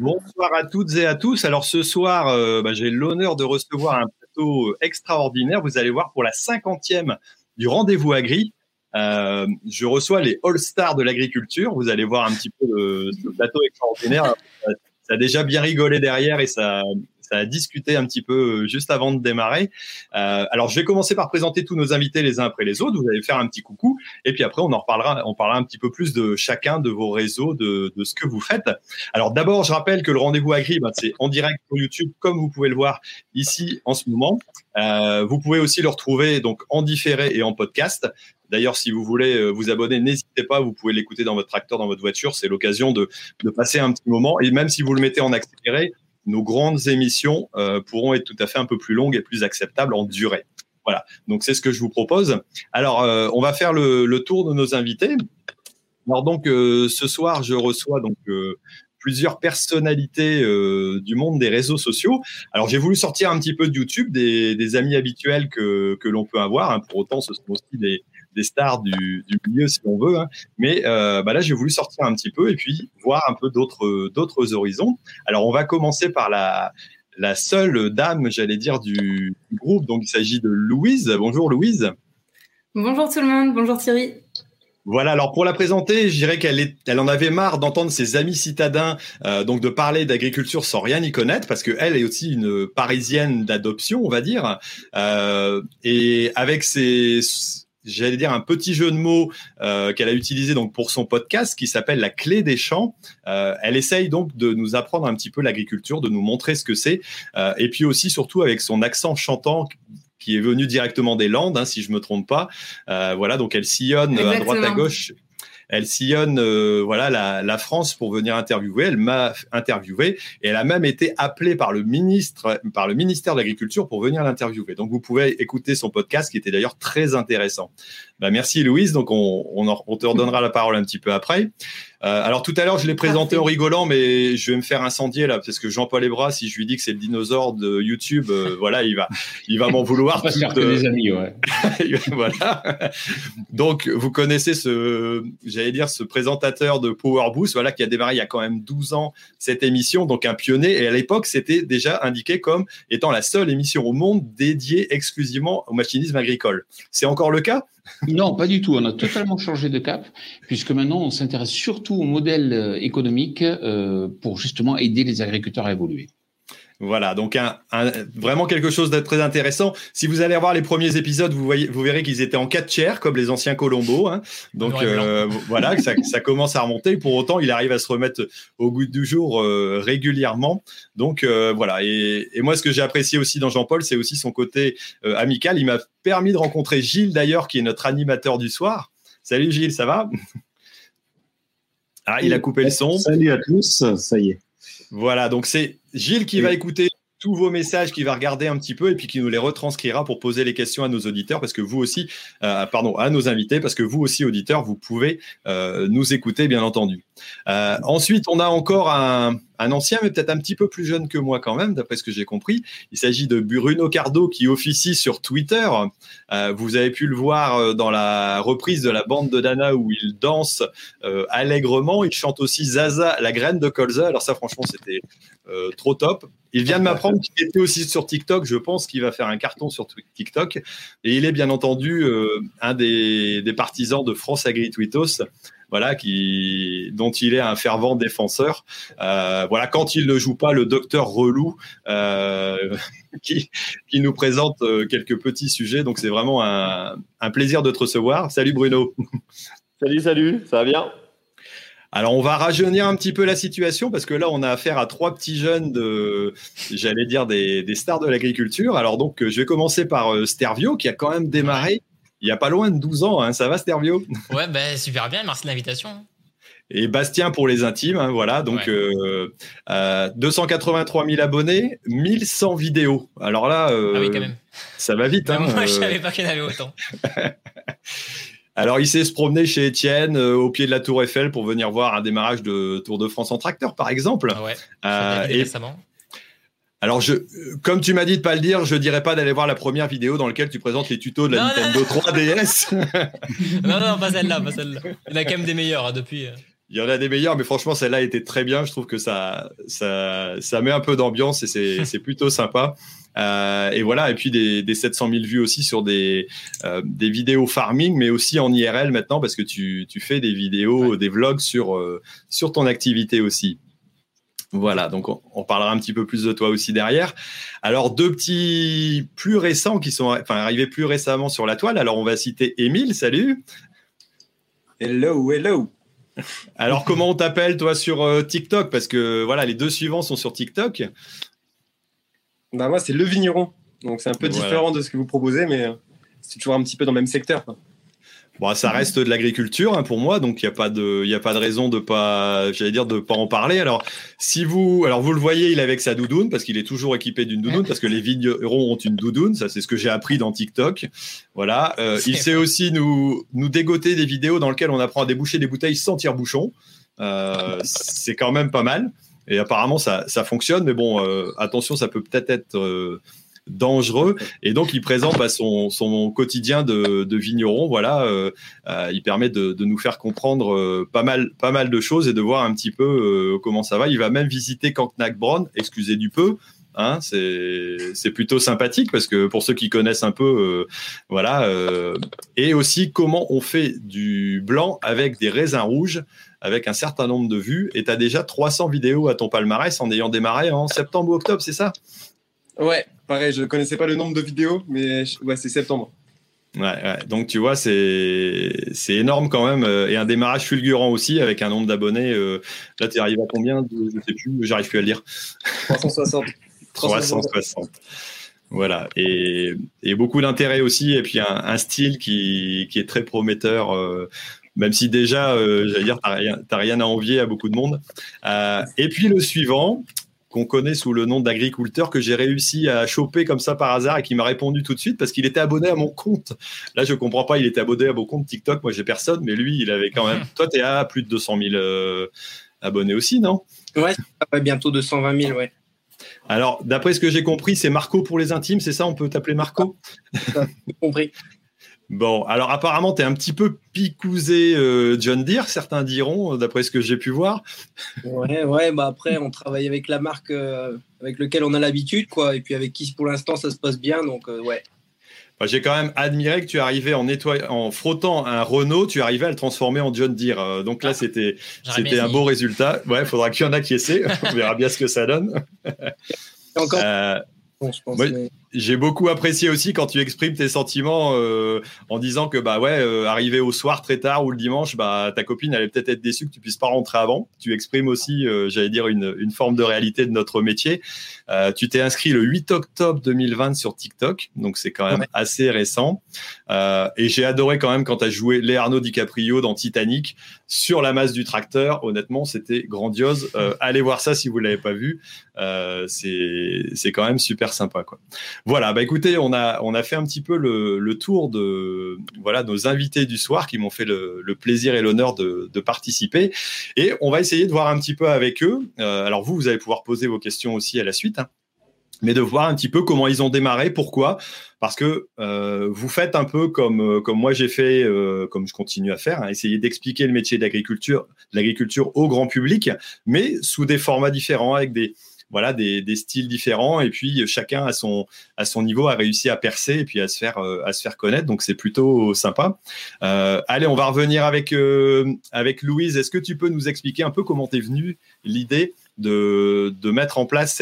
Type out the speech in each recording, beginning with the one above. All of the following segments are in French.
Bonsoir à toutes et à tous. Alors ce soir, j'ai l'honneur de recevoir un plateau extraordinaire. Vous allez voir pour la 50e du Rendez-vous Agri. Je reçois les All-Stars de l'agriculture. Vous allez voir un petit peu ce plateau extraordinaire. Ça a déjà bien rigolé derrière et ça a discuté un petit peu juste avant de démarrer. Alors, je vais commencer par présenter tous nos invités les uns après les autres. Vous allez faire un petit coucou et puis après, on parlera un petit peu plus de chacun de vos réseaux, de ce que vous faites. Alors, d'abord, je rappelle que le Rendez-vous Agri, c'est en direct sur YouTube, comme vous pouvez le voir ici en ce moment. Vous pouvez aussi le retrouver donc en différé et en podcast. D'ailleurs, si vous voulez vous abonner, n'hésitez pas, vous pouvez l'écouter dans votre tracteur, dans votre voiture. C'est l'occasion de passer un petit moment. Et même si vous le mettez en accéléré, nos grandes émissions pourront être tout à fait un peu plus longues et plus acceptables en durée. Voilà, donc c'est ce que je vous propose. Alors, on va faire le tour de nos invités. Alors donc, ce soir, je reçois donc plusieurs personnalités du monde des réseaux sociaux. Alors, j'ai voulu sortir un petit peu de YouTube, des amis habituels que l'on peut avoir. Pour autant, ce sont aussi des stars du milieu, si on veut. Mais là, j'ai voulu sortir un petit peu et puis voir un peu d'autres horizons. Alors, on va commencer par la seule dame, j'allais dire, du groupe. Donc, il s'agit de Louise. Bonjour, Louise. Bonjour tout le monde. Bonjour Thierry. Voilà, alors pour la présenter, je dirais qu'elle en avait marre d'entendre ses amis citadins donc de parler d'agriculture sans rien y connaître, parce qu'elle est aussi une Parisienne d'adoption, on va dire, et avec j'allais dire un petit jeu de mots qu'elle a utilisé donc pour son podcast qui s'appelle La Clé des champs. Elle essaye donc de nous apprendre un petit peu l'agriculture, de nous montrer ce que c'est, et puis aussi surtout avec son accent chantant qui est venu directement des Landes, si je me trompe pas. Voilà, donc elle sillonne à droite à gauche. Elle sillonne la France pour venir interviewer. Elle m'a interviewé et elle a même été appelée par le ministère de l'Agriculture pour venir l'interviewer. Donc vous pouvez écouter son podcast qui était d'ailleurs très intéressant. Merci Louise. Donc on te redonnera la parole un petit peu après. Alors tout à l'heure je l'ai présenté en rigolant, mais je vais me faire incendier là parce que Jean-Paul Hébras, si je lui dis que c'est le dinosaure de YouTube, il va m'en vouloir. Pas faire que des amis, ouais. Voilà. Donc vous connaissez ce présentateur de Power Boost, qui a démarré il y a quand même 12 ans cette émission, donc un pionnier. Et à l'époque, c'était déjà indiqué comme étant la seule émission au monde dédiée exclusivement au machinisme agricole. C'est encore le cas ? Non, pas du tout. On a totalement changé de cap, puisque maintenant, on s'intéresse surtout au modèle économique pour justement aider les agriculteurs à évoluer. Voilà, donc vraiment quelque chose de très intéressant. Si vous allez voir les premiers épisodes, vous verrez qu'ils étaient en 4 tiers, comme les anciens Colombo. Donc voilà, ça commence à remonter. Pour autant, il arrive à se remettre au goût du jour régulièrement. Donc voilà. Et moi, ce que j'ai apprécié aussi dans Jean-Paul, c'est aussi son côté amical. Il m'a permis de rencontrer Gilles, d'ailleurs, qui est notre animateur du soir. Salut Gilles, ça va ? Il a coupé le son. Salut à tous, ça y est. Voilà, donc c'est Gilles qui va écouter tous vos messages, qui va regarder un petit peu et puis qui nous les retranscrira pour poser les questions à nos auditeurs, parce que vous aussi, à nos invités, parce que vous aussi, auditeurs, vous pouvez nous écouter, bien entendu. Ensuite, on a encore un ancien, mais peut-être un petit peu plus jeune que moi quand même, d'après ce que j'ai compris. Il s'agit de Bruno Cardo qui officie sur Twitter. Vous avez pu le voir dans la reprise de la bande de Dana où il danse allègrement. Il chante aussi Zaza, la graine de colza. Alors ça, franchement, c'était trop top. Il vient de m'apprendre qu'il était aussi sur TikTok. Je pense qu'il va faire un carton sur TikTok. Et il est bien entendu un des partisans de France Agri Tweetos. Voilà, dont il est un fervent défenseur. Quand il ne joue pas le docteur relou, qui nous présente quelques petits sujets. Donc, c'est vraiment un plaisir de te recevoir. Salut Bruno. Salut, ça va bien ? Alors, on va rajeunir un petit peu la situation parce que là, on a affaire à 3 petits jeunes j'allais dire des stars de l'agriculture. Alors, donc, je vais commencer par Stervio qui a quand même démarré il n'y a pas loin de 12 ans. Ça va, Stervio ? Ouais, super bien. Merci de l'invitation. Et Bastien pour les intimes. Voilà, donc 283 000 abonnés, 1100 vidéos. Alors là, oui, quand même. Ça va vite. Moi, je ne savais pas qu'il y en avait autant. Alors, il sait se promener chez Étienne, au pied de la Tour Eiffel, pour venir voir un démarrage de Tour de France en tracteur, par exemple. Ouais, récemment. Alors, comme tu m'as dit de pas le dire, je dirais pas d'aller voir la première vidéo dans laquelle tu présentes les tutos de la Nintendo 3DS. Non, pas celle-là. Il y en a quand même des meilleurs depuis. Il y en a des meilleurs, mais franchement, celle-là était très bien. Je trouve que ça met un peu d'ambiance et c'est plutôt sympa. Et voilà. Et puis des 700 000 vues aussi sur des vidéos farming, mais aussi en IRL maintenant parce que tu fais des vidéos, des vlogs sur ton activité aussi. Voilà, donc on parlera un petit peu plus de toi aussi derrière. Alors, 2 petits plus récents qui sont arrivés plus récemment sur la toile. Alors, on va citer Émile, salut. Hello. Alors, comment on t'appelle, toi, sur TikTok? Parce que, voilà, les 2 suivants sont sur TikTok. Bah, moi, c'est Le Vigneron. Donc, c'est un peu différent de ce que vous proposez, mais c'est toujours un petit peu dans le même secteur, quoi. Bon, ça reste de l'agriculture pour moi, donc il y a pas de raison de pas en parler. Alors vous le voyez, il est avec sa doudoune parce qu'il est toujours équipé d'une doudoune parce que les vignerons ont une doudoune, ça c'est ce que j'ai appris dans TikTok. Voilà, il sait aussi nous dégoter des vidéos dans lesquelles on apprend à déboucher des bouteilles sans tire-bouchon. C'est quand même pas mal et apparemment ça fonctionne, mais bon, attention, ça peut peut-être être dangereux, et donc il présente son quotidien de vigneron. Voilà, il permet de nous faire comprendre pas mal de choses et de voir un petit peu comment ça va. Il va même visiter Knocknack-Bronn, excusez du peu, hein, c'est plutôt sympathique parce que pour ceux qui connaissent un peu, et aussi comment on fait du blanc avec des raisins rouges avec un certain nombre de vues, et tu as déjà 300 vidéos à ton palmarès en ayant démarré en septembre ou octobre, c'est ça? Ouais, pareil, je ne connaissais pas le nombre de vidéos, mais c'est septembre. Ouais, donc tu vois, c'est énorme quand même, et un démarrage fulgurant aussi avec un nombre d'abonnés. Là, tu arrives à combien? Je ne sais plus, j'arrive plus à le dire. 360. 360. Voilà, et beaucoup d'intérêt aussi, et puis un style qui est très prometteur. Même si déjà, j'allais dire, t'as rien à envier à beaucoup de monde. Et puis le suivant, qu'on connaît sous le nom d'agriculteur, que j'ai réussi à choper comme ça par hasard et qui m'a répondu tout de suite parce qu'il était abonné à mon compte. Là, je comprends pas, il était abonné à mon compte TikTok. Moi, j'ai personne, mais lui, il avait quand même. Toi, t'es à plus de 200 000 abonnés aussi, non? Ouais, bientôt 220 000, ouais. Alors, d'après ce que j'ai compris, c'est Marco pour les intimes, c'est ça? On peut t'appeler Marco? Compris. Bon, alors apparemment, tu es un petit peu picousé John Deere, certains diront, d'après ce que j'ai pu voir. Ouais, bah après, on travaille avec la marque avec laquelle on a l'habitude, quoi, et puis avec qui, pour l'instant, ça se passe bien, donc ouais. Bah, j'ai quand même admiré que tu arrivais en frottant un Renault, tu arrivais à le transformer en John Deere. Donc là, c'était un beau résultat. Ouais, il faudra qu'il y en a qui essaient. On verra bien ce que ça donne. Encore bon, je pense. Ouais, j'ai beaucoup apprécié aussi quand tu exprimes tes sentiments en disant que arrivé au soir très tard ou le dimanche, ta copine allait peut-être être déçue que tu puisses pas rentrer avant. Tu exprimes aussi, j'allais dire, une forme de réalité de notre métier. Tu t'es inscrit le 8 octobre 2020 sur TikTok, donc c'est quand même assez récent. Et j'ai adoré quand même quand tu as joué Leonardo DiCaprio dans Titanic sur la masse du tracteur. Honnêtement, c'était grandiose. Allez voir ça si vous l'avez pas vu. C'est quand même super sympa, quoi. Voilà, écoutez, on a fait un petit peu le tour de nos invités du soir qui m'ont fait le plaisir et l'honneur de participer, et on va essayer de voir un petit peu avec eux. Alors vous allez pouvoir poser vos questions aussi à la suite, hein, mais de voir un petit peu comment ils ont démarré, pourquoi, parce que vous faites un peu comme moi j'ai fait, comme je continue à faire, hein, essayer d'expliquer le métier de l'agriculture au grand public, mais sous des formats différents, avec des styles différents, et puis chacun à son niveau a réussi à percer et puis à se faire connaître, donc c'est plutôt sympa. Allez, on va revenir avec Louise. Est-ce que tu peux nous expliquer un peu comment t'es venue l'idée de mettre en place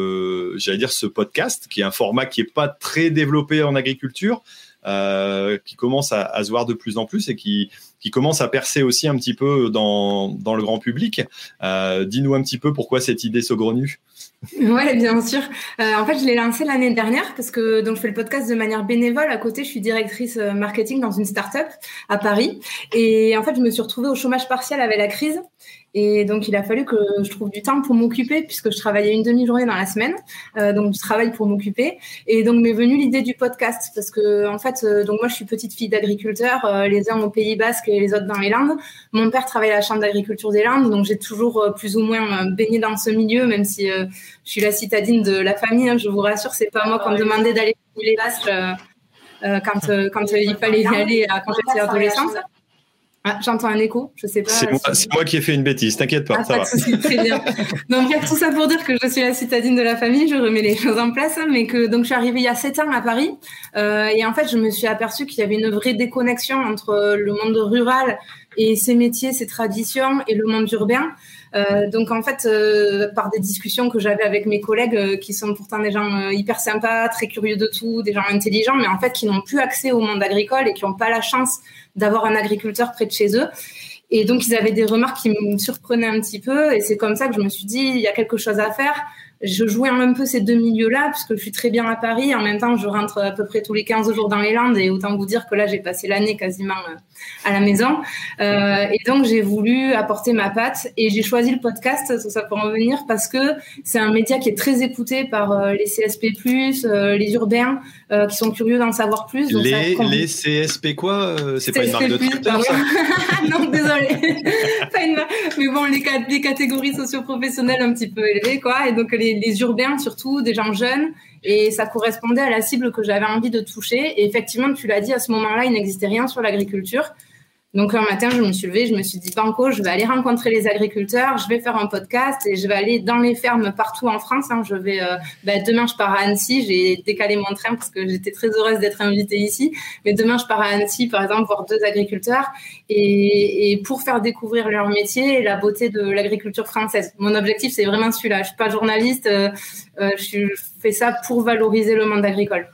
ce podcast, qui est un format qui est pas très développé en agriculture, qui commence à se voir de plus en plus et qui commence à percer aussi un petit peu dans le grand public. Dis-nous un petit peu pourquoi cette idée saugrenue. Ouais, bien sûr. En fait, je l'ai lancé l'année dernière parce que donc je fais le podcast de manière bénévole. À côté, je suis directrice marketing dans une start-up à Paris. Et en fait, je me suis retrouvée au chômage partiel avec la crise. Et donc, il a fallu que je trouve du temps pour m'occuper puisque je travaillais une demi-journée dans la semaine. Donc, je travaille pour m'occuper. Et donc, m'est venue l'idée du podcast parce que, en fait, donc moi, je suis petite fille d'agriculteur, les uns au Pays Basque et les autres dans les Landes. Mon père travaillait à la Chambre d'agriculture des Landes, donc j'ai toujours plus ou moins baigné dans ce milieu, même si je suis la citadine de la famille. Hein, je vous rassure, c'est pas moi qu'on me demandait d'aller les vaches quand il fallait y aller quand j'étais adolescente. Ah, j'entends un écho, je sais pas. C'est moi qui ai fait une bêtise, t'inquiète pas, ça va. Souci, très bien. Donc, bref, tout ça pour dire que je suis la citadine de la famille, je remets les choses en place, mais que donc je suis arrivée il y a 7 ans à Paris, et en fait, je me suis aperçue qu'il y avait une vraie déconnexion entre le monde rural et ses métiers, ses traditions, et le monde urbain. Donc en fait, par des discussions que j'avais avec mes collègues qui sont pourtant des gens hyper sympas, très curieux de tout, des gens intelligents, mais en fait qui n'ont plus accès au monde agricole et qui n'ont pas la chance d'avoir un agriculteur près de chez eux. Et donc ils avaient des remarques qui me surprenaient un petit peu, et c'est comme ça que je me suis dit, il y a quelque chose à faire. Je jouais un peu ces deux milieux-là, puisque je suis très bien à Paris. En même temps, je rentre à peu près tous les 15 jours dans les Landes, et autant vous dire que là, j'ai passé l'année quasiment à la maison. Et donc, j'ai voulu apporter ma patte, et j'ai choisi le podcast, tout ça pour en venir, parce que c'est un média qui est très écouté par les CSP+, les urbains, qui sont curieux d'en savoir plus. Donc les CSP quoi c'est pas une marque de tracteur, ça? Non, désolé. Pas une marque. Mais bon, les catégories socio-professionnelles un petit peu élevées, quoi. Et donc, les urbains, surtout, des gens jeunes. Et ça correspondait à la cible que j'avais envie de toucher. Et effectivement, tu l'as dit, à ce moment-là, il n'existait rien sur l'agriculture. Donc, un matin, je me suis levée, je me suis dit, banco, je vais aller rencontrer les agriculteurs, je vais faire un podcast et je vais aller dans les fermes partout en France. Je vais, demain, je pars à Annecy. J'ai décalé mon train parce que j'étais très heureuse d'être invitée ici. Mais demain, je pars à Annecy, par exemple, voir 2 agriculteurs et pour faire découvrir leur métier et la beauté de l'agriculture française. Mon objectif, c'est vraiment celui-là. Je suis pas journaliste. Je fais ça pour valoriser le monde agricole.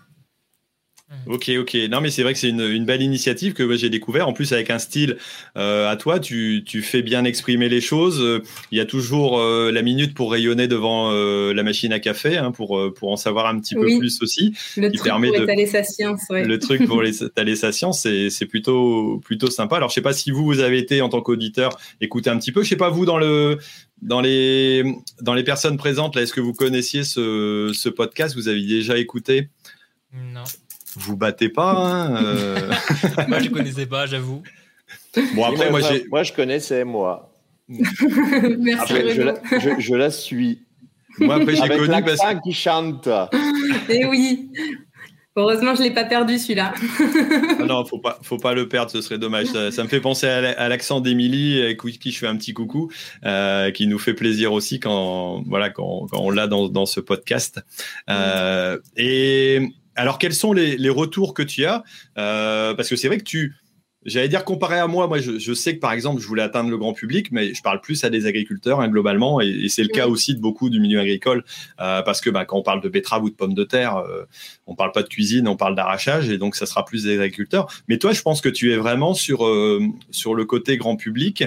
Ok. Non, mais c'est vrai que c'est une belle initiative que j'ai découvert. En plus, avec un style à toi, tu fais bien exprimer les choses. Il y a toujours la minute pour rayonner devant la machine à café, pour en savoir un petit peu plus aussi. Le truc pour étaler sa science. Ouais. Le truc pour étaler sa science, c'est plutôt sympa. Alors, je sais pas si vous avez été en tant qu'auditeur écouter un petit peu. Je sais pas vous dans les personnes présentes là, est-ce que vous connaissiez ce podcast? Vous avez déjà écouté? Non. Vous battez pas, Moi, je connaissais pas, j'avoue. Bon, après, moi, je connaissais, moi. Merci, après, je la suis. Moi, après, j'ai avec connu l'accent qui chante. Eh oui. Heureusement, je l'ai pas perdu, celui-là. Non, faut pas le perdre, ce serait dommage. Ça me fait penser à l'accent d'Émilie, avec qui je fais un petit coucou, qui nous fait plaisir aussi quand on l'a dans ce podcast. Et alors, quels sont les retours que tu as parce que c'est vrai que j'allais dire comparé à moi, je sais que par exemple, je voulais atteindre le grand public, mais je parle plus à des agriculteurs globalement, et c'est le cas aussi de beaucoup du milieu agricole, parce que quand on parle de betterave ou de pommes de terre, on parle pas de cuisine, on parle d'arrachage, et donc ça sera plus des agriculteurs. Mais toi, je pense que tu es vraiment sur le côté grand public.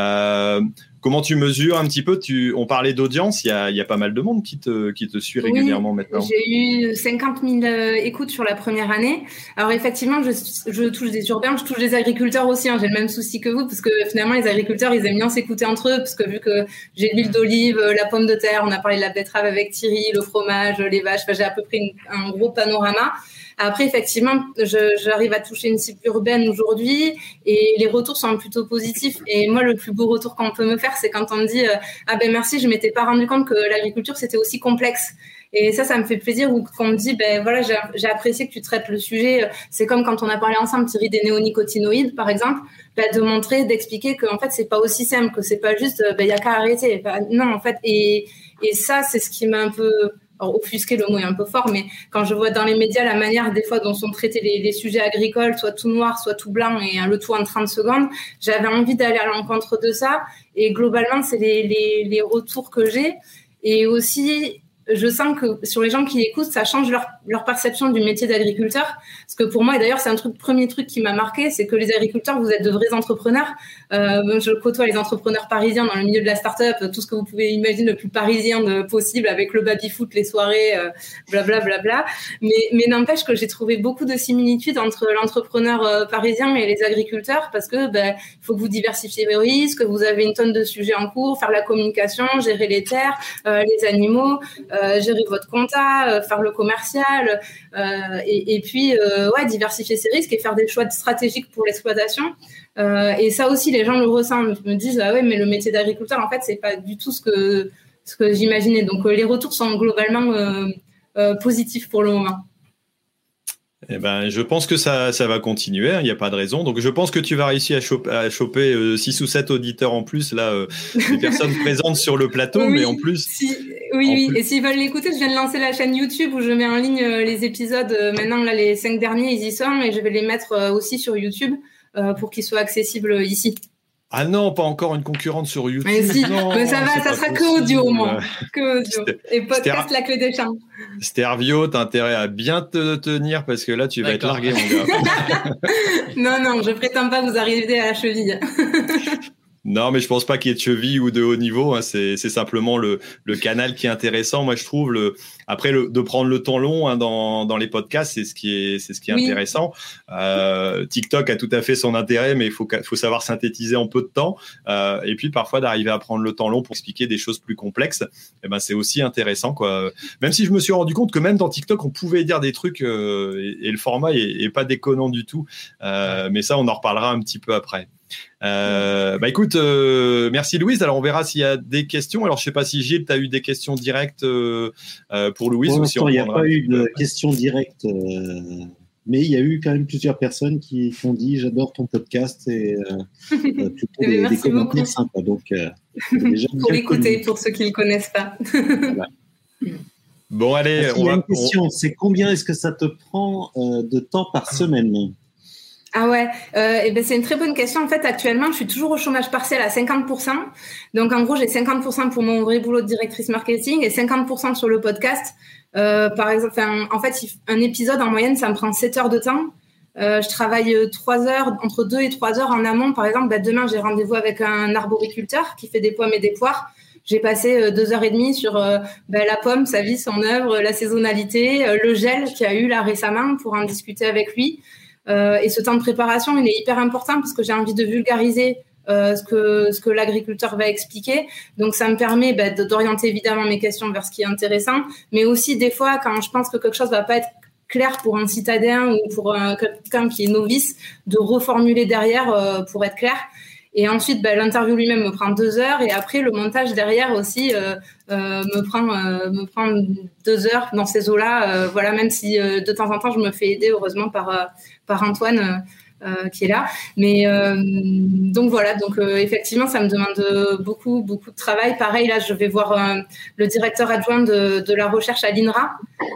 Comment tu mesures un petit peu? On parlait d'audience, il y a pas mal de monde qui te suit régulièrement maintenant. J'ai eu 50 000 écoutes sur la première année. Alors effectivement, je touche des urbains, je touche des agriculteurs aussi. J'ai le même souci que vous, parce que finalement, les agriculteurs, ils aiment bien s'écouter entre eux, parce que vu que j'ai l'huile d'olive, la pomme de terre, on a parlé de la betterave avec Thierry, le fromage, les vaches, j'ai à peu près un gros panorama. Après, effectivement, j'arrive à toucher une cible urbaine aujourd'hui et les retours sont plutôt positifs. Et moi, le plus beau retour qu'on peut me faire, c'est quand on me dit ah ben merci, je m'étais pas rendu compte que l'agriculture c'était aussi complexe. Et ça me fait plaisir. Ou qu'on me dit ben voilà, j'ai apprécié que tu traites le sujet. C'est comme quand on a parlé ensemble, Thierry, des néonicotinoïdes, par exemple, de montrer, d'expliquer que en fait c'est pas aussi simple, que c'est pas juste y a qu'à arrêter. Non, en fait, et ça c'est ce qui m'a un peu offusquer, le mot est un peu fort, mais quand je vois dans les médias la manière des fois dont sont traités les sujets agricoles, soit tout noir, soit tout blanc, et le tout en 30 secondes, j'avais envie d'aller à l'encontre de ça. Et globalement, c'est les retours que j'ai. Et aussi, je sens que sur les gens qui écoutent, ça change leur perception du métier d'agriculteur. Parce que pour moi, et d'ailleurs, c'est premier truc qui m'a marqué, c'est que les agriculteurs, vous êtes de vrais entrepreneurs. Je côtoie les entrepreneurs parisiens dans le milieu de la start-up, tout ce que vous pouvez imaginer le plus parisien possible, avec le baby-foot, les soirées, blablabla. Mais n'empêche que j'ai trouvé beaucoup de similitudes entre l'entrepreneur parisien et les agriculteurs, parce que faut que vous diversifiez vos risques, vous avez une tonne de sujets en cours, faire la communication, gérer les terres, les animaux, gérer votre compta, faire le commercial, et puis diversifier ses risques et faire des choix stratégiques pour l'exploitation. Et ça aussi, les gens le ressentent. Ils me disent ah ouais, mais le métier d'agriculteur, en fait, c'est pas du tout ce que j'imaginais. Donc les retours sont globalement positifs pour le moment. Eh ben, je pense que ça va continuer, il n'y a pas de raison. Donc, je pense que tu vas réussir à choper 6 ou 7 auditeurs en plus, là, des personnes présentes sur le plateau, Oui, mais en plus... Oui. Et s'ils veulent l'écouter, je viens de lancer la chaîne YouTube où je mets en ligne les épisodes. Maintenant, là, les 5 derniers, ils y sont, et je vais les mettre aussi sur YouTube pour qu'ils soient accessibles ici. Ah non, pas encore une concurrente sur YouTube. Mais si, non, mais ça va, ça sera que audio au moins. Que audio. Et podcast, la clé des champs. Stervio, t'as intérêt à bien te tenir parce que là, tu vas être largué, mon gars. Non, je prétends pas vous arriver à la cheville. Non, mais je pense pas qu'il y ait de cheville ou de haut niveau. Hein. C'est simplement le canal qui est intéressant. Moi, je trouve après de prendre le temps long hein, dans les podcasts, c'est ce qui est intéressant. TikTok a tout à fait son intérêt, mais il faut savoir synthétiser en peu de temps. Et puis parfois d'arriver à prendre le temps long pour expliquer des choses plus complexes. Eh ben c'est aussi intéressant, quoi. Même si je me suis rendu compte que même dans TikTok, on pouvait dire des trucs et le format est pas déconnant du tout. Mais ça, on en reparlera un petit peu après. Écoute, merci Louise. Alors on verra s'il y a des questions. Alors je sais pas si Gilles, tu as eu des questions directes pour Louise. Pour l'instant, il n'y a pas eu de questions directes, mais il y a eu quand même plusieurs personnes qui ont dit j'adore ton podcast et plutôt des commentaires sympas. Donc déjà pour l'écouter pour ceux qui ne le connaissent pas. Voilà. Bon allez, il y a une question. C'est combien est-ce que ça te prend de temps par semaine? Ah ouais, c'est une très bonne question. En fait, actuellement, je suis toujours au chômage partiel à 50%. Donc, en gros, j'ai 50% pour mon vrai boulot de directrice marketing et 50% sur le podcast. Par exemple, en fait, un épisode en moyenne, ça me prend 7 heures de temps. Je travaille 3 heures, entre 2 et 3 heures en amont. Par exemple, demain, j'ai rendez-vous avec un arboriculteur qui fait des pommes et des poires. J'ai passé 2h30 sur la pomme, sa vie, son œuvre, la saisonnalité, le gel qu'il y a eu là récemment pour en discuter avec lui. Et ce temps de préparation, il est hyper important parce que j'ai envie de vulgariser ce que l'agriculteur va expliquer. Donc, ça me permet d'orienter évidemment mes questions vers ce qui est intéressant, mais aussi des fois, quand je pense que quelque chose va pas être clair pour un citadin ou pour quelqu'un qui est novice, de reformuler derrière pour être clair. Et ensuite, l'interview lui-même me prend 2 heures et après, le montage derrière aussi me prend 2 heures dans ces eaux-là. Voilà, même si de temps en temps, je me fais aider, heureusement, par Antoine qui est là. Mais donc, voilà. Donc, effectivement, ça me demande beaucoup de travail. Pareil, là, je vais voir le directeur adjoint de la recherche à l'INRA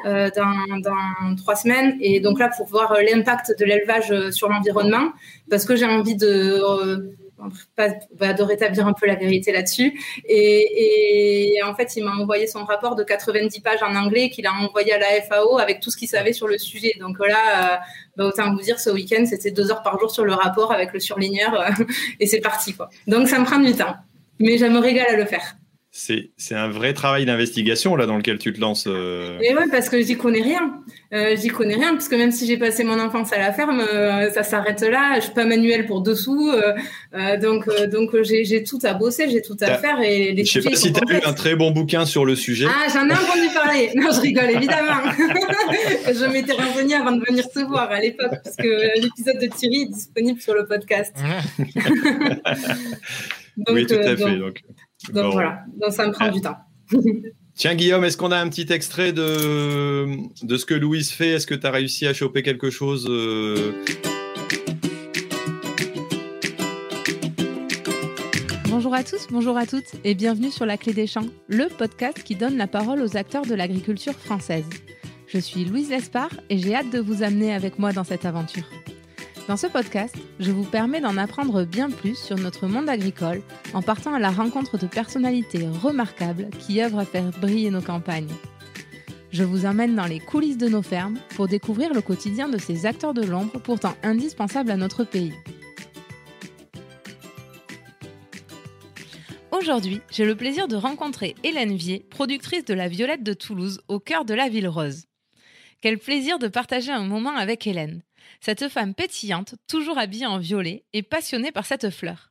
dans 3 semaines. Et donc là, pour voir l'impact de l'élevage sur l'environnement, parce que j'ai envie de rétablir un peu la vérité là-dessus. Et en fait, il m'a envoyé son rapport de 90 pages en anglais qu'il a envoyé à la FAO avec tout ce qu'il savait sur le sujet. Donc là, autant vous dire, ce week-end, c'était 2 heures par jour sur le rapport avec le surligneur et c'est parti, quoi. Donc, ça me prend du temps. Mais je me régale à le faire. C'est un vrai travail d'investigation là dans lequel tu te lances. Et ouais, parce que j'y connais rien. Parce que même si j'ai passé mon enfance à la ferme, ça s'arrête là. Je suis pas manuelle pour dessous, donc j'ai tout à bosser, j'ai tout à faire et les sujets. Je sais pas si tu as lu un très bon bouquin sur le sujet. Ah, j'en ai entendu parler. Non, je rigole évidemment. Je m'étais renseignée avant de venir te voir à l'époque, parce que l'épisode de Thierry est disponible sur le podcast. Donc, oui, tout à fait. Donc bon. Voilà, donc ça me prend du temps. Tiens Guillaume, est-ce qu'on a un petit extrait de ce que Louise fait? Est-ce que tu as réussi à choper quelque chose Bonjour à tous, bonjour à toutes et bienvenue sur La Clé des Champs, le podcast qui donne la parole aux acteurs de l'agriculture française. Je suis Louise Lespard et j'ai hâte de vous amener avec moi dans cette aventure. Dans ce podcast, je vous permets d'en apprendre bien plus sur notre monde agricole en partant à la rencontre de personnalités remarquables qui œuvrent à faire briller nos campagnes. Je vous emmène dans les coulisses de nos fermes pour découvrir le quotidien de ces acteurs de l'ombre pourtant indispensables à notre pays. Aujourd'hui, j'ai le plaisir de rencontrer Hélène Vier, productrice de La Violette de Toulouse, au cœur de la ville rose. Quel plaisir de partager un moment avec Hélène. Cette femme pétillante, toujours habillée en violet et passionnée par cette fleur.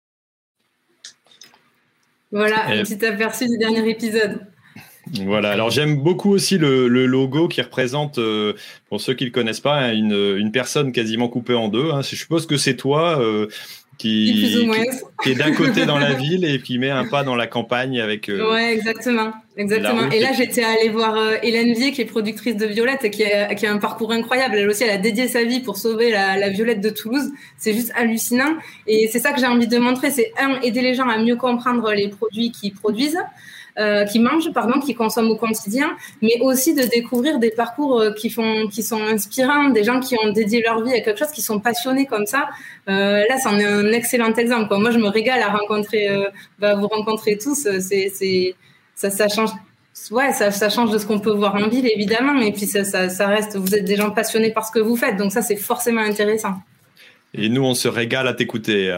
Voilà, un petit aperçu du dernier épisode. Voilà, alors j'aime beaucoup aussi le logo qui représente, pour ceux qui ne le connaissent pas, une personne quasiment coupée en deux. Hein. Je suppose que c'est toi plus ou moins. qui est d'un côté dans la ville et qui met un pas dans la campagne avec. Ouais, exactement. Et là, j'étais allée voir Hélène Vier, qui est productrice de Violette et qui a un parcours incroyable. Elle aussi, elle a dédié sa vie pour sauver la Violette de Toulouse. C'est juste hallucinant. Et c'est ça que j'ai envie de montrer. C'est aider les gens à mieux comprendre les produits qu'ils produisent. Qui mangent, qui consomment au quotidien, mais aussi de découvrir des parcours qui sont inspirants, des gens qui ont dédié leur vie à quelque chose, qui sont passionnés comme ça. Là, c'en est un excellent exemple, quoi. Moi, je me régale à rencontrer, vous rencontrer tous. Ça change. Ouais, ça change de ce qu'on peut voir en ville, évidemment, et puis ça reste. Vous êtes des gens passionnés par ce que vous faites, donc ça, c'est forcément intéressant. Et nous, on se régale à t'écouter.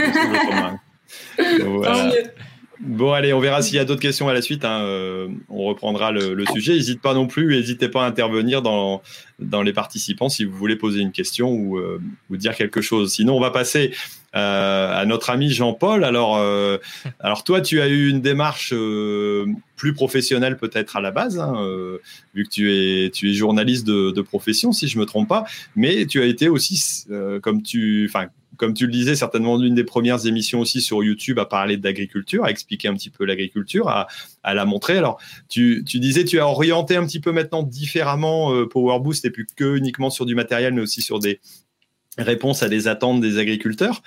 Voilà. Bon, allez, on verra s'il y a d'autres questions à la suite. On reprendra le sujet. N'hésitez pas non plus, n'hésitez pas à intervenir dans les participants si vous voulez poser une question ou dire quelque chose. Sinon, on va passer à notre ami Jean-Paul. Alors toi, tu as eu une démarche plus professionnelle peut-être à la base, vu que tu es journaliste de profession, si je me trompe pas. Mais tu as été aussi, comme tu le disais, certainement l'une des premières émissions aussi sur YouTube à parler d'agriculture, à expliquer un petit peu l'agriculture, à la montrer. Alors, tu disais, tu as orienté un petit peu maintenant différemment Power Boost, et plus que uniquement sur du matériel, mais aussi sur des réponses à des attentes des agriculteurs.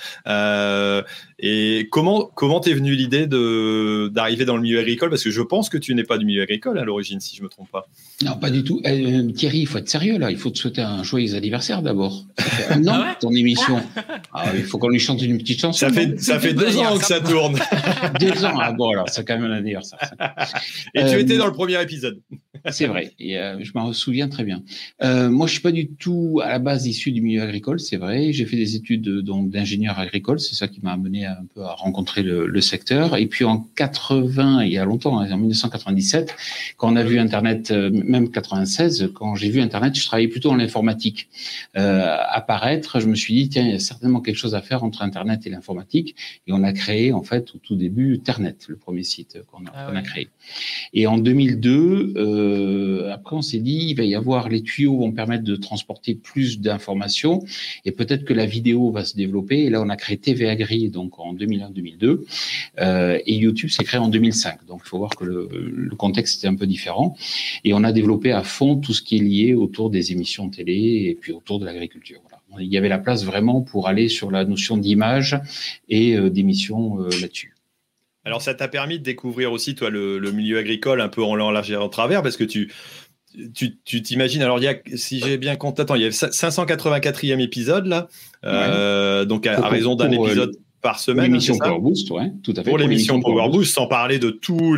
Et comment t'es venue l'idée d'arriver dans le milieu agricole? Parce que je pense que tu n'es pas du milieu agricole à l'origine, si je me trompe pas. Non, pas du tout. Thierry, il faut être sérieux là. Il faut te souhaiter un joyeux anniversaire d'abord. Ça fait un an ton émission. Il faut qu'on lui chante une petite chanson. Ça fait 2 ans que ça tourne. 2 ans. Ah bon, alors c'est quand même un anniversaire. Et tu étais dans le premier épisode. C'est vrai. Et je m'en souviens très bien. Moi, je suis pas du tout à la base issu du milieu agricole. C'est vrai. J'ai fait des études d'ingénieur agricole. C'est ça qui m'a amené un peu à rencontrer le secteur. Et puis en 80, il y a longtemps, en 1997, quand on a vu Internet, même 96, quand j'ai vu Internet, je travaillais plutôt dans l'informatique. Apparaître, je me suis dit, tiens, il y a certainement quelque chose à faire entre Internet et l'informatique. Et on a créé, en fait, au tout début, Ternet, le premier site qu'on a créé. Et en 2002, après, on s'est dit, il va y avoir, les tuyaux vont permettre de transporter plus d'informations et peut-être que la vidéo va se développer. Et là, on a créé TV Agri, donc en 2001-2002, et YouTube s'est créé en 2005. Donc, il faut voir que le contexte était un peu différent. Et on a développé à fond tout ce qui est lié autour des émissions télé et puis autour de l'agriculture. Voilà. Il y avait la place vraiment pour aller sur la notion d'image et d'émission là-dessus. Alors, ça t'a permis de découvrir aussi, toi, le milieu agricole un peu en large et en travers, parce que tu t'imagines, alors si j'ai bien compté, il y a 584e épisode là, donc à raison d'un épisode par semaine. Pour l'émission Power Boost, ouais, tout à fait. Pour l'émission Power Boost, sans parler de tous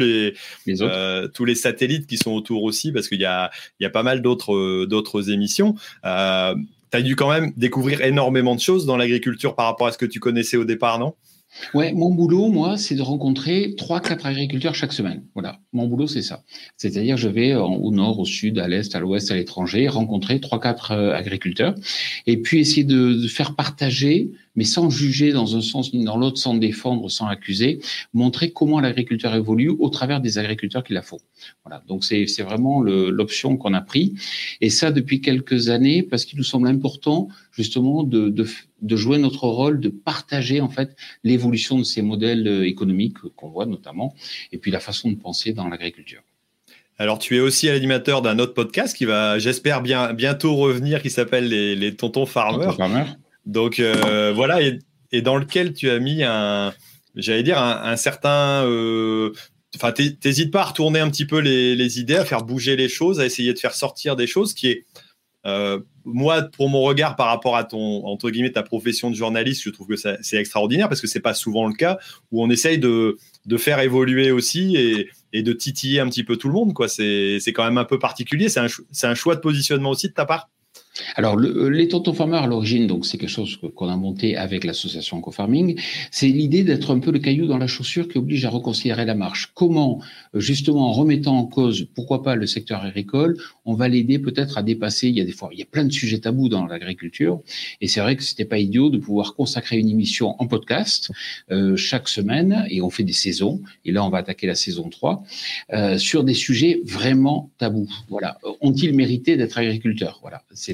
les satellites qui sont autour aussi, parce qu'il y a pas mal d'autres émissions. Tu as dû quand même découvrir énormément de choses dans l'agriculture par rapport à ce que tu connaissais au départ, non? Ouais, mon boulot, moi, c'est de rencontrer 3-4 agriculteurs chaque semaine. Voilà, mon boulot, c'est ça. C'est-à-dire, je vais au nord, au sud, à l'est, à l'ouest, à l'étranger, rencontrer 3-4 agriculteurs et puis essayer de faire partager, mais sans juger dans un sens ni dans l'autre, sans défendre, sans accuser, montrer comment l'agriculteur évolue au travers des agriculteurs qui la font. Voilà, donc c'est vraiment l'option qu'on a pris. Et ça depuis quelques années, parce qu'il nous semble important, justement, de jouer notre rôle, de partager, en fait, l'évolution de ces modèles économiques qu'on voit notamment, et puis la façon de penser dans l'agriculture. Alors, tu es aussi l'animateur d'un autre podcast qui va, j'espère, bientôt revenir, qui s'appelle les Tontons Farmers. Donc, voilà, et dans lequel tu as mis un certain... Enfin, t'hésites pas à retourner un petit peu les idées, à faire bouger les choses, à essayer de faire sortir des choses qui est... moi, pour mon regard par rapport à entre guillemets, ta profession de journaliste, je trouve que c'est extraordinaire parce que c'est pas souvent le cas où on essaye de faire évoluer aussi et de titiller un petit peu tout le monde, quoi. C'est quand même un peu particulier. C'est un choix de positionnement aussi de ta part. Alors, les Tontons Farmers, à l'origine, donc c'est quelque chose qu'on a monté avec l'association Co-Farming. C'est l'idée d'être un peu le caillou dans la chaussure qui oblige à reconsidérer la marche. Comment, justement, en remettant en cause, pourquoi pas, le secteur agricole, on va l'aider peut-être à dépasser. Il y a plein de sujets tabous dans l'agriculture, et c'est vrai que c'était pas idiot de pouvoir consacrer une émission en podcast chaque semaine, et on fait des saisons. Et là, on va attaquer la saison 3 sur des sujets vraiment tabous. Voilà. Ont-ils mérité d'être agriculteurs? Voilà. C'est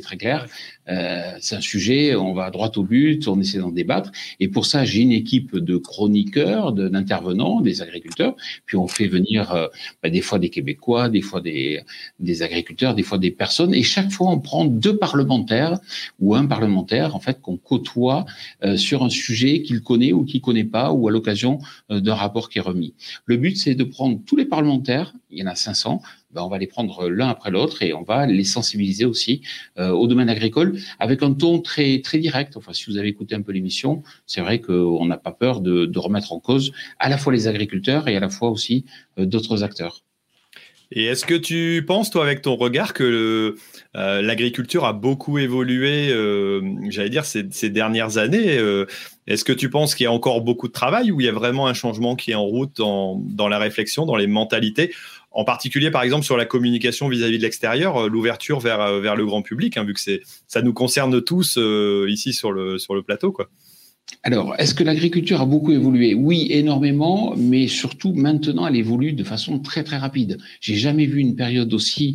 très clair. C'est un sujet, on va droit au but, on essaie d'en débattre. Et pour ça, j'ai une équipe de chroniqueurs, d'intervenants, des agriculteurs. Puis on fait venir des fois des Québécois, des fois des agriculteurs, des fois des personnes. Et chaque fois, on prend 2 parlementaires ou un parlementaire, en fait, qu'on côtoie sur un sujet qu'il connaît ou qu'il connaît pas, ou à l'occasion d'un rapport qui est remis. Le but, c'est de prendre tous les parlementaires, il y en a 500, on va les prendre l'un après l'autre et on va les sensibiliser aussi au domaine agricole avec un ton très, très direct. Enfin, si vous avez écouté un peu l'émission, c'est vrai qu'on n'a pas peur de remettre en cause à la fois les agriculteurs et à la fois aussi d'autres acteurs. Et est-ce que tu penses, toi, avec ton regard, que l'agriculture a beaucoup évolué, j'allais dire, ces dernières années est-ce que tu penses qu'il y a encore beaucoup de travail ou il y a vraiment un changement qui est en route dans la réflexion, dans les mentalités, en particulier, par exemple, sur la communication vis-à-vis de l'extérieur, l'ouverture vers le grand public, vu que ça nous concerne tous ici sur le plateau, quoi. Alors, est-ce que l'agriculture a beaucoup évolué ? Oui, énormément, mais surtout maintenant, elle évolue de façon très très rapide. J'ai jamais vu une période aussi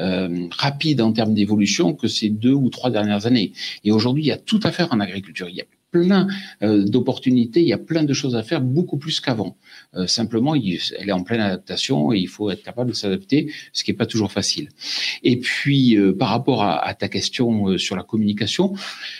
rapide en termes d'évolution que ces 2 ou 3 dernières années. Et aujourd'hui, il y a tout à faire en agriculture. Il y a plein d'opportunités, il y a plein de choses à faire, beaucoup plus qu'avant. Simplement, elle est en pleine adaptation et il faut être capable de s'adapter, ce qui n'est pas toujours facile. Et puis, par rapport à ta question sur la communication,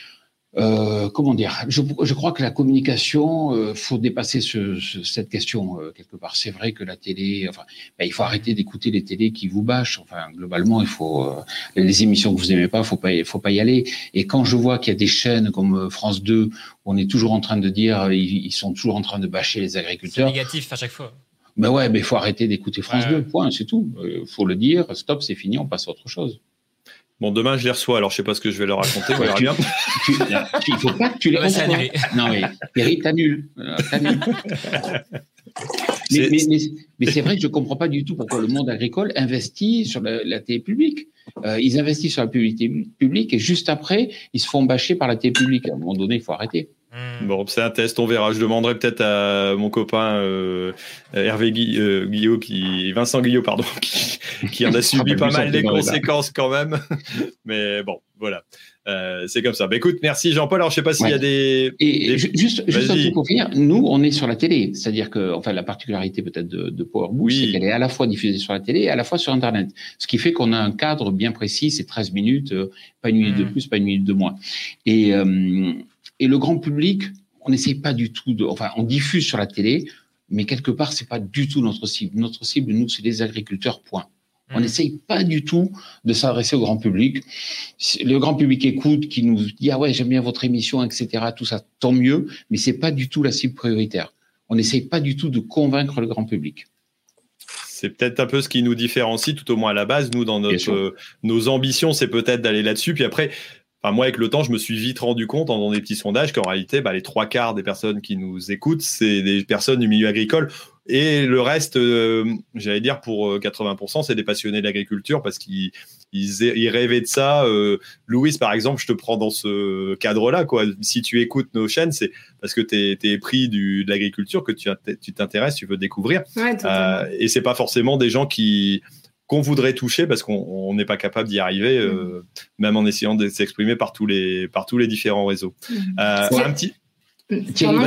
comment dire, je crois que la communication, faut dépasser cette question quelque part. C'est vrai que la télé, il faut arrêter d'écouter les télés qui vous bâchent. Enfin, globalement, il faut les émissions que vous aimez pas, faut pas y aller. Et quand je vois qu'il y a des chaînes comme France 2 où on est toujours en train de dire, ils sont toujours en train de bâcher les agriculteurs. C'est négatif à chaque fois. Mais ouais, mais faut arrêter d'écouter France 2. Point, c'est tout. Faut le dire. Stop, c'est fini, on passe à autre chose. Bon, demain, je les reçois, alors je sais pas ce que je vais leur raconter, on verra bien. Il faut pas que tu les reçois. Non, mais Thierry, t'annules. Mais c'est vrai que je comprends pas du tout pourquoi le monde agricole investit sur la télé publique. Ils investissent sur la publique et juste après, ils se font bâcher par la télé publique. À un moment donné, il faut arrêter. Bon, c'est un test, on verra. Je demanderai peut-être à mon copain Vincent Guillot, pardon, qui en a subi pas mal les conséquences quand même. Mais bon, voilà. C'est comme ça. Écoute, merci Jean-Paul. Alors, je sais pas s'il y a des... Juste un truc pour finir. Nous, on est sur la télé. C'est-à-dire que, la particularité peut-être de PowerBook, c'est qu'elle est à la fois diffusée sur la télé et à la fois sur Internet. Ce qui fait qu'on a un cadre bien précis. C'est 13 minutes, pas une minute de plus, pas une minute de moins. Et le grand public, on n'essaye pas du tout on diffuse sur la télé, mais quelque part, c'est pas du tout notre cible. Notre cible, nous, c'est les agriculteurs, point. On n'essaye pas du tout de s'adresser au grand public. Le grand public écoute, qui nous dit « Ah ouais, j'aime bien votre émission, etc. » Tout ça, tant mieux, mais c'est pas du tout la cible prioritaire. On n'essaye pas du tout de convaincre le grand public. C'est peut-être un peu ce qui nous différencie, tout au moins à la base. Nous, dans nos ambitions, c'est peut-être d'aller là-dessus. Puis après... moi, avec le temps, je me suis vite rendu compte, en faisant des petits sondages, qu'en réalité, les 3/4 des personnes qui nous écoutent, c'est des personnes du milieu agricole. Et le reste, j'allais dire, pour 80%, c'est des passionnés d'agriculture parce qu'ils rêvaient de ça. Louise, par exemple, je te prends dans ce cadre-là, quoi. Si tu écoutes nos chaînes, c'est parce que t'es pris de l'agriculture, que tu t'intéresses, tu veux découvrir. Ouais, et c'est pas forcément des gens qu'on voudrait toucher parce qu'on n'est pas capable d'y arriver, même en essayant de s'exprimer par tous les différents réseaux. Un petit... Pardon,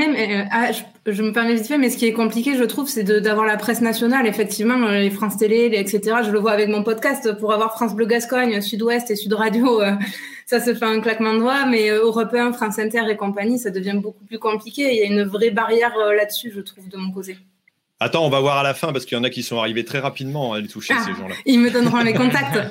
je me permets vite fait, mais ce qui est compliqué, je trouve, c'est d'avoir la presse nationale. Effectivement, les France Télé, etc. Je le vois avec mon podcast. Pour avoir France Bleu Gascogne, Sud-Ouest et Sud Radio, ça se fait un claquement de doigts. Mais Europe 1, France Inter et compagnie, ça devient beaucoup plus compliqué. Il y a une vraie barrière là-dessus, je trouve, de mon côté. Attends, on va voir à la fin parce qu'il y en a qui sont arrivés très rapidement à les toucher, ces gens-là. Ils me donneront les contacts.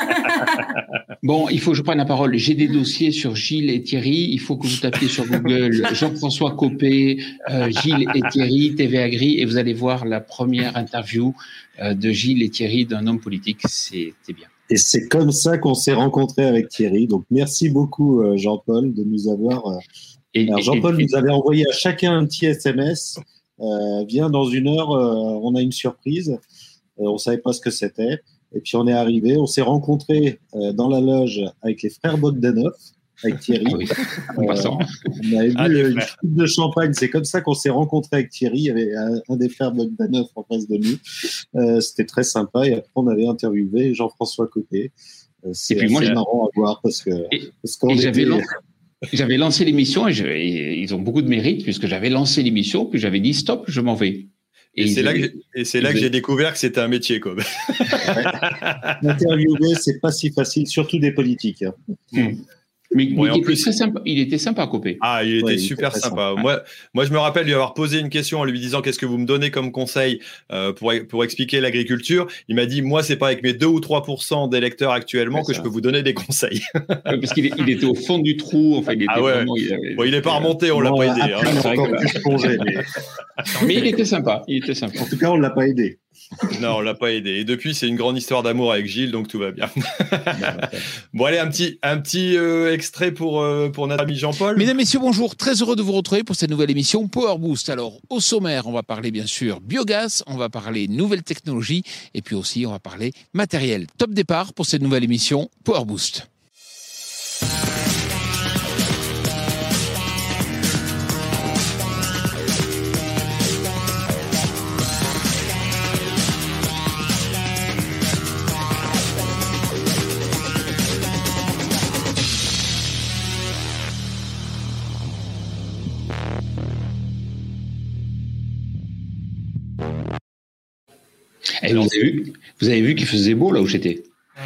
Bon, il faut que je prenne la parole. J'ai des dossiers sur Gilles et Thierry. Il faut que vous tapiez sur Google Jean-François Copé, Gilles et Thierry, TV Agri, et vous allez voir la première interview de Gilles et Thierry d'un homme politique. C'était bien. Et c'est comme ça qu'on s'est rencontrés avec Thierry. Donc, merci beaucoup, Jean-Paul, de nous avoir... Alors, Jean-Paul nous avait envoyé à chacun un petit SMS. Viens dans 1 heure, on a une surprise. On savait pas ce que c'était. Et puis on est arrivé, on s'est rencontrés dans la loge avec les frères Bogdanov, avec Thierry. Ah oui. On avait bu une coupe de champagne. C'est comme ça qu'on s'est rencontrés avec Thierry. Il y avait un des frères Bogdanov en face de nous. C'était très sympa. Et après, on avait interviewé Jean-François Copé. C'est assez marrant à voir parce que j'avais lancé l'émission et ils ont beaucoup de mérite puisque j'avais lancé l'émission puis j'avais dit stop, je m'en vais. Et c'est là que j'ai découvert que c'était un métier, quoi. Interviewer, c'est pas si facile, surtout des politiques. Mais il était sympa, Copé. Ah, il était super sympa. Moi, je me rappelle lui avoir posé une question en lui disant qu'est-ce que vous me donnez comme conseil pour expliquer l'agriculture. Il m'a dit, moi, c'est pas avec mes 2 ou 3% d'électeurs actuellement que je peux vous donner des conseils. Parce qu'il était au fond du trou. Enfin, il n'est pas remonté, on l'a pas aidé. Mais il était sympa. En tout cas, on l'a pas aidé. Non, on l'a pas aidé. Et depuis, c'est une grande histoire d'amour avec Gilles, donc tout va bien. Bon, allez, un petit extrait pour notre ami Jean-Paul. Mesdames, Messieurs, bonjour. Très heureux de vous retrouver pour cette nouvelle émission Power Boost. Alors, au sommaire, on va parler bien sûr biogaz, on va parler nouvelles technologies et puis aussi, on va parler matériel. Top départ pour cette nouvelle émission Power Boost. Et vous avez vu qu'il faisait beau là où j'étais.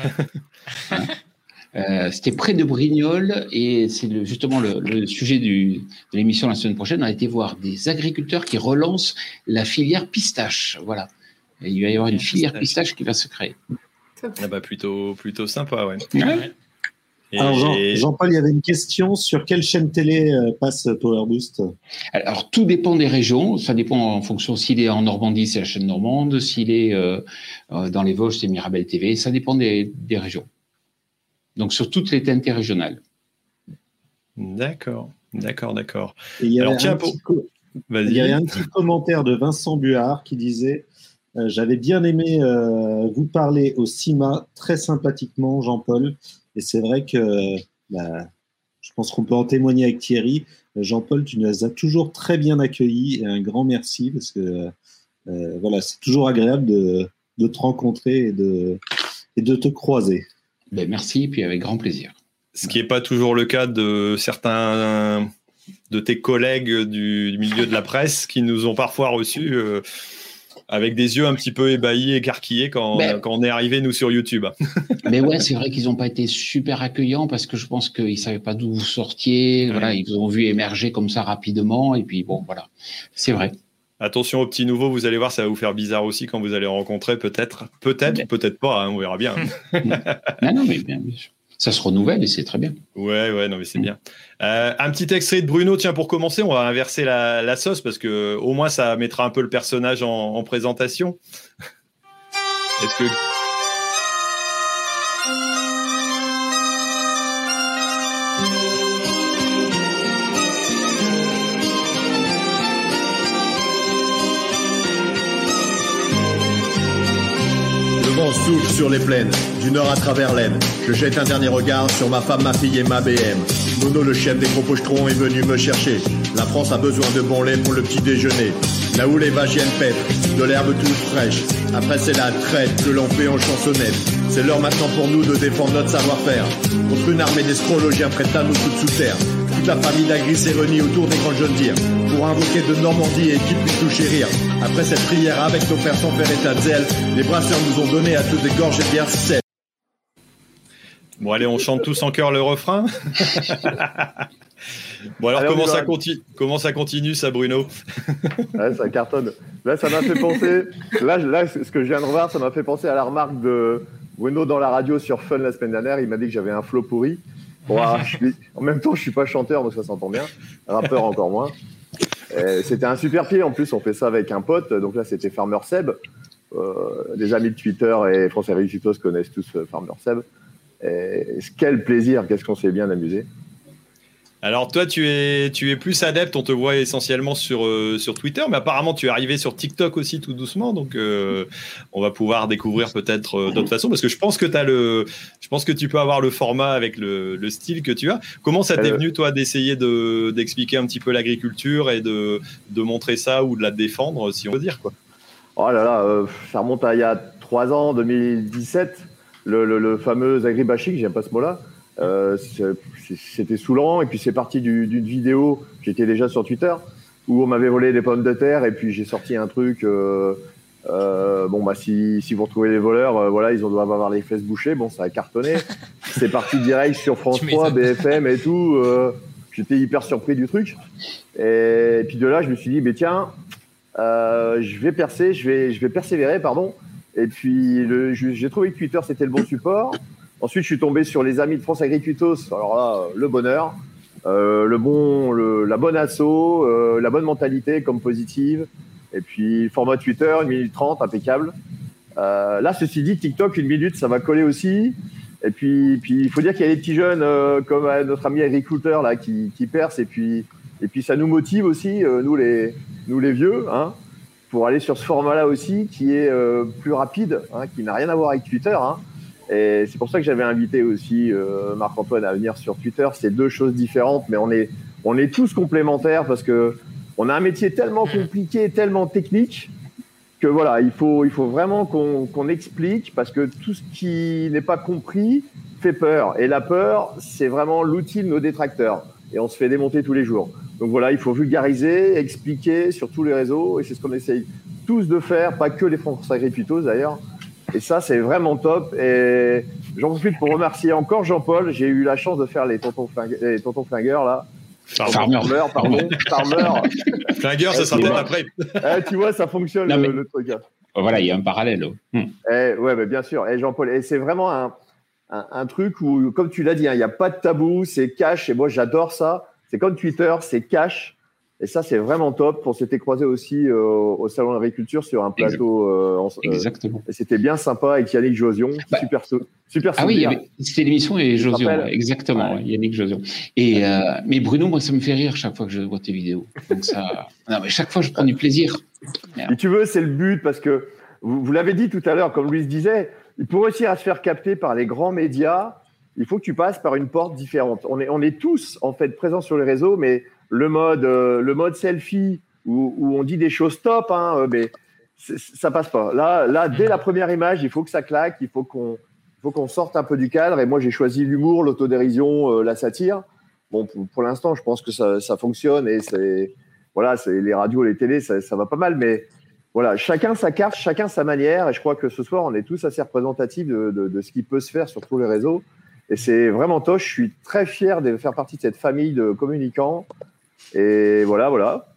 C'était près de Brignoles et c'est justement le sujet de l'émission la semaine prochaine. On a été voir des agriculteurs qui relancent la filière pistache. Voilà. Et il va y avoir une filière pistache qui va se créer. Ah bah plutôt sympa, ouais. Alors Jean-Paul, il y avait une question sur quelle chaîne télé passe Power Boost. Alors tout dépend des régions, ça dépend en fonction s'il est en Normandie, c'est la chaîne normande, s'il est dans les Vosges, c'est Mirabel TV, ça dépend des régions. Donc sur toutes les TNT régionales. D'accord. Et il y avait un petit commentaire de Vincent Buard qui disait j'avais bien aimé vous parler au CIMA très sympathiquement, Jean-Paul. Et c'est vrai que je pense qu'on peut en témoigner avec Thierry. Jean-Paul, tu nous as toujours très bien accueillis et un grand merci parce que c'est toujours agréable de te rencontrer et de te croiser. Ben merci, puis avec grand plaisir. Ce qui n'est pas toujours le cas de certains de tes collègues du milieu de la presse qui nous ont parfois reçus avec des yeux un petit peu ébahis, écarquillés quand on est arrivé, nous, sur YouTube. Mais ouais, c'est vrai qu'ils n'ont pas été super accueillants parce que je pense qu'ils ne savaient pas d'où vous sortiez. Ouais. Voilà, ils vous ont vu émerger comme ça rapidement. Et puis, bon, voilà, c'est vrai. Attention aux petits nouveaux, vous allez voir, ça va vous faire bizarre aussi quand vous allez rencontrer, peut-être pas, hein, on verra bien. Non, mais bien sûr. Ça se renouvelle et c'est très bien. Ouais, non, mais c'est bien. Un petit extrait de Bruno, tiens, pour commencer, on va inverser la sauce parce que au moins ça mettra un peu le personnage en présentation. Est-ce que... Le vent souffle sur les plaines, du nord à travers l'Aisne. Je jette un dernier regard sur ma femme, ma fille et ma BM. Mono, le chef des gros pochetrons, est venu me chercher. La France a besoin de bon lait pour le petit déjeuner. Là où les vaches viennent paître, de l'herbe toute fraîche. Après c'est la traite que l'on fait en chansonnette. C'est l'heure maintenant pour nous de défendre notre savoir-faire. Contre une armée d'escrologiens prête à nous foutre sous terre. Toute la famille d'Agri s'est réunie autour des grandes jeunes dires pour invoquer de Normandie et qui puisse nous chérir. Après cette prière avec nos pères sans faire état de zèle, les brasseurs nous ont donné à toutes des gorges et bières sèches. Bon allez, on chante tous en chœur le refrain. Bon alors, comment ça continue ça, Bruno? Ouais, ça cartonne. Là, ça m'a fait penser. Là, ce que je viens de revoir, ça m'a fait penser à la remarque de Bruno dans la radio sur Fun la semaine dernière. Il m'a dit que j'avais un flow pourri. Bon, en même temps, je suis pas chanteur, donc ça s'entend bien. Rappeur encore moins. C'était un super pied. En plus, on fait ça avec un pote. Donc là, c'était Farmer Seb. Les amis de Twitter et Français Réussitos connaissent tous Farmer Seb. Quel plaisir, qu'est-ce qu'on s'est bien amusé. Alors toi, tu es plus adepte, on te voit essentiellement sur Twitter, mais apparemment tu es arrivé sur TikTok aussi tout doucement, donc on va pouvoir découvrir peut-être d'autres façons, parce que je pense que tu peux avoir le format avec le style que tu as. Comment ça t'est venu, toi, d'essayer d'expliquer un petit peu l'agriculture et de montrer ça ou de la défendre, si on veut dire, quoi? Oh là là, ça remonte à il y a 3 ans, 2017. le fameux agribashing, j'aime pas ce mot-là. C'était saoulant. Et puis c'est parti d'une vidéo qui était déjà sur Twitter où on m'avait volé des pommes de terre et puis j'ai sorti un truc. Si vous retrouvez les voleurs, voilà, ils doivent avoir les fesses bouchées. Bon, ça a cartonné. C'est parti direct sur France 3, BFM et tout. J'étais hyper surpris du truc. Et puis de là, je me suis dit, mais tiens, je vais persévérer, pardon. Et puis j'ai trouvé que Twitter c'était le bon support. Ensuite, je suis tombé sur les amis de France Agricultos. Alors là, le bonheur, la bonne asso, la bonne mentalité comme positive. Et puis format Twitter, 1 minute 30, impeccable. Là, ceci dit, TikTok, 1 minute, ça va coller aussi. Et puis il faut dire qu'il y a des petits jeunes comme notre ami agriculteur là qui percent. Et puis ça nous motive aussi, nous les vieux, hein, pour aller sur ce format-là aussi, qui est plus rapide, hein, qui n'a rien à voir avec Twitter. Hein. Et c'est pour ça que j'avais invité aussi Marc-Antoine à venir sur Twitter. C'est 2 choses différentes, mais on est tous complémentaires parce que on a un métier tellement compliqué, tellement technique que voilà, il faut vraiment qu'on explique parce que tout ce qui n'est pas compris fait peur. Et la peur, c'est vraiment l'outil de nos détracteurs. Et on se fait démonter tous les jours. Donc voilà, il faut vulgariser, expliquer sur tous les réseaux. Et c'est ce qu'on essaye tous de faire, pas que les France Agricultos d'ailleurs. Et ça, c'est vraiment top. Et j'en profite pour remercier encore Jean-Paul. J'ai eu la chance de faire les tontons flingueurs là. Farmer. Flingueur, ça sera peut-être après. Tu vois, ça fonctionne le truc. Voilà, il y a un parallèle. Ouais, mais bien sûr. Et Jean-Paul, et c'est vraiment un truc où, comme tu l'as dit, il n'y a pas de tabou, c'est cash. Et moi, j'adore ça. C'est comme Twitter, c'est cash. Et ça, c'est vraiment top. On s'était croisés aussi au Salon de l'Agriculture sur un plateau. Exactement. Et c'était bien sympa avec Yannick Josion. Super Ah oui, c'était l'émission et Josion. Exactement, ouais. Yannick Josion. Et, mais Bruno, moi, ça me fait rire chaque fois que je vois tes vidéos. Donc ça, non, mais chaque fois, je prends du plaisir. Et tu veux, c'est le but parce que vous l'avez dit tout à l'heure, comme Louise disait, pour réussir à se faire capter par les grands médias, il faut que tu passes par une porte différente. On est tous, en fait, présents sur les réseaux, mais le mode selfie où on dit des choses top, hein, mais ça passe pas. Là, dès la première image, il faut que ça claque, il faut qu'on sorte un peu du cadre. Et moi, j'ai choisi l'humour, l'autodérision, la satire. Bon, pour l'instant, je pense que ça fonctionne et c'est les radios, les télés, ça va pas mal. Mais voilà, chacun sa carte, chacun sa manière. Et je crois que ce soir, on est tous assez représentatifs de ce qui peut se faire sur tous les réseaux. Et c'est vraiment top. Je suis très fier de faire partie de cette famille de communicants. Et voilà.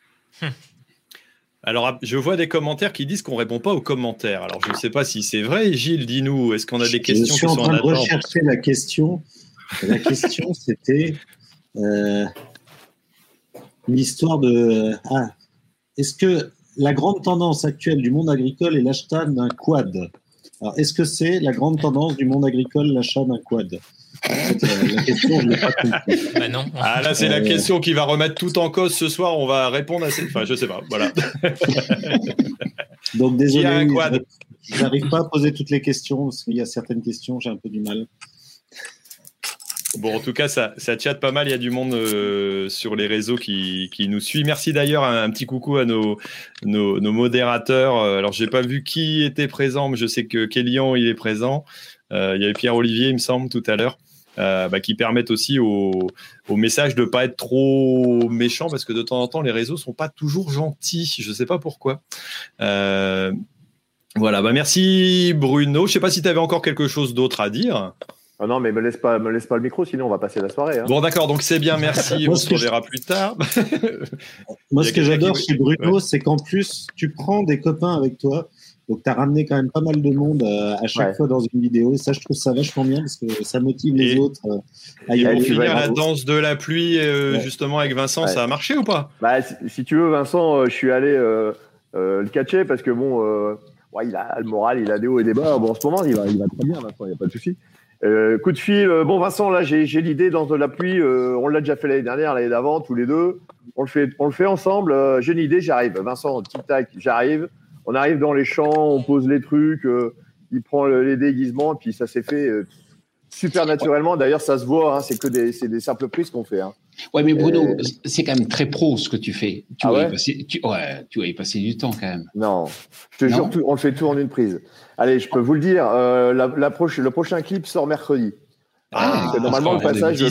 Alors, je vois des commentaires qui disent qu'on ne répond pas aux commentaires. Alors, je ne sais pas si c'est vrai. Gilles, dis-nous, est-ce qu'on a des questions qui sont en attente ? Je suis en train de rechercher la question. La question, c'était l'histoire de... est-ce que la grande tendance actuelle du monde agricole est l'achat d'un quad ? Alors, est-ce que c'est la grande tendance du monde agricole, l'achat d'un quad ? La question, je ne l'ai pas compris. Bah non. Ah là, c'est la question qui va remettre tout en cause ce soir. On va répondre à cette... Enfin, je ne sais pas. Voilà. Donc, désolé, je n'arrive pas à poser toutes les questions parce qu'il y a certaines questions, j'ai un peu du mal. Bon, en tout cas, ça chatte pas mal. Il y a du monde sur les réseaux qui nous suit. Merci d'ailleurs. Un petit coucou à nos modérateurs. Alors, j'ai pas vu qui était présent, mais je sais que Kélian, il est présent. Il y avait Pierre-Olivier, il me semble, tout à l'heure, qui permettent aussi aux messages de pas être trop méchants, parce que de temps en temps, les réseaux sont pas toujours gentils. Je sais pas pourquoi. Voilà. Merci Bruno. Je sais pas si tu avais encore quelque chose d'autre à dire. Ah non, mais me laisse pas le micro, sinon on va passer la soirée. Hein. Bon, d'accord, donc c'est bien, merci. On se reverra plus tard. Moi, ce que j'adore chez Bruno, c'est qu'en plus, tu prends des copains avec toi. Donc, tu as ramené quand même pas mal de monde à chaque fois dans une vidéo. Et ça, je trouve ça vachement bien parce que ça motive les autres à y aller. Pour finir la danse de la pluie, justement, avec Vincent, ça a marché ou pas ? Bah, si tu veux, Vincent, je suis allé le catcher parce que bon, il a le moral, il a des hauts et des bas. Bon, en ce moment, il va très bien, Vincent, il n'y a pas de souci. Coup de fil, bon Vincent, là j'ai l'idée dans de la pluie, on l'a déjà fait l'année dernière, l'année d'avant, tous les deux, on le fait ensemble, j'ai une idée, j'arrive. Vincent, tic-tac, j'arrive, on arrive dans les champs, on pose les trucs, il prend les déguisements, et puis ça s'est fait super naturellement. D'ailleurs, ça se voit, hein, c'est des simples prises qu'on fait. Hein. Ouais, mais Bruno, c'est quand même très pro ce que tu fais. Tu vas y passer du temps quand même. Non, je te jure, on le fait tout en une prise. Allez, je peux vous le dire, le prochain clip sort mercredi. Normalement, le passage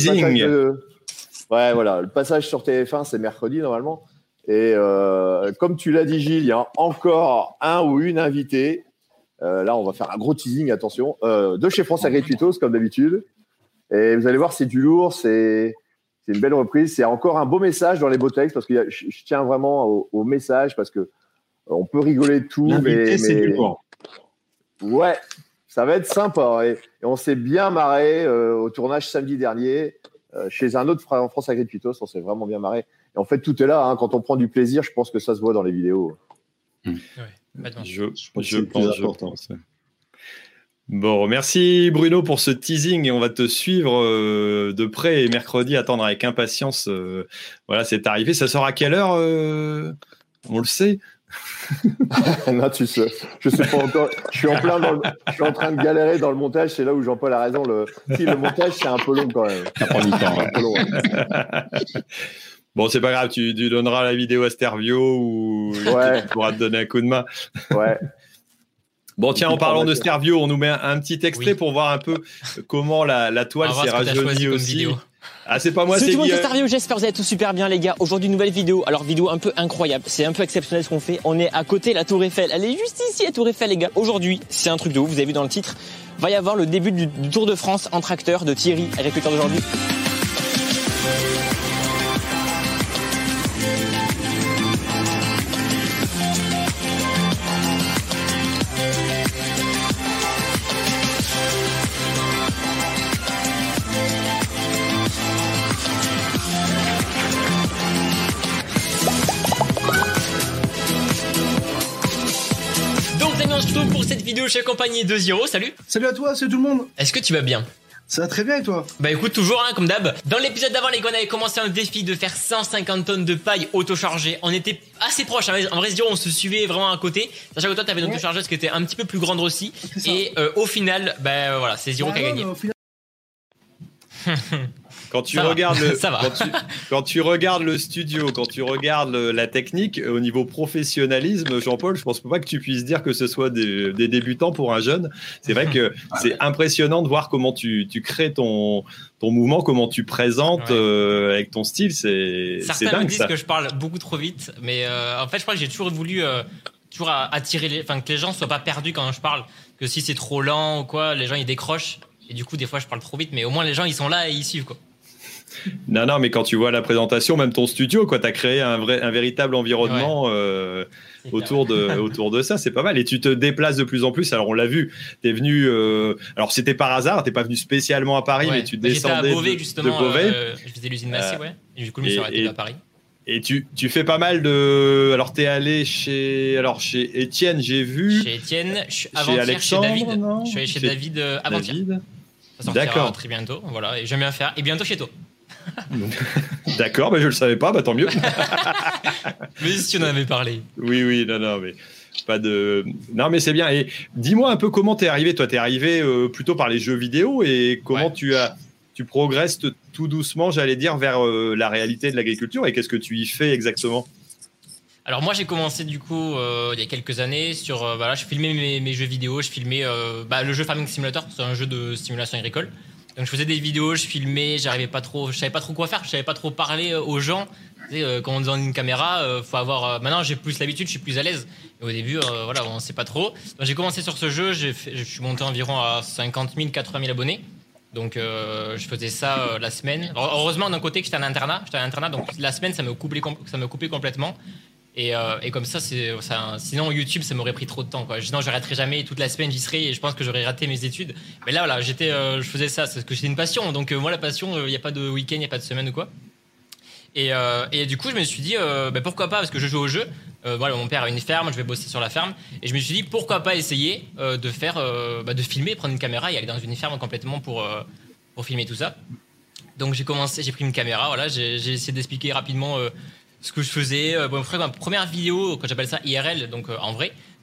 le passage sur TF1, c'est mercredi normalement. Et comme tu l'as dit, Gilles, il y a encore un ou une invitée. Là, on va faire un gros teasing, attention, de chez France Agri-Tutos, comme d'habitude. Et vous allez voir, c'est du lourd, c'est une belle reprise. C'est encore un beau message dans les beaux textes, parce que je tiens vraiment au message, parce que on peut rigoler de tout. L'invité, c'est du lourd. Ouais, ça va être sympa. Et on s'est bien marré au tournage samedi dernier, chez un autre frère en France Agri-Tutos. On s'est vraiment bien marré. Et en fait, tout est là. Hein. Quand on prend du plaisir, je pense que ça se voit dans les vidéos. Je pense. Bon, merci Bruno pour ce teasing et on va te suivre de près et mercredi attendre avec impatience. Voilà, c'est arrivé. Ça sort à quelle heure on le sait. Non, tu sais, je sais pas encore. Je suis en train de galérer dans le montage. C'est là où Jean-Paul a raison. Le montage, c'est un peu long quand même. Ça prend du temps. Un peu long, Bon, c'est pas grave. Tu donneras la vidéo à Stervio ou tu pourras te donner un coup de main. Ouais. Bon, tiens, en parlant de Stervio, on nous met un petit extrait pour voir un peu comment la toile s'est rajeunie aussi. Ah, c'est pas moi, c'est Guillaume. Stervio, j'espère que vous allez tous super bien, les gars. Aujourd'hui, nouvelle vidéo. Alors, vidéo un peu incroyable. C'est un peu exceptionnel ce qu'on fait. On est à côté de la Tour Eiffel. Elle est juste ici, la Tour Eiffel, les gars. Aujourd'hui, c'est un truc de ouf. Vous avez vu dans le titre. Va y avoir le début du Tour de France en tracteur de Thierry, agriculteur d'aujourd'hui. Pour cette vidéo, je suis accompagné de Ziro. Salut. Salut à toi, salut tout le monde. Est-ce que tu vas bien? Ça va très bien et toi? Bah écoute, toujours comme d'hab. Dans l'épisode d'avant, les gars, on avait commencé un défi de faire 150 tonnes de paille autochargée. On était assez proches. En vrai, Ziro, on se suivait vraiment à côté. Sachant que toi, t'avais une autochargeuse qui était un petit peu plus grande aussi. Et au final, voilà, c'est Ziro qui a gagné. Quand tu regardes le studio, quand tu regardes la technique, au niveau professionnalisme, Jean-Paul, je pense pas que tu puisses dire que ce soit des débutants pour un jeune. C'est vrai que c'est impressionnant de voir comment tu crées ton mouvement, comment tu présentes avec ton style. Certains me disent que je parle beaucoup trop vite, mais en fait, je crois que j'ai toujours voulu attirer que les gens soient pas perdus quand je parle. Que si c'est trop lent ou quoi, les gens ils décrochent. Et du coup, des fois, je parle trop vite, mais au moins les gens ils sont là et ils suivent quoi. Non, mais quand tu vois la présentation, même ton studio, tu as créé un véritable environnement autour de ça, c'est pas mal. Et tu te déplaces de plus en plus. Alors, on l'a vu, tu es venu. Alors, c'était par hasard, tu n'es pas venu spécialement à Paris, mais tu descendais j'étais à Beauvais, justement. De Beauvais. Je faisais l'usine Massy, Et du coup, je me suis arrêté à Paris. Et tu fais pas mal de. Alors, tu es allé chez Étienne, j'ai vu. Chez Étienne, avant-hier chez David. Je suis allé chez David avant-hier. Ça sortira très bientôt. Voilà, et j'aime bien faire. Et bientôt chez toi. D'accord, mais je le savais pas, tant mieux. Mais si tu en avais parlé. Oui, non, mais pas de. Non, mais c'est bien. Et dis-moi un peu comment t'es arrivé. Toi, t'es arrivé plutôt par les jeux vidéo et comment tu progresses tout doucement, j'allais dire, vers la réalité de l'agriculture. Et qu'est-ce que tu y fais exactement? Alors moi j'ai commencé du coup il y a quelques années sur je filmais mes jeux vidéo, je filmais le jeu Farming Simulator, c'est un jeu de simulation agricole. Donc je faisais des vidéos, je filmais, je savais pas trop quoi faire, je savais pas trop parler aux gens. Tu sais, quand on est dans une caméra, faut avoir. Maintenant j'ai plus l'habitude, je suis plus à l'aise. Et au début, on sait pas trop. Donc j'ai commencé sur ce jeu, je suis monté environ à 50 000, 80 000 abonnés. Donc je faisais ça la semaine. Alors, heureusement d'un côté que j'étais en internat, donc la semaine ça me coupait complètement. Et comme ça, sinon YouTube ça m'aurait pris trop de temps quoi. Sinon j'arrêterais jamais, toute la semaine j'y serais et je pense que j'aurais raté mes études. Mais là voilà, je faisais ça parce que c'était une passion. Donc moi la passion, il n'y a pas de week-end, il n'y a pas de semaine ou quoi. Et du coup je me suis dit pourquoi pas, parce que je joue au jeu. Mon père a une ferme, je vais bosser sur la ferme et je me suis dit pourquoi pas essayer de filmer, prendre une caméra et aller dans une ferme complètement pour filmer tout ça. Donc j'ai pris une caméra, j'ai essayé d'expliquer rapidement ce que je faisais. Ma première vidéo, quand j'appelle ça IRL, donc en vrai,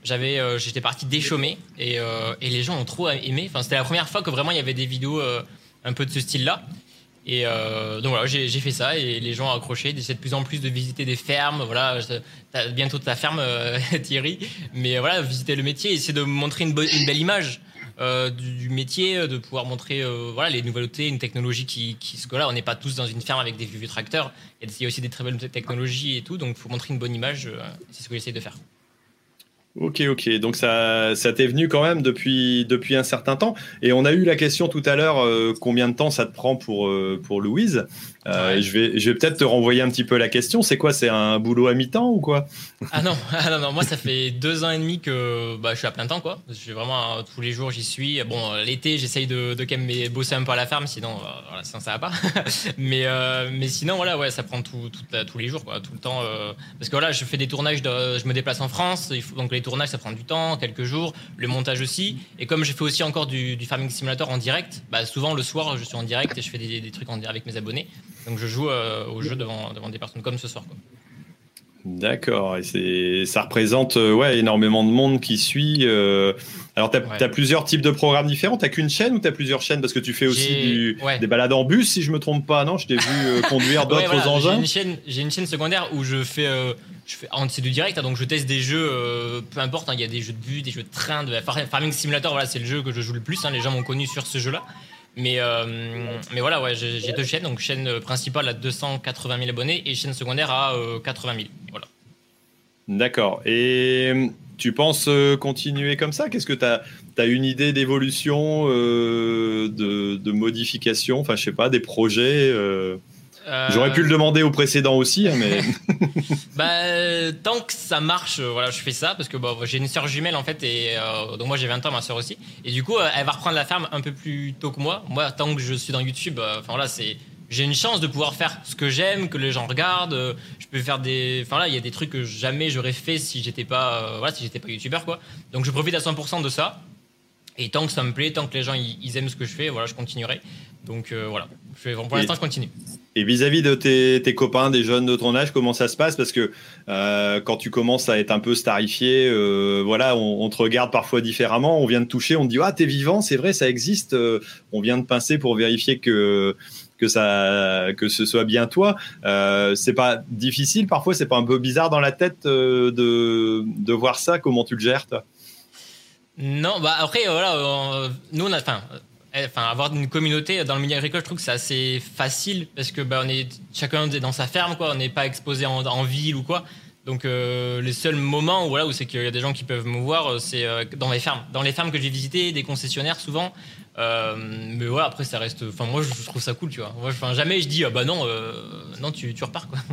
j'étais parti déchômer et les gens ont trop aimé. Enfin, c'était la première fois que vraiment il y avait des vidéos un peu de ce style-là. Et donc voilà, j'ai fait ça et les gens ont accroché, d'essayer de plus en plus de visiter des fermes. Voilà, t'as bientôt ta ferme, Thierry. Mais voilà, visiter le métier, essayer de montrer une belle image du métier, de pouvoir montrer voilà, les nouveautés, une technologie parce que là, on n'est pas tous dans une ferme avec des vieux tracteurs. Il y a aussi des très belles technologies et tout, donc il faut montrer une bonne image. C'est ce que j'essaie de faire. Ok. Donc ça t'est venu quand même depuis un certain temps. Et on a eu la question tout à l'heure, combien de temps ça te prend pour Louise. Ouais. Je vais peut-être te renvoyer un petit peu la question. C'est quoi? C'est un boulot à mi-temps ou quoi? Ah non, moi ça fait 2 ans et demi que je suis à plein temps quoi. Je suis vraiment tous les jours j'y suis. Bon, l'été j'essaye de quand même bosser un peu à la ferme, sinon ça va pas. mais sinon voilà, ouais, ça prend tous les jours quoi, tout le temps. Parce que voilà, je fais des tournages, je me déplace en France, donc les tournages ça prend du temps, quelques jours, le montage aussi. Et comme je fais aussi encore du Farming Simulator en direct, souvent le soir je suis en direct et je fais des trucs avec mes abonnés. Donc je joue au jeu devant des personnes comme ce soir quoi. D'accord, et ça représente énormément de monde qui suit. Alors, tu as plusieurs types de programmes différents. Tu n'as qu'une chaîne ou tu as plusieurs chaînes? Parce que tu fais aussi des balades en bus, si je ne me trompe pas, non? Je t'ai vu conduire d'autres engins. J'ai une chaîne secondaire où je fais c'est du direct, donc je teste des jeux, peu importe, il y a des jeux de vue, des jeux de train, Farming Simulator, voilà, c'est le jeu que je joue le plus, les gens m'ont connu sur ce jeu-là. Mais voilà, ouais, j'ai 2 chaînes, donc chaîne principale à 280 000 abonnés et chaîne secondaire à 80 000. Voilà. D'accord. Et tu penses continuer comme ça? Qu'est-ce que tu as une idée d'évolution, de modification? Enfin, je sais pas, des projets J'aurais pu le demander au précédent aussi, mais... tant que ça marche, voilà, je fais ça parce que j'ai une sœur jumelle en fait, et donc moi j'ai 20 ans, ma sœur aussi, et du coup elle va reprendre la ferme un peu plus tôt que moi. Moi, tant que je suis dans YouTube, j'ai une chance de pouvoir faire ce que j'aime, que les gens regardent. Je peux faire il y a des trucs que jamais j'aurais fait si j'étais pas youtubeur quoi. Donc je profite à 100% de ça. Et tant que ça me plaît, tant que les gens ils aiment ce que je fais, voilà, je continuerai. Donc voilà, pour l'instant je continue. Et vis-à-vis de tes copains, des jeunes de ton âge, comment ça se passe? Parce que quand tu commences à être un peu starifié, on te regarde parfois différemment. On vient de toucher, on te dit t'es vivant, c'est vrai, ça existe. On vient de pincer pour vérifier que ce soit bien toi. C'est pas difficile parfois, c'est pas un peu bizarre dans la tête de voir ça? Comment tu le gères toi? Non, après voilà, nous on a avoir une communauté dans le milieu agricole, je trouve que c'est assez facile parce que on est chacun dans sa ferme quoi, on n'est pas exposé en ville ou quoi. Donc les seuls moments où c'est qu'il y a des gens qui peuvent me voir, c'est dans les fermes que j'ai visitées, des concessionnaires souvent. Mais voilà, après ça reste, moi je trouve ça cool, tu vois. Moi, jamais je dis non, tu repars quoi.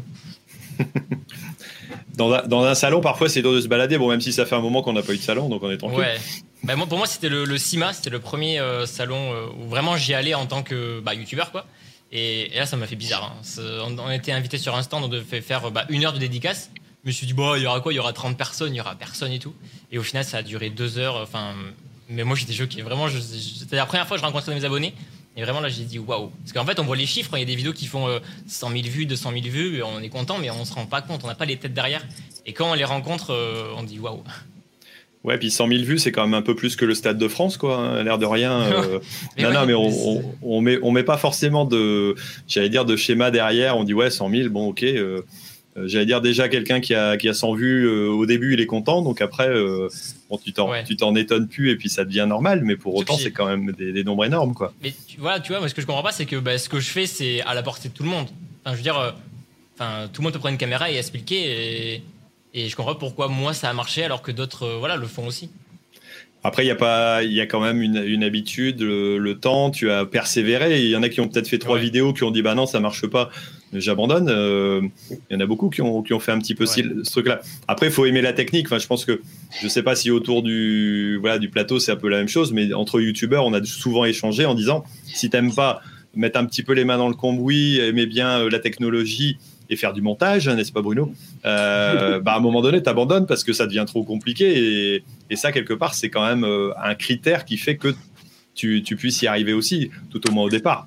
Dans un salon, parfois, c'est dur de se balader. Bon, même si ça fait un moment qu'on n'a pas eu de salon, donc on est tranquille. Ouais. Pour moi, c'était le CIMA, c'était le premier salon où vraiment j'y allais en tant que youtubeur, quoi. Et là, ça m'a fait bizarre. On était invité sur un stand, on devait faire 1 heure de dédicace. Je me suis dit, il y aura quoi? Il y aura 30 personnes, il y aura personne et tout. Et au final, ça a duré 2 heures. Mais moi, j'étais choqué. Vraiment, c'était la première fois que je rencontrais mes abonnés. Et vraiment, là, j'ai dit waouh. Parce qu'en fait, on voit les chiffres, il y a des vidéos qui font 100 000 vues, 200 000 vues, et on est content, mais on se rend pas compte, on n'a pas les têtes derrière. Et quand on les rencontre, on dit waouh. Ouais, puis 100 000 vues, c'est quand même un peu plus que le Stade de France, quoi. Hein, l'air de rien. Mais on met pas forcément de schéma derrière. On dit 100 000, bon, ok. J'allais dire déjà quelqu'un qui a 100 vues au début, il est content. Donc après, tu t'en étonnes plus et puis ça devient normal. Mais pour autant, c'est quand même des nombres énormes, quoi. Mais tu vois, moi, ce que je comprends pas, c'est que ce que je fais, c'est à la portée de tout le monde. Je veux dire, tout le monde peut prendre une caméra et expliquer. Et je comprends pas pourquoi moi ça a marché alors que d'autres, le font aussi. Après, il y a quand même une habitude, le temps. Tu as persévéré. Il y en a qui ont peut-être fait 3 vidéos, qui ont dit non, ça marche pas. J'abandonne. Il y en a beaucoup qui ont fait un petit peu ce truc-là. Après, il faut aimer la technique. Je pense que je sais pas si autour du plateau c'est un peu la même chose, mais entre youtubeurs, on a souvent échangé en disant si t'aimes pas mettre un petit peu les mains dans le cambouis, aimer bien la technologie et faire du montage, n'est-ce pas Bruno? À un moment donné, t'abandonnes parce que ça devient trop compliqué et ça quelque part c'est quand même un critère qui fait que tu puisses y arriver aussi, tout au moins au départ.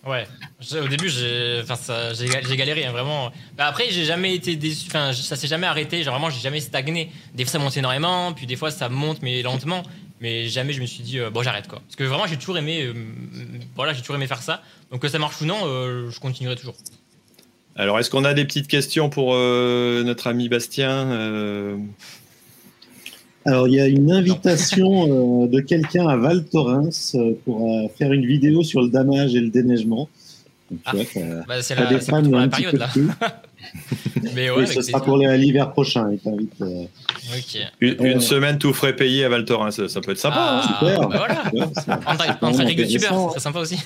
Ouais, au début j'ai galéré, hein, vraiment. Bah, après j'ai jamais été déçu, enfin ça s'est jamais arrêté, genre vraiment j'ai jamais stagné. Des fois ça monte énormément, puis des fois ça monte mais lentement, mais jamais je me suis dit bon j'arrête quoi. Parce que vraiment j'ai toujours aimé, j'ai toujours aimé faire ça. Donc que ça marche ou non, je continuerai toujours. Alors est-ce qu'on a des petites questions pour notre ami Bastien Alors, il y a une invitation de quelqu'un à Val Thorens pour faire une vidéo sur le damage et le déneigement. Donc, c'est la période là. Mais ouais, ce sera pour l'hiver prochain. Il t'invite. Une semaine tout frais payé à Val Thorens, ça peut être sympa. Super. Bah voilà. Entre youtubeurs, c'est sympa aussi.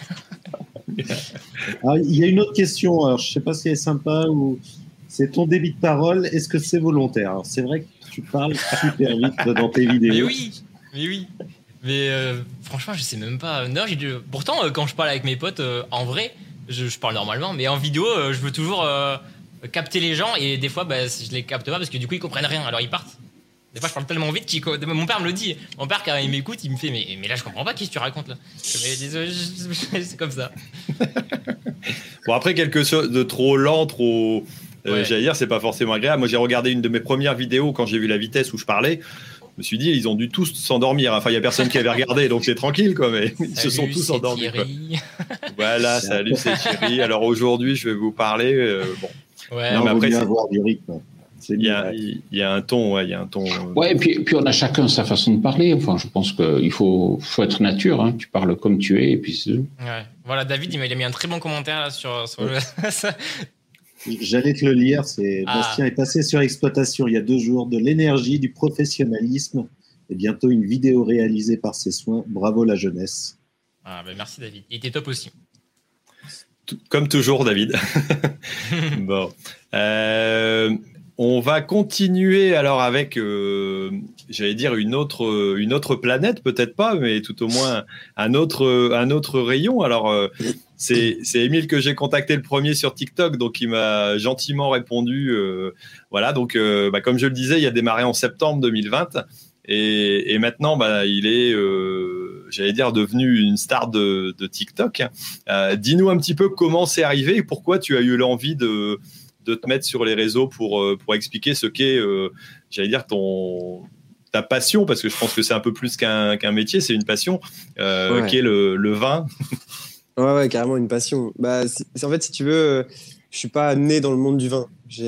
Alors, il y a une autre question. Alors, je ne sais pas si elle est sympa ou c'est ton débit de parole. Est-ce que c'est volontaire? Alors, c'est vrai que tu parles super vite dans tes vidéos. Mais oui. Mais franchement, je sais même pas. Non, pourtant, quand je parle avec mes potes, en vrai, je parle normalement, mais en vidéo, je veux toujours capter les gens et des fois, je les capte pas parce que du coup, ils comprennent rien. Alors ils partent. Des fois, je parle tellement vite mon père me le dit. Mon père, quand il m'écoute, il me fait mais là, je comprends pas qu'est-ce que tu racontes là. Mais désolé, c'est comme ça. Bon, après, quelque chose de trop lent, trop. J'allais dire, c'est pas forcément agréable. Moi, j'ai regardé une de mes premières vidéos quand j'ai vu la vitesse où je parlais. Je me suis dit, ils ont dû tous s'endormir. Enfin, il n'y a personne qui avait regardé, donc c'est tranquille, quoi. Mais ils se sont tous endormis. Voilà, salut, c'est Thierry. Alors aujourd'hui, je vais vous parler. Ouais, non, mais après, avoir du rythme. Il y a un ton, il y a un ton. Ouais, et puis on a chacun sa façon de parler. Enfin, je pense qu'il faut être nature. Hein. Tu parles comme tu es, et puis c'est tout. Ouais. Voilà, David, il a mis un très bon commentaire là sur le. J'allais te le lire, Bastien est passé sur Exploitation il y a 2 jours, de l'énergie, du professionnalisme et bientôt une vidéo réalisée par ses soins. Bravo la jeunesse. Merci David, il était top aussi. Comme toujours David. Bon. On va continuer alors avec, j'allais dire une autre planète, peut-être pas, mais tout au moins un autre rayon. Alors, c'est Émile que j'ai contacté le premier sur TikTok, donc il m'a gentiment répondu. Voilà, donc comme je le disais, il a démarré en septembre 2020 et maintenant il est, j'allais dire, devenu une star de TikTok. Dis-nous un petit peu comment c'est arrivé et pourquoi tu as eu l'envie de te mettre sur les réseaux pour expliquer ce qu'est, j'allais dire, ta passion, parce que je pense que c'est un peu plus qu'un métier, c'est une passion, qui est le vin. Ouais, carrément une passion. En fait, si tu veux, je suis pas né dans le monde du vin.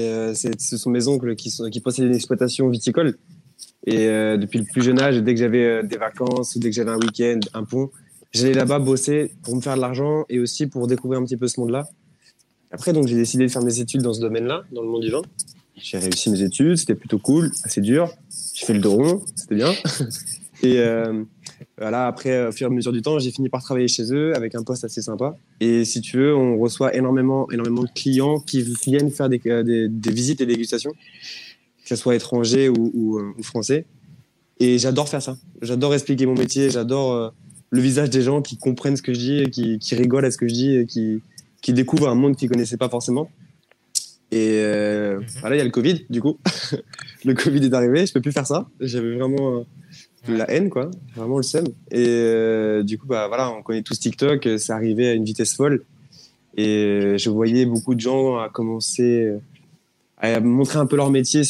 Ce sont mes oncles qui possèdent une exploitation viticole. Et depuis le plus jeune âge, dès que j'avais des vacances ou dès que j'avais un week-end, un pont, j'allais là-bas bosser pour me faire de l'argent et aussi pour découvrir un petit peu ce monde-là. Après, donc, j'ai décidé de faire mes études dans ce domaine-là, dans le monde du vin. J'ai réussi mes études, c'était plutôt cool, assez dur. J'ai fait le dos rond, c'était bien. Et voilà, après, au fur et à mesure du temps, j'ai fini par travailler chez eux avec un poste assez sympa. Et si tu veux, on reçoit énormément de clients qui viennent faire des visites et dégustations, que ce soit étrangers ou français. Et j'adore faire ça. J'adore expliquer mon métier, j'adore le visage des gens qui comprennent ce que je dis, qui rigolent à ce que je dis, et qui découvrent un monde qu'ils ne connaissaient pas forcément. Et voilà, il y a le Covid, du coup. Le Covid est arrivé, je ne peux plus faire ça. J'avais vraiment la haine, quoi. Vraiment le seum. Et du coup, voilà, on connaît tous TikTok, c'est arrivé à une vitesse folle. Et je voyais beaucoup de gens à commencer à montrer un peu leur métier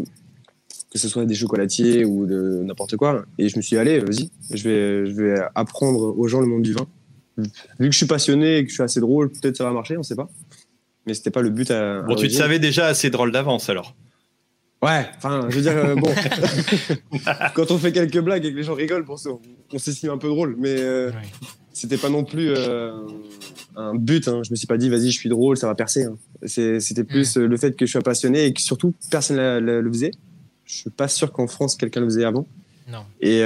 que ce soit des chocolatiers ou de n'importe quoi. Et je me suis dit, allez, vas-y, je vais apprendre aux gens le monde du vin. Vu que je suis passionné et que je suis assez drôle, peut-être ça va marcher, on ne sait pas. Mais c'était pas le but à Bon, tu te savais déjà assez drôle d'avance alors. Ouais, enfin, je veux dire, bon, quand on fait quelques blagues et que les gens rigolent, on s'estime un peu drôle, mais c'était pas non plus un but. Hein. Je me suis pas dit, vas-y, je suis drôle, ça va percer. Hein. C'était plus le fait que je sois passionné et que surtout personne le faisait. Je suis pas sûr qu'en France quelqu'un le faisait avant. Non.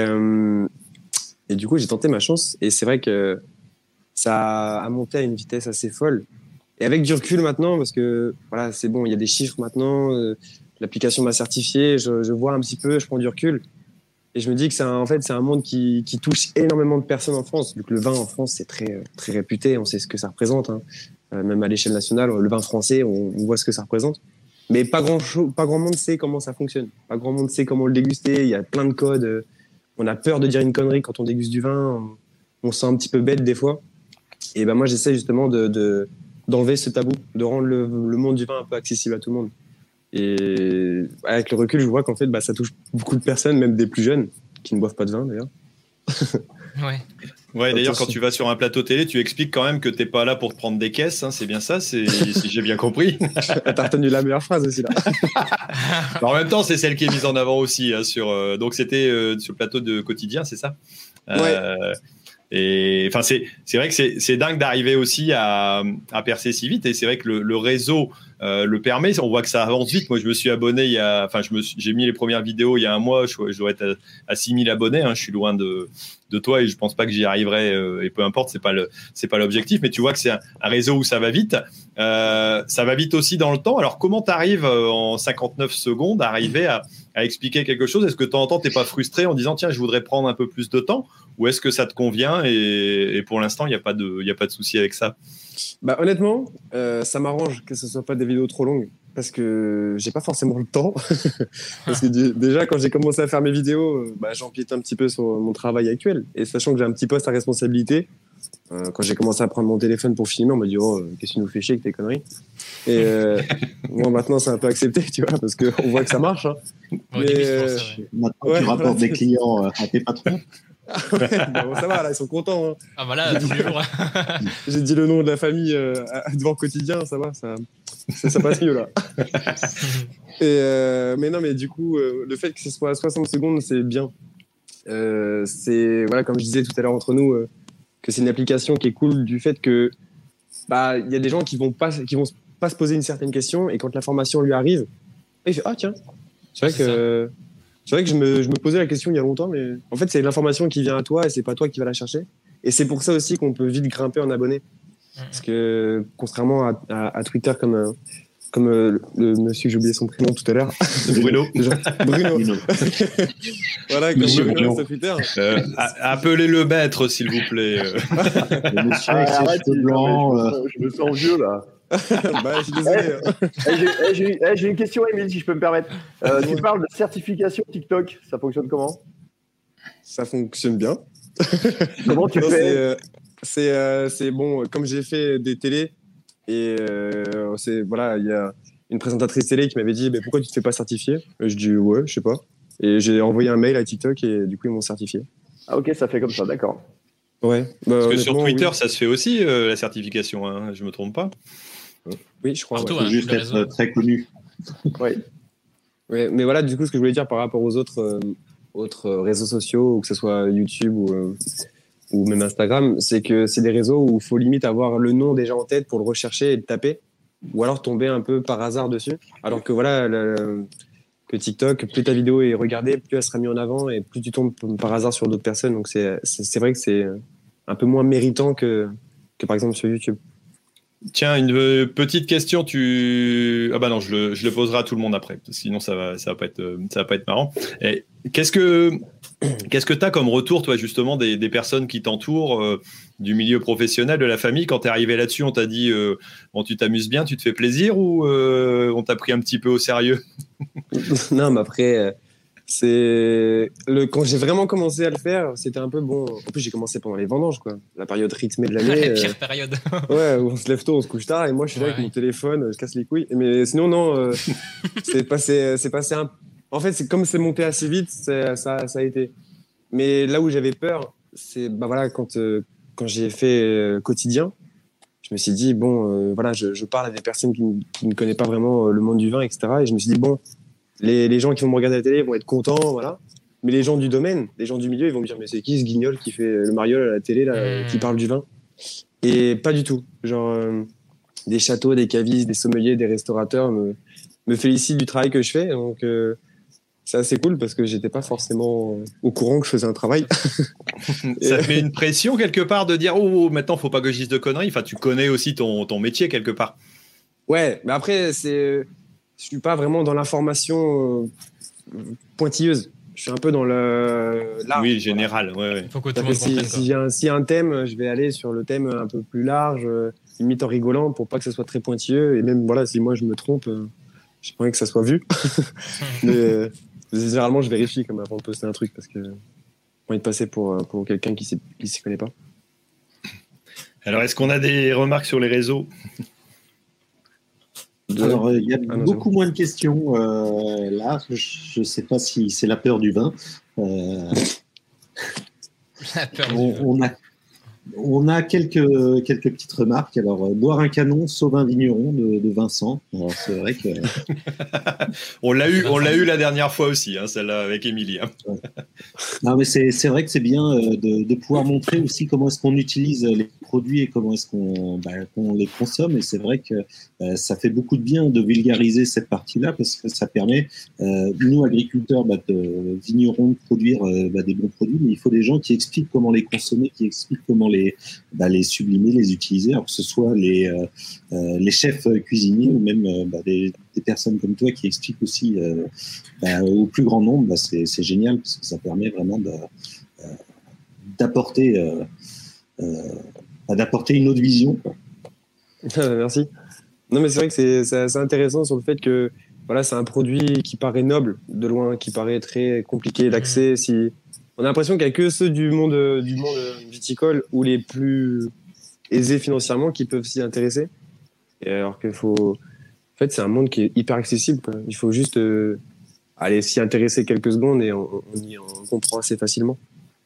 Et du coup, j'ai tenté ma chance et c'est vrai que ça a monté à une vitesse assez folle. Et avec du recul maintenant, parce que voilà, c'est bon, il y a des chiffres maintenant, l'application m'a certifié, je vois un petit peu, je prends du recul. Et je me dis que c'est un monde qui touche énormément de personnes en France. Vu que le vin en France, c'est très, très réputé, on sait ce que ça représente. Hein. Même à l'échelle nationale, le vin français, on voit ce que ça représente. Mais pas grand monde sait comment ça fonctionne. Pas grand monde sait comment le déguster. Il y a plein de codes. On a peur de dire une connerie quand on déguste du vin. On se sent un petit peu bête des fois. Et ben moi, j'essaie justement d'enlever ce tabou, de rendre le monde du vin un peu accessible à tout le monde. Et avec le recul, je vois qu'en fait, ça touche beaucoup de personnes, même des plus jeunes, qui ne boivent pas de vin d'ailleurs. Ouais, d'ailleurs, quand tu vas sur un plateau télé, tu expliques quand même que t'es pas là pour te prendre des caisses, hein, c'est bien ça, si j'ai bien compris. T'as retenu la meilleure phrase aussi là. En même temps, c'est celle qui est mise en avant aussi donc c'était sur le plateau de Quotidien, c'est ça? Ouais. Et enfin, c'est vrai que c'est dingue d'arriver aussi à percer si vite. Et c'est vrai que le réseau le permet. On voit que ça avance vite. Moi, je me suis abonné j'ai mis les premières vidéos il y a un mois. Je dois être à 6000 abonnés. Hein. Je suis loin de toi et je pense pas que j'y arriverai. Et peu importe, c'est pas l'objectif. Mais tu vois que c'est un réseau où ça va vite. Ça va vite aussi dans le temps. Alors, comment t'arrives en 59 secondes à arriver à expliquer quelque chose? Est-ce que de temps en temps, t'es pas frustré en disant tiens, je voudrais prendre un peu plus de temps? Ou est-ce que ça te convient et pour l'instant, il n'y a pas de souci avec ça? Honnêtement, ça m'arrange que ce soit pas des vidéos trop longues parce que j'ai pas forcément le temps. Parce que déjà, quand j'ai commencé à faire mes vidéos, j'empiète un petit peu sur mon travail actuel. Et sachant que j'ai un petit poste à responsabilité, quand j'ai commencé à prendre mon téléphone pour filmer, on m'a dit qu'est-ce que tu nous fais chier avec tes conneries. Et maintenant, c'est un peu accepté, tu vois, parce qu'on voit que ça marche. Hein. Maintenant, tu rapportes des clients à tes patrons. Ça va, là, ils sont contents. Hein. Ah voilà, tous les jours. J'ai dit le nom de la famille devant Quotidien, ça va, ça passe mieux là. Mais du coup, le fait que ce soit à 60 secondes, c'est bien. Comme je disais tout à l'heure entre nous, que c'est une application qui est cool du fait que il y a des gens qui vont pas se poser une certaine question et quand l'information lui arrive, il fait tiens, c'est vrai que je me posais la question il y a longtemps, mais en fait, c'est l'information qui vient à toi et c'est pas toi qui vas la chercher. Et c'est pour ça aussi qu'on peut vite grimper en abonnés. Parce que, contrairement à Twitter, comme le monsieur que j'ai oublié son prénom tout à l'heure. Bruno. Bruno. Voilà, comme Bruno sur Twitter. Appelez-le maître, s'il vous plaît. Le monsieur avec ses cheveux blancs. Je me sens vieux, là. Je suis désolé. J'ai une question, Émile, si je peux me permettre. Tu parles de certification TikTok. Ça fonctionne comment? Ça fonctionne bien. Comment tu fais? C'est bon, comme j'ai fait des télés, et il y a une présentatrice télé qui m'avait dit pourquoi tu te fais pas certifier? Je dis ouais, je sais pas. Et j'ai envoyé un mail à TikTok et du coup ils m'ont certifié. Ah ok, ça fait comme ça, d'accord. Ouais. Parce que sur Twitter, ça se fait aussi la certification, hein, je me trompe pas? Oui, je crois. Il faut juste être très connu. Oui. Ouais, mais voilà, du coup, ce que je voulais dire par rapport aux autres réseaux sociaux, ou que ce soit YouTube ou même Instagram, c'est que c'est des réseaux où il faut limite avoir le nom déjà en tête pour le rechercher et le taper, ou alors tomber un peu par hasard dessus. Alors que voilà, que TikTok, plus ta vidéo est regardée, plus elle sera mise en avant et plus tu tombes par hasard sur d'autres personnes. Donc c'est vrai que c'est un peu moins méritant que par exemple sur YouTube. Tiens, une petite question. Non, je le poserai à tout le monde après. Sinon, ça va pas être marrant. Et qu'est-ce que t'as comme retour, toi, justement, des personnes qui t'entourent, du milieu professionnel, de la famille? Quand t'es arrivé là-dessus, on t'a dit tu t'amuses bien, tu te fais plaisir, ou on t'a pris un petit peu au sérieux? Non, mais après, quand j'ai vraiment commencé à le faire, c'était un peu bon. En plus, j'ai commencé pendant les vendanges, quoi. La période rythmée de l'année. La pire période. Ouais, où on se lève tôt, on se couche tard, et moi, je suis là avec mon téléphone, je casse les couilles. Mais sinon, non, c'est passé un. En fait, c'est comme c'est monté assez vite, ça a été. Mais là où j'avais peur, c'est quand j'ai fait Quotidien, je me suis dit je parle à des personnes qui ne connaissent pas vraiment le monde du vin, etc. Et je me suis dit les gens qui vont me regarder à la télé vont être contents, voilà. Mais les gens du domaine, les gens du milieu, ils vont me dire mais c'est qui ce guignol qui fait le mariole à la télé là, qui parle du vin? Et pas du tout. Genre des châteaux, des cavistes, des sommeliers, des restaurateurs me félicitent du travail que je fais. Donc c'est assez cool parce que j'étais pas forcément au courant que je faisais un travail. Ça te met une pression quelque part de dire maintenant faut pas que je dise de conneries. Enfin, tu connais aussi ton métier quelque part. Ouais, mais après je suis pas vraiment dans l'information pointilleuse. Je suis un peu dans l'art. Oui, général. Ouais. Faut que tout le monde comprenne. S'il y a un thème, je vais aller sur le thème un peu plus large, limite en rigolant pour pas que ce soit très pointilleux. Et même si moi je me trompe, j'ai pas envie que ça soit vu. Mais généralement, je vérifie comme avant de poster un truc parce que j'ai envie de passer pour quelqu'un qui s'y connaît pas. Alors, est-ce qu'on a des remarques sur les réseaux? Alors, il y a beaucoup moins de questions là. Je ne sais pas si c'est la peur du vin. La peur du vin. On a quelques petites remarques. Alors, boire un canon, sauve un vigneron de Vincent. Alors, c'est vrai que on l'a eu la dernière fois aussi, hein, celle-là avec Émilie. Hein. Non, mais c'est vrai que c'est bien de pouvoir montrer aussi comment est-ce qu'on utilise les produits et comment est-ce qu'on les consomme. Et c'est vrai que ça fait beaucoup de bien de vulgariser cette partie-là parce que ça permet, nous agriculteurs, vignerons, de produire des bons produits. Mais il faut des gens qui expliquent comment les consommer, qui expliquent comment les sublimer, les utiliser, alors que ce soit les chefs cuisiniers ou même des personnes comme toi qui expliquent aussi au plus grand nombre. C'est génial parce que ça permet vraiment d'apporter une autre vision. Merci. Non, mais c'est vrai que c'est assez intéressant sur le fait que voilà, c'est un produit qui paraît noble de loin, qui paraît très compliqué d'accès. On a l'impression qu'il n'y a que ceux du monde viticole ou les plus aisés financièrement qui peuvent s'y intéresser. Et alors qu'il faut... En fait, c'est un monde qui est hyper accessible, quoi. Il faut juste aller s'y intéresser quelques secondes et on comprend assez facilement.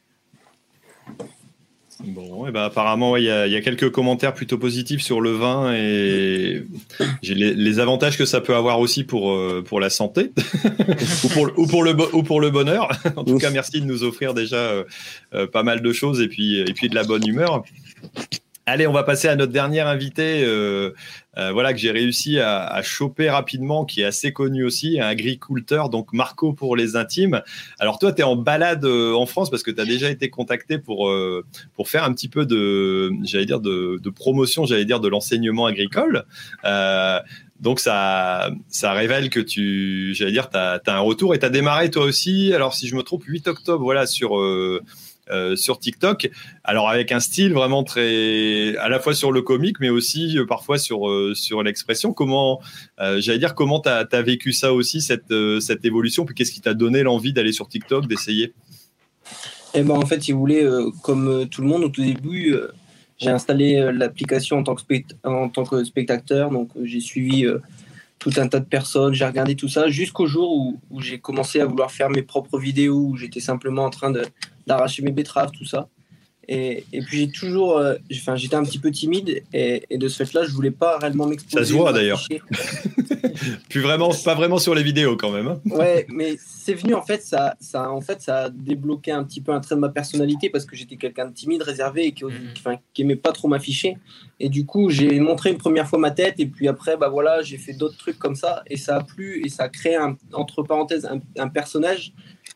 Bon, et apparemment, il y a quelques commentaires plutôt positifs sur le vin et j'ai les avantages que ça peut avoir aussi pour la santé ou pour le bonheur. En tout cas, merci de nous offrir déjà pas mal de choses et puis de la bonne humeur. Allez, on va passer à notre dernier invité, que j'ai réussi à choper rapidement, qui est assez connu aussi, un agriculteur, donc Marco pour les intimes. Alors toi, tu es en balade en France parce que tu as déjà été contacté pour faire un petit peu de promotion, de l'enseignement agricole. Donc ça révèle que t'as un retour et t'as démarré toi aussi. Alors si je me trompe, 8 octobre, voilà, sur TikTok, alors avec un style vraiment très, à la fois sur le comique, mais aussi parfois sur l'expression. Comment t'as vécu ça aussi, cette évolution, puis qu'est-ce qui t'a donné l'envie d'aller sur TikTok, d'essayer? En fait, il voulait, comme tout le monde au tout début, j'ai installé l'application en tant que spectateur, donc j'ai suivi tout un tas de personnes, j'ai regardé tout ça jusqu'au jour où j'ai commencé à vouloir faire mes propres vidéos, où j'étais simplement en train d'arracher mes betteraves, tout ça. Et puis j'ai toujours, j'étais un petit peu timide et de ce fait-là, je voulais pas réellement m'exposer. Ça se voit d'ailleurs. Pas vraiment sur les vidéos quand même. Hein. Ouais, mais c'est venu en fait, ça a débloqué un petit peu un trait de ma personnalité parce que j'étais quelqu'un de timide, réservé et qui aimait pas trop m'afficher. Et du coup, j'ai montré une première fois ma tête et puis après, j'ai fait d'autres trucs comme ça et ça a plu et ça a créé entre parenthèses un personnage.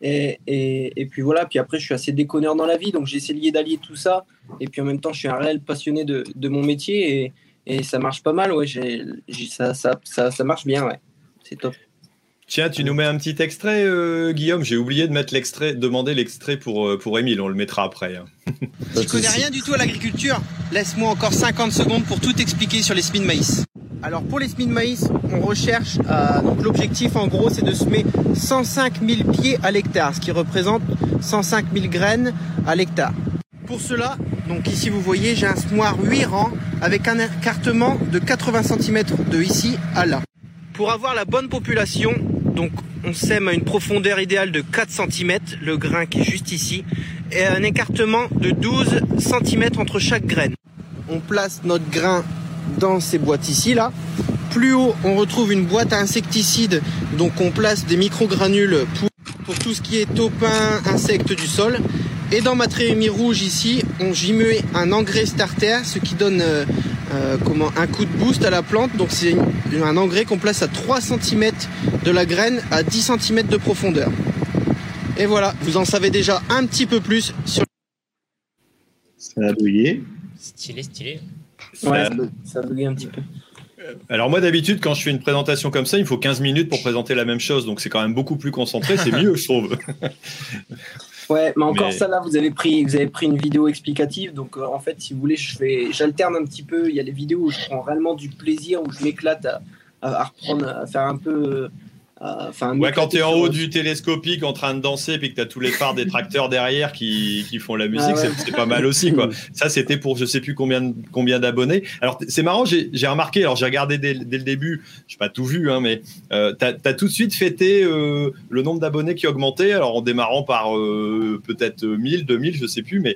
Et puis voilà, puis après je suis assez déconneur dans la vie, donc j'ai essayé d'allier tout ça, et puis en même temps je suis un réel passionné de mon métier, et ça marche pas mal, ouais, ça marche bien, ouais, c'est top. Tiens, tu nous mets un petit extrait, Guillaume. J'ai oublié de demander l'extrait pour Émile, on le mettra après. Hein. Tu connais rien du tout à l'agriculture? Laisse-moi encore 50 secondes pour tout expliquer sur les semis de maïs. Alors pour les semis de maïs, on recherche, donc l'objectif en gros c'est de semer 105 000 pieds à l'hectare, ce qui représente 105 000 graines à l'hectare. Pour cela, donc ici vous voyez, j'ai un semoir 8 rangs avec un écartement de 80 cm de ici à là. Pour avoir la bonne population, donc on sème à une profondeur idéale de 4 cm, le grain qui est juste ici, et un écartement de 12 cm entre chaque graine. On place notre grain dans ces boîtes ici là. Plus haut, on retrouve une boîte à insecticides, donc on place des microgranules pour tout ce qui est taupin, insectes du sol. Et dans ma trémie rouge ici, j'y mets un engrais starter, ce qui donne un coup de boost à la plante. Donc c'est un engrais qu'on place à 3 cm de la graine à 10 cm de profondeur. Et voilà, vous en savez déjà un petit peu plus sur... Ça a bouillé. Stylé. Ouais, ça a bugué un petit peu. Alors moi d'habitude quand je fais une présentation comme ça, il me faut 15 minutes pour présenter la même chose, donc c'est quand même beaucoup plus concentré, c'est mieux je trouve. Ouais, mais encore ça là, vous avez pris une vidéo explicative, donc en fait si vous voulez, j'alterne un petit peu. Il y a des vidéos où je prends réellement du plaisir, où je m'éclate à reprendre, à faire un peu quand tu es en haut du télescopique en train de danser puis que tu as tous les phares des tracteurs derrière qui font la musique, c'est pas mal aussi, quoi. Ça, c'était pour je sais plus combien d'abonnés. Alors, c'est marrant, j'ai remarqué, alors j'ai regardé dès le début, je n'ai pas tout vu, hein, mais tu as tout de suite fêté le nombre d'abonnés qui augmentait, alors en démarrant par peut-être 1000, 2000, je sais plus, mais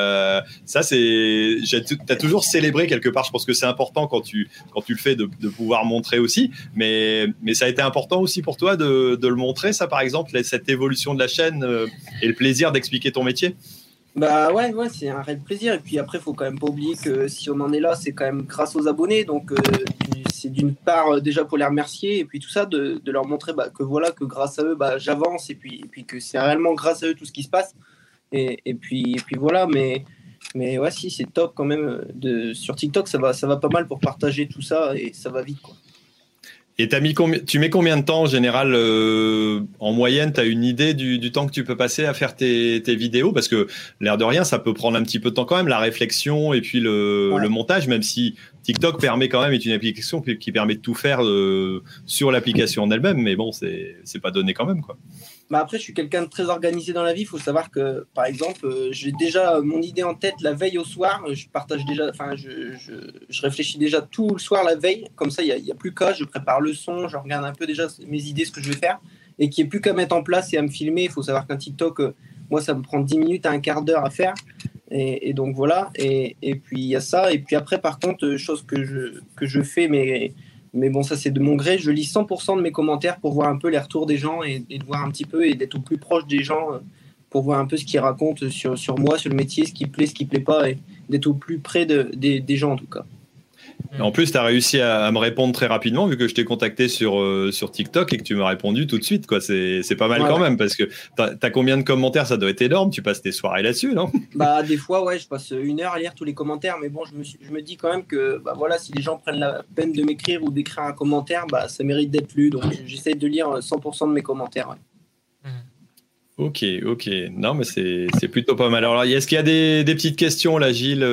ça, tu as toujours célébré quelque part. Je pense que c'est important quand tu le fais de pouvoir montrer aussi, mais ça a été important aussi pour toi de le montrer, ça, par exemple, cette évolution de la chaîne et le plaisir d'expliquer ton métier. Bah ouais, c'est un réel plaisir. Et puis après, il faut quand même pas oublier que si on en est là, c'est quand même grâce aux abonnés. Donc c'est d'une part déjà pour les remercier et puis tout ça, de leur montrer que voilà, que grâce à eux, j'avance et puis que c'est réellement grâce à eux tout ce qui se passe. Et puis voilà, mais ouais, si, c'est top quand même. Sur TikTok, ça va pas mal pour partager tout ça et ça va vite, quoi. Et tu mets combien de temps en général en moyenne? Tu as une idée du temps que tu peux passer à faire tes vidéos? Parce que l'air de rien, ça peut prendre un petit peu de temps quand même, la réflexion et puis le montage, même si TikTok permet quand même, est une application qui permet de tout faire sur l'application en elle-même, mais bon, c'est pas donné quand même, quoi. Après, je suis quelqu'un de très organisé dans la vie. Il faut savoir que, par exemple, j'ai déjà mon idée en tête la veille au soir. Je partage déjà, je réfléchis déjà tout le soir la veille. Comme ça, il n'y a plus qu'à. Je prépare le son, je regarde un peu déjà mes idées, ce que je vais faire. Et qu'il n'y ait plus qu'à mettre en place et à me filmer. Il faut savoir qu'un TikTok, moi, ça me prend 10 minutes à un quart d'heure à faire. Et donc, voilà. Et puis, il y a ça. Et puis après, par contre, chose que je fais, mais bon, ça c'est de mon gré. Je lis 100% de mes commentaires pour voir un peu les retours des gens et de voir un petit peu et d'être au plus proche des gens pour voir un peu ce qu'ils racontent sur moi, sur le métier, ce qui plaît, ce qui plaît pas et d'être au plus près des gens en tout cas. En plus, tu as réussi à me répondre très rapidement vu que je t'ai contacté sur TikTok et que tu m'as répondu tout de suite, quoi. C'est pas mal quand même parce que t'as combien de commentaires? Ça doit être énorme. Tu passes tes soirées là-dessus, non? Des fois, ouais, je passe 1 heure à lire tous les commentaires, mais bon, je me dis quand même que voilà, si les gens prennent la peine de m'écrire ou d'écrire un commentaire, ça mérite d'être lu. Donc, j'essaie de lire 100% de mes commentaires. Ouais. Ok. Non, mais c'est plutôt pas mal. Alors, est-ce qu'il y a des petites questions là, Gilles?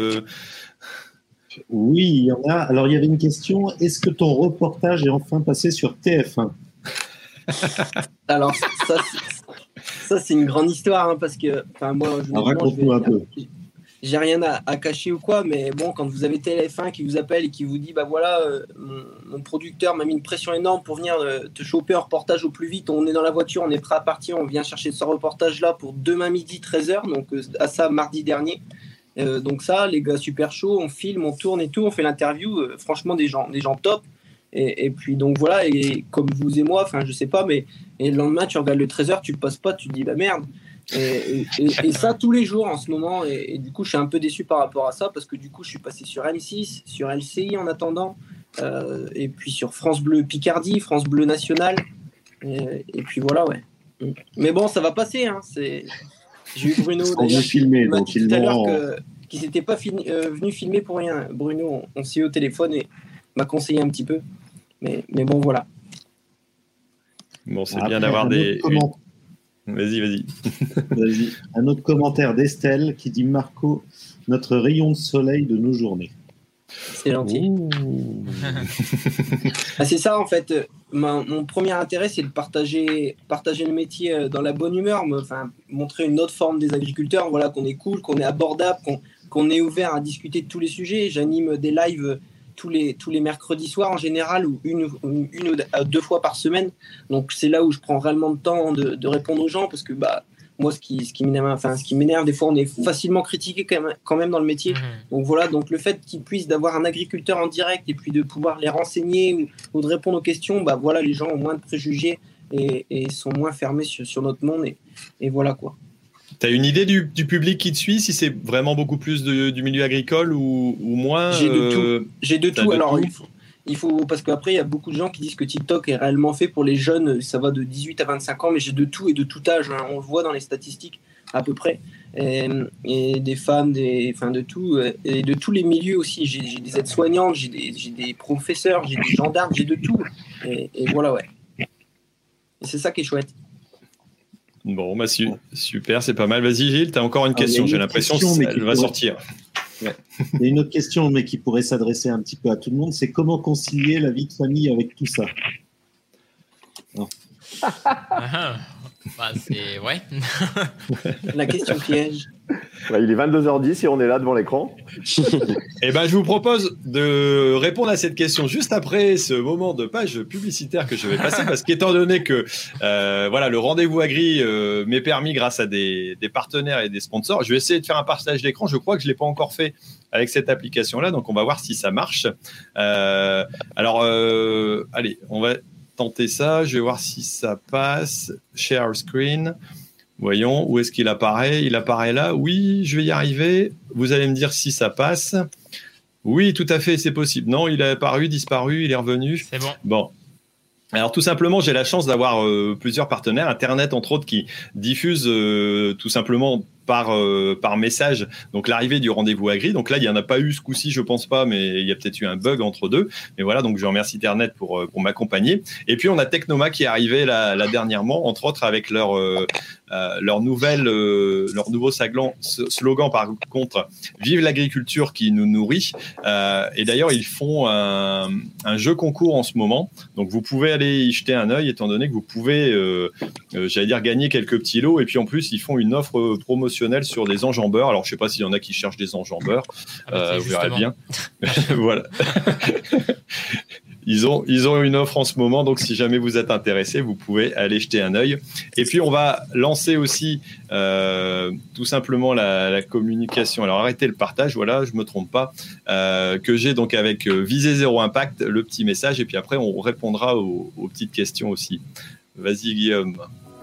Oui, il y en a. Alors, il y avait une question. Est-ce que ton reportage est enfin passé sur TF1? Alors, ça c'est une grande histoire, hein, parce que moi, raconte-nous un peu. J'ai rien à cacher ou quoi, mais bon, quand vous avez TF1 qui vous appelle et qui vous dit voilà, mon producteur m'a mis une pression énorme pour venir te choper en reportage au plus vite, on est dans la voiture, on est prêt à partir, on vient chercher ce reportage-là pour demain midi 13h, donc à ça mardi dernier. Donc ça, les gars super chauds, on filme, on tourne et tout, on fait l'interview, franchement des gens top. Et puis donc voilà, et comme vous et moi, je sais pas, mais et le lendemain tu regardes le 13h, tu passes pas, tu te dis merde. Et ça tous les jours en ce moment, et du coup je suis un peu déçu par rapport à ça parce que du coup je suis passé sur M6, sur LCI en attendant, et puis sur France Bleu Picardie, France Bleu National, et puis voilà, ouais. Mais bon, ça va passer, hein. J'ai eu Bruno d'ailleurs qui m'a dit tout à l'heure qu'il n'était pas venu filmer pour rien. Bruno, on s'est eu au téléphone et m'a conseillé un petit peu. Mais bon, voilà. Bon, c'est bien d'avoir des... Vas-y. Vas-y. Un autre commentaire d'Estelle qui dit Marco, notre rayon de soleil de nos journées. C'est gentil. C'est ça en fait. Mon premier intérêt, c'est de partager le métier dans la bonne humeur, montrer une autre forme des agriculteurs, voilà, qu'on est cool, qu'on est abordable, qu'on est ouvert à discuter de tous les sujets. J'anime des lives tous les mercredis soirs en général, ou une ou 2 fois par semaine. Donc c'est là où je prends réellement le temps de répondre aux gens, parce que moi, ce qui m'énerve, des fois, on est facilement critiqué quand même dans le métier. Donc voilà, donc le fait qu'ils puissent d'avoir un agriculteur en direct et puis de pouvoir les renseigner ou de répondre aux questions, voilà, les gens ont moins de préjugés et sont moins fermés sur notre monde. Et voilà quoi. Tu as une idée du public qui te suit, si c'est vraiment beaucoup plus du milieu agricole ou moins? J'ai de tout. Alors, il faut, parce qu'après, il y a beaucoup de gens qui disent que TikTok est réellement fait pour les jeunes, ça va de 18 à 25 ans, mais j'ai de tout et de tout âge, hein. On le voit dans les statistiques à peu près, et des femmes, de tout, et de tous les milieux aussi. J'ai des aides-soignantes, j'ai des professeurs, j'ai des gendarmes, j'ai de tout, et voilà, ouais. Et c'est ça qui est chouette. Bon, super, c'est pas mal. Vas-y Gilles, tu as encore une question, j'ai l'impression qu'elle va sortir. Ouais. Il y a une autre question, mais qui pourrait s'adresser un petit peu à tout le monde, c'est comment concilier la vie de famille avec tout ça? Bah, c'est... Ouais. La question piège. Ouais, il est 22h10 et on est là devant l'écran. Eh ben, je vous propose de répondre à cette question juste après ce moment de page publicitaire que je vais passer, parce qu'étant donné que voilà, le rendez-vous agri m'est permis grâce à des partenaires et des sponsors, je vais essayer de faire un partage d'écran. Je crois que je l'ai pas encore fait avec cette application-là, donc on va voir si ça marche. Alors, allez, on va tenter ça. Je vais voir si ça passe. Share screen. Voyons, où est-ce qu'il apparaît? Il apparaît là. Oui, je vais y arriver. Vous allez me dire si ça passe. Oui, tout à fait, c'est possible. Non, il est apparu, disparu, il est revenu. C'est bon. Bon. Alors tout simplement, j'ai la chance d'avoir plusieurs partenaires, Internet entre autres, qui diffusent tout simplement par message, donc l'arrivée du rendez-vous agri. Donc là, il n'y en a pas eu ce coup-ci, je pense pas, mais il y a peut-être eu un bug entre deux. Mais voilà, donc je remercie Internet pour m'accompagner. Et puis on a Technoma qui est arrivé là dernièrement, entre autres avec leur nouveau slogan par contre, vive l'agriculture qui nous nourrit. Et d'ailleurs, ils font un jeu concours en ce moment. Donc vous pouvez aller y jeter un œil, étant donné que vous pouvez, j'allais dire, gagner quelques petits lots. Et puis en plus, ils font une offre promotionnelle sur des enjambeurs. Alors je sais pas s'il y en a qui cherchent des enjambeurs. Vous verrez bien. Voilà. Ils ont une offre en ce moment, donc si jamais vous êtes intéressé, vous pouvez aller jeter un œil. Et puis on va lancer aussi tout simplement la communication. Alors arrêtez le partage, voilà, je me trompe pas, que j'ai donc avec Viser Zéro Impact, le petit message, et puis après on répondra aux petites questions aussi. Vas-y Guillaume.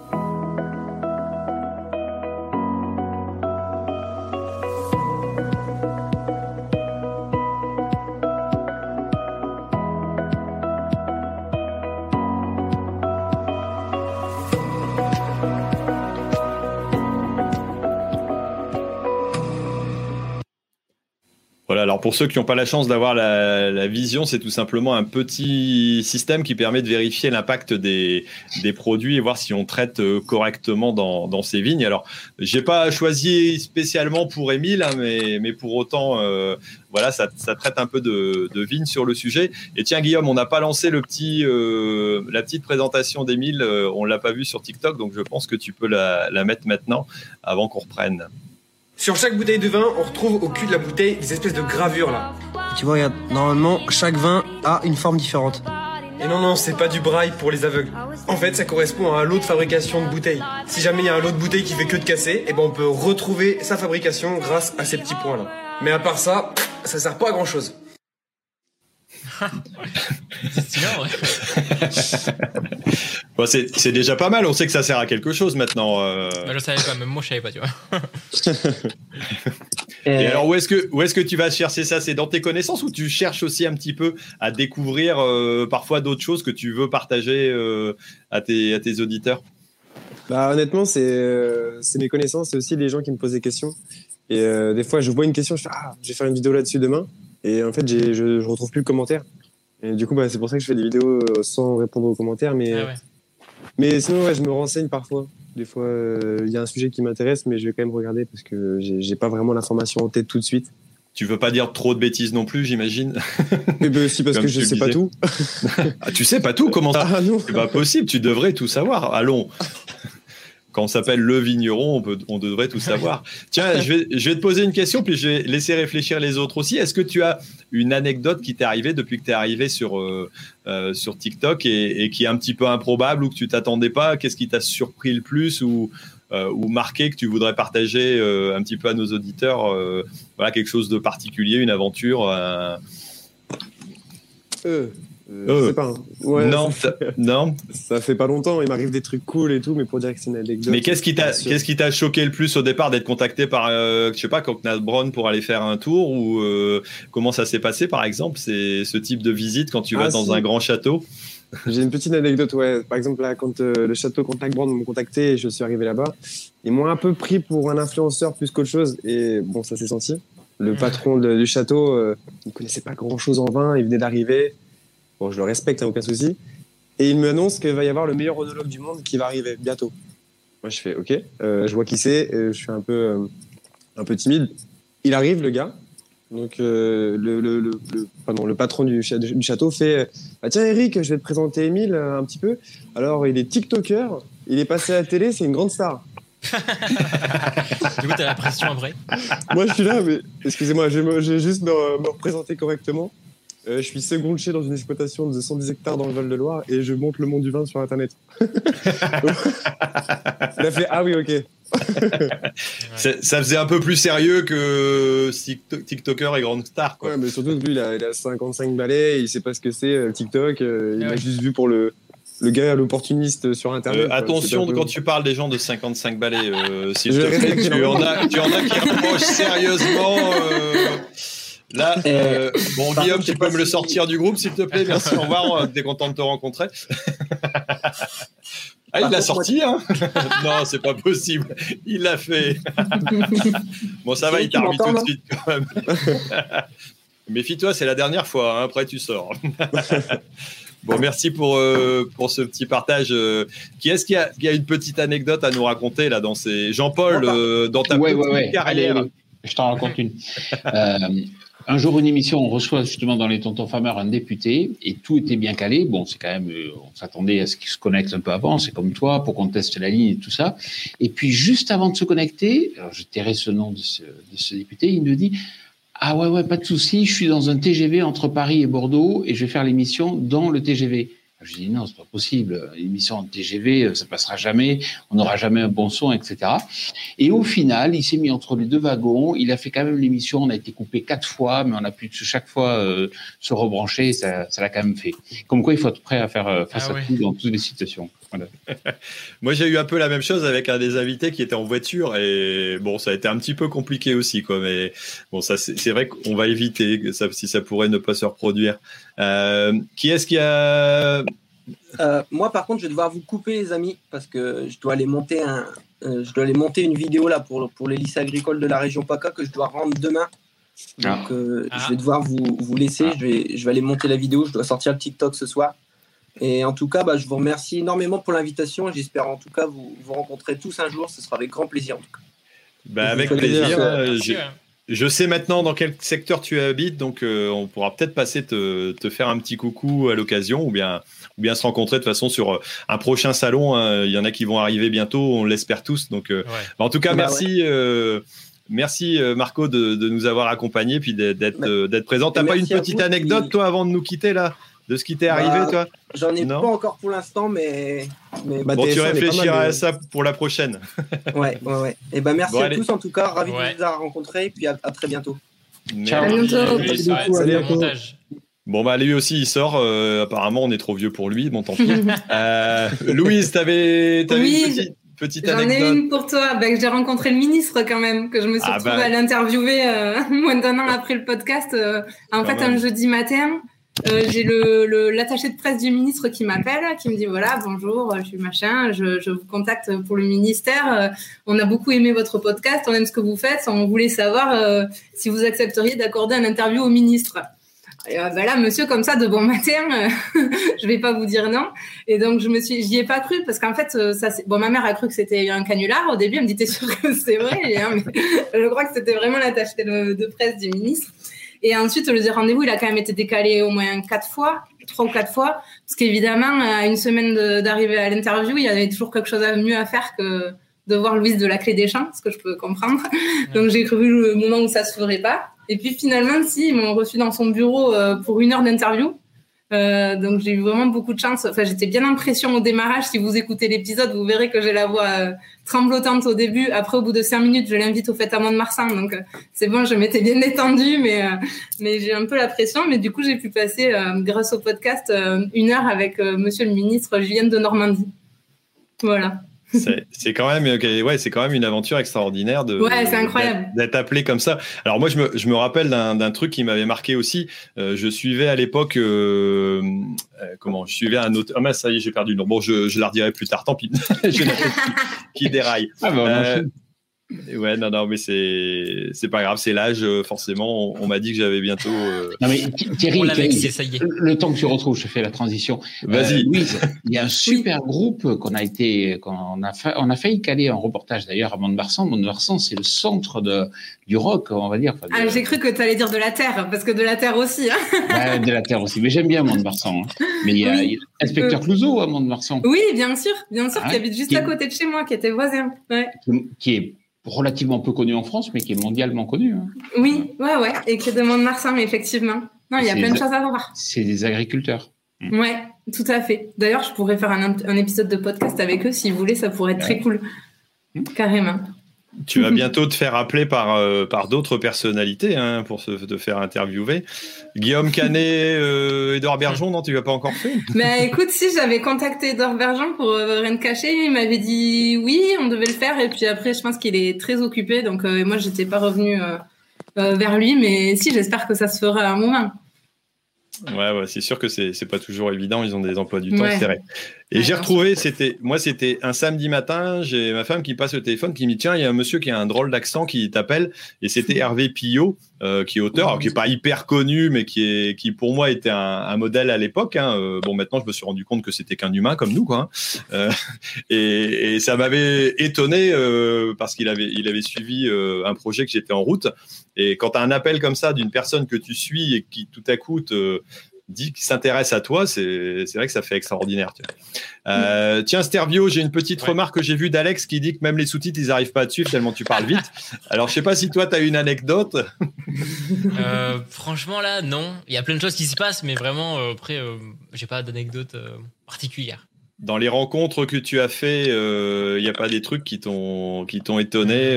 Voilà, alors pour ceux qui n'ont pas la chance d'avoir la vision, c'est tout simplement un petit système qui permet de vérifier l'impact des produits et voir si on traite correctement dans ces vignes. Alors, j'ai pas choisi spécialement pour Émile, hein, mais pour autant, voilà, ça traite un peu de vignes sur le sujet. Et tiens, Guillaume, on n'a pas lancé la petite présentation d'Émile, on l'a pas vu sur TikTok, donc je pense que tu peux la mettre maintenant avant qu'on reprenne. Sur chaque bouteille de vin, on retrouve au cul de la bouteille des espèces de gravures là. Tu vois, regarde, normalement, chaque vin a une forme différente. Et non, c'est pas du braille pour les aveugles. En fait, ça correspond à un lot de fabrication de bouteilles. Si jamais il y a un lot de bouteilles qui fait que de casser, eh ben on peut retrouver sa fabrication grâce à ces petits points là. Mais à part ça, ça sert pas à grand chose. C'est stylé, ouais. Bon, c'est déjà pas mal, on sait que ça sert à quelque chose maintenant. Bah, je savais pas, même moi je savais pas, tu vois. Et alors où est-ce que tu vas chercher ça? C'est dans tes connaissances ou tu cherches aussi un petit peu à découvrir parfois d'autres choses que tu veux partager à tes auditeurs? Bah, honnêtement, c'est mes connaissances, c'est aussi les gens qui me posent des questions. Et des fois, je vois une question, je fais je vais faire une vidéo là-dessus demain. Et en fait, je retrouve plus le commentaire. Et du coup, c'est pour ça que je fais des vidéos sans répondre aux commentaires. Mais sinon, ouais, je me renseigne parfois. Des fois, il y a un sujet qui m'intéresse, mais je vais quand même regarder parce que j'ai pas vraiment l'information en tête tout de suite. Tu veux pas dire trop de bêtises non plus, j'imagine? Mais aussi parce que je sais pas tout. Ah, tu sais pas tout? Comment ça? Ah non. C'est pas possible, tu devrais tout savoir. Allons. Quand on s'appelle Le Vigneron, on devrait tout savoir. Tiens, je vais te poser une question, puis je vais laisser réfléchir les autres aussi. Est-ce que tu as une anecdote qui t'est arrivée depuis que tu es arrivé sur TikTok et qui est un petit peu improbable ou que tu t'attendais pas? Qu'est-ce qui t'a surpris le plus ou marqué que tu voudrais partager un petit peu à nos auditeurs? Voilà, quelque chose de particulier, une aventure Je sais pas. Hein. Ouais, non. Ça fait pas longtemps. Il m'arrive des trucs cool et tout, mais pour dire que c'est une anecdote. Mais qu'est-ce qui t'a choqué le plus au départ d'être contacté par, je sais pas, Cocknall Brown pour aller faire un tour ou comment ça s'est passé par exemple, c'est ce type de visite quand tu vas dans un grand château? J'ai une petite anecdote, ouais. Par exemple, là, quand le château Cocknall Brown m'ont contacté et je suis arrivé là-bas, ils m'ont un peu pris pour un influenceur plus qu'autre chose et bon, ça s'est senti. Le patron du château, il connaissait pas grand-chose en vin, il venait d'arriver. Bon, je le respecte, aucun souci. Et il me annonce qu'il va y avoir le meilleur oenologue du monde qui va arriver bientôt. Moi, je fais OK. Je vois qui c'est. Je suis un peu timide. Il arrive, le gars. Donc le patron du château fait tiens Eric, je vais te présenter Émile un petit peu. Alors il est TikToker, il est passé à la télé, c'est une grande star. Du coup, t'as la pression après. Moi je suis là, mais excusez-moi, je vais juste me représenter correctement. Je suis second-chez dans une exploitation de 110 hectares dans le Val-de-Loire et je monte le monde du vin sur Internet. Il a fait ah oui, ok. Ça faisait un peu plus sérieux que TikToker et grande star, quoi. Ouais, mais surtout lui, il a 55 balais, il sait pas ce que c'est TikTok, il a juste vu pour le gars l'opportuniste sur Internet. Attention quand tu parles des gens de 55 balais, s'il te plaît, tu en as qui rapprochent sérieusement. Là, bon, Guillaume, tu peux me le sortir du groupe, s'il te plaît. Merci, au revoir. On est content de te rencontrer. Ah, il l'a sorti, hein? Non, c'est pas possible. Il l'a fait. Bon, ça va, il t'a remis tout de suite, quand même. Méfie-toi, c'est la dernière fois. Hein, après, tu sors. Bon, merci pour ce petit partage. Qui est-ce qui a une petite anecdote à nous raconter là dans ces Jean-Paul dans ta petite carrière? Allez, je t'en raconte une. Un jour, une émission, on reçoit justement dans les Tontons Fameurs un député et tout était bien calé. Bon, c'est quand même, on s'attendait à ce qu'il se connecte un peu avant, c'est comme toi, pour qu'on teste la ligne et tout ça. Et puis, juste avant de se connecter, alors je tairai ce nom de ce député, il me dit ah ouais, pas de souci, je suis dans un TGV entre Paris et Bordeaux et je vais faire l'émission dans le TGV. Je dis non, c'est pas possible. L'émission en TGV, ça passera jamais. On n'aura jamais un bon son, etc. Et au final, il s'est mis entre les deux wagons. Il a fait quand même l'émission. On a été coupé 4 fois, mais on a pu chaque fois se rebrancher. Ça l'a quand même fait. Comme quoi, il faut être prêt à faire face à tout dans toutes les situations. Voilà. Moi, j'ai eu un peu la même chose avec un des invités qui était en voiture et bon, ça a été un petit peu compliqué aussi, quoi. Mais bon, ça, c'est vrai qu'on va éviter ça, si ça pourrait ne pas se reproduire. Qui est-ce qui a moi, par contre, je vais devoir vous couper, les amis, parce que je dois aller monter une vidéo là pour les lycées agricoles de la région PACA que je dois rendre demain. Donc, je vais devoir vous laisser. Je vais aller monter la vidéo. Je dois sortir le TikTok ce soir. Et en tout cas, je vous remercie énormément pour l'invitation. J'espère en tout cas vous rencontrer tous un jour. Ce sera avec grand plaisir en tout cas. Avec plaisir. Je sais maintenant dans quel secteur tu habites, donc on pourra peut-être passer te faire un petit coucou à l'occasion, ou bien se rencontrer de toute façon sur un prochain salon. Hein. Il y en a qui vont arriver bientôt, on l'espère tous. Donc, en tout cas, merci. Merci Marco de nous avoir accompagnés puis d'être présent. T'as pas une petite anecdote toi avant de nous quitter là? De ce qui t'est arrivé, toi? J'en ai pas encore pour l'instant, mais bon, tu réfléchiras à ça pour la prochaine. Ouais. Et merci à tous en tout cas, ravi de vous avoir rencontrés, et puis à très bientôt. Ciao. À bientôt. Salut. Bon, lui aussi, il sort. Apparemment, on est trop vieux pour lui. Bon, tant pis. Louise, t'avais une petite anecdote. J'en ai une pour toi. Que j'ai rencontré le ministre quand même, que je me suis retrouvée à l'interviewer moins d'un an après le podcast. En fait, un jeudi matin. J'ai l'attaché de presse du ministre qui m'appelle, qui me dit voilà, bonjour, je suis machin, je vous contacte pour le ministère. On a beaucoup aimé votre podcast, on aime ce que vous faites. On voulait savoir si vous accepteriez d'accorder un interview au ministre. Et là, monsieur, comme ça, de bon matin, je vais pas vous dire non. Et donc, j'y ai pas cru parce qu'en fait, ma mère a cru que c'était un canular. Au début, elle me dit, t'es sûre que c'est vrai? Mais je crois que c'était vraiment l'attaché de presse du ministre. Et ensuite, le rendez-vous, il a quand même été décalé au moins 3 ou 4 fois. Parce qu'évidemment, à une semaine d'arriver à l'interview, il y avait toujours quelque chose de mieux à faire que de voir Louise de la Clé des Champs, ce que je peux comprendre. Donc, j'ai cru le moment où ça se ferait pas. Et puis, finalement, ils m'ont reçu dans son bureau pour 1 heure d'interview. Donc, j'ai eu vraiment beaucoup de chance. Enfin, j'étais bien en pression au démarrage. Si vous écoutez l'épisode, vous verrez que j'ai la voix tremblotante au début. Après, au bout de 5 minutes, je l'invite au Fête à Mont-de-Marsan. Donc, c'est bon, je m'étais bien détendue, mais j'ai un peu la pression. Mais du coup, j'ai pu passer, grâce au podcast, 1 heure avec monsieur le ministre Julien de Normandie. Voilà. C'est quand même une aventure extraordinaire c'est incroyable d'être appelé comme ça. Alors moi je me rappelle d'un truc qui m'avait marqué aussi. Je suivais à l'époque je suivais un autre. Ah ça y est, j'ai perdu le nom. Bon, je la redirai plus tard. Tant pis. J'ai la tête qui déraille. Ouais, non, mais c'est pas grave, c'est l'âge, forcément. On m'a dit que j'avais bientôt. Non, mais Thierry, ça y est. Le temps que tu retrouves, je fais la transition. Vas-y. Louise, il y a un super groupe on a failli caler un reportage d'ailleurs à Mont-de-Marsan. Mont-de-Marsan, c'est le centre du rock, on va dire. Ah, j'ai cru que tu allais dire de la terre, parce que de la terre aussi. Hein. Ouais, de la terre aussi. Mais j'aime bien Mont-de-Marsan. Hein. Mais il y a l'inspecteur Clouseau à Mont-de-Marsan. Oui, bien sûr, qui habite juste à côté de chez moi, qui était voisin. Ouais. Qui est relativement peu connu en France, mais qui est mondialement connu. Hein. Oui, ouais, et qui est de Mont-de-Marsan, effectivement. Non, il y a plein de choses à voir. C'est des agriculteurs. Ouais, tout à fait. D'ailleurs, je pourrais faire un épisode de podcast avec eux, si vous voulez, ça pourrait être très cool. Carrément. Tu vas bientôt te faire appeler par d'autres personnalités pour te faire interviewer. Guillaume Canet, Édouard Bergeon, non, tu l'as pas encore fait? Mais écoute, si j'avais contacté Édouard Bergeon pour rien te cacher, il m'avait dit oui, on devait le faire. Et puis après, je pense qu'il est très occupé, donc moi, j'étais pas revenue vers lui. Mais si, j'espère que ça se fera à un moment. Ouais, c'est sûr que c'est pas toujours évident. Ils ont des emplois du temps serrés. Et j'ai retrouvé, c'était un samedi matin, j'ai ma femme qui passe le téléphone, qui me dit tiens, il y a un monsieur qui a un drôle d'accent qui t'appelle, et c'était Hervé Pillot, qui est auteur, qui est pas hyper connu, mais qui pour moi était un modèle à l'époque. Bon, maintenant je me suis rendu compte que c'était qu'un humain comme nous, quoi. Et ça m'avait étonné parce qu'il avait suivi un projet que j'étais en route. Et quand tu as un appel comme ça d'une personne que tu suis et qui tout à coup te dit qu'il s'intéresse à toi, c'est vrai que ça fait extraordinaire. Tiens, Stervio, j'ai une petite remarque que j'ai vue d'Alex qui dit que même les sous-titres, ils n'arrivent pas à te suivre tellement tu parles vite. Alors, je sais pas si toi, tu as une anecdote. Franchement, là, non. Il y a plein de choses qui se passent, mais vraiment, après, j'ai pas d'anecdote particulière. Dans les rencontres que tu as fait, il n'y a pas des trucs qui t'ont étonné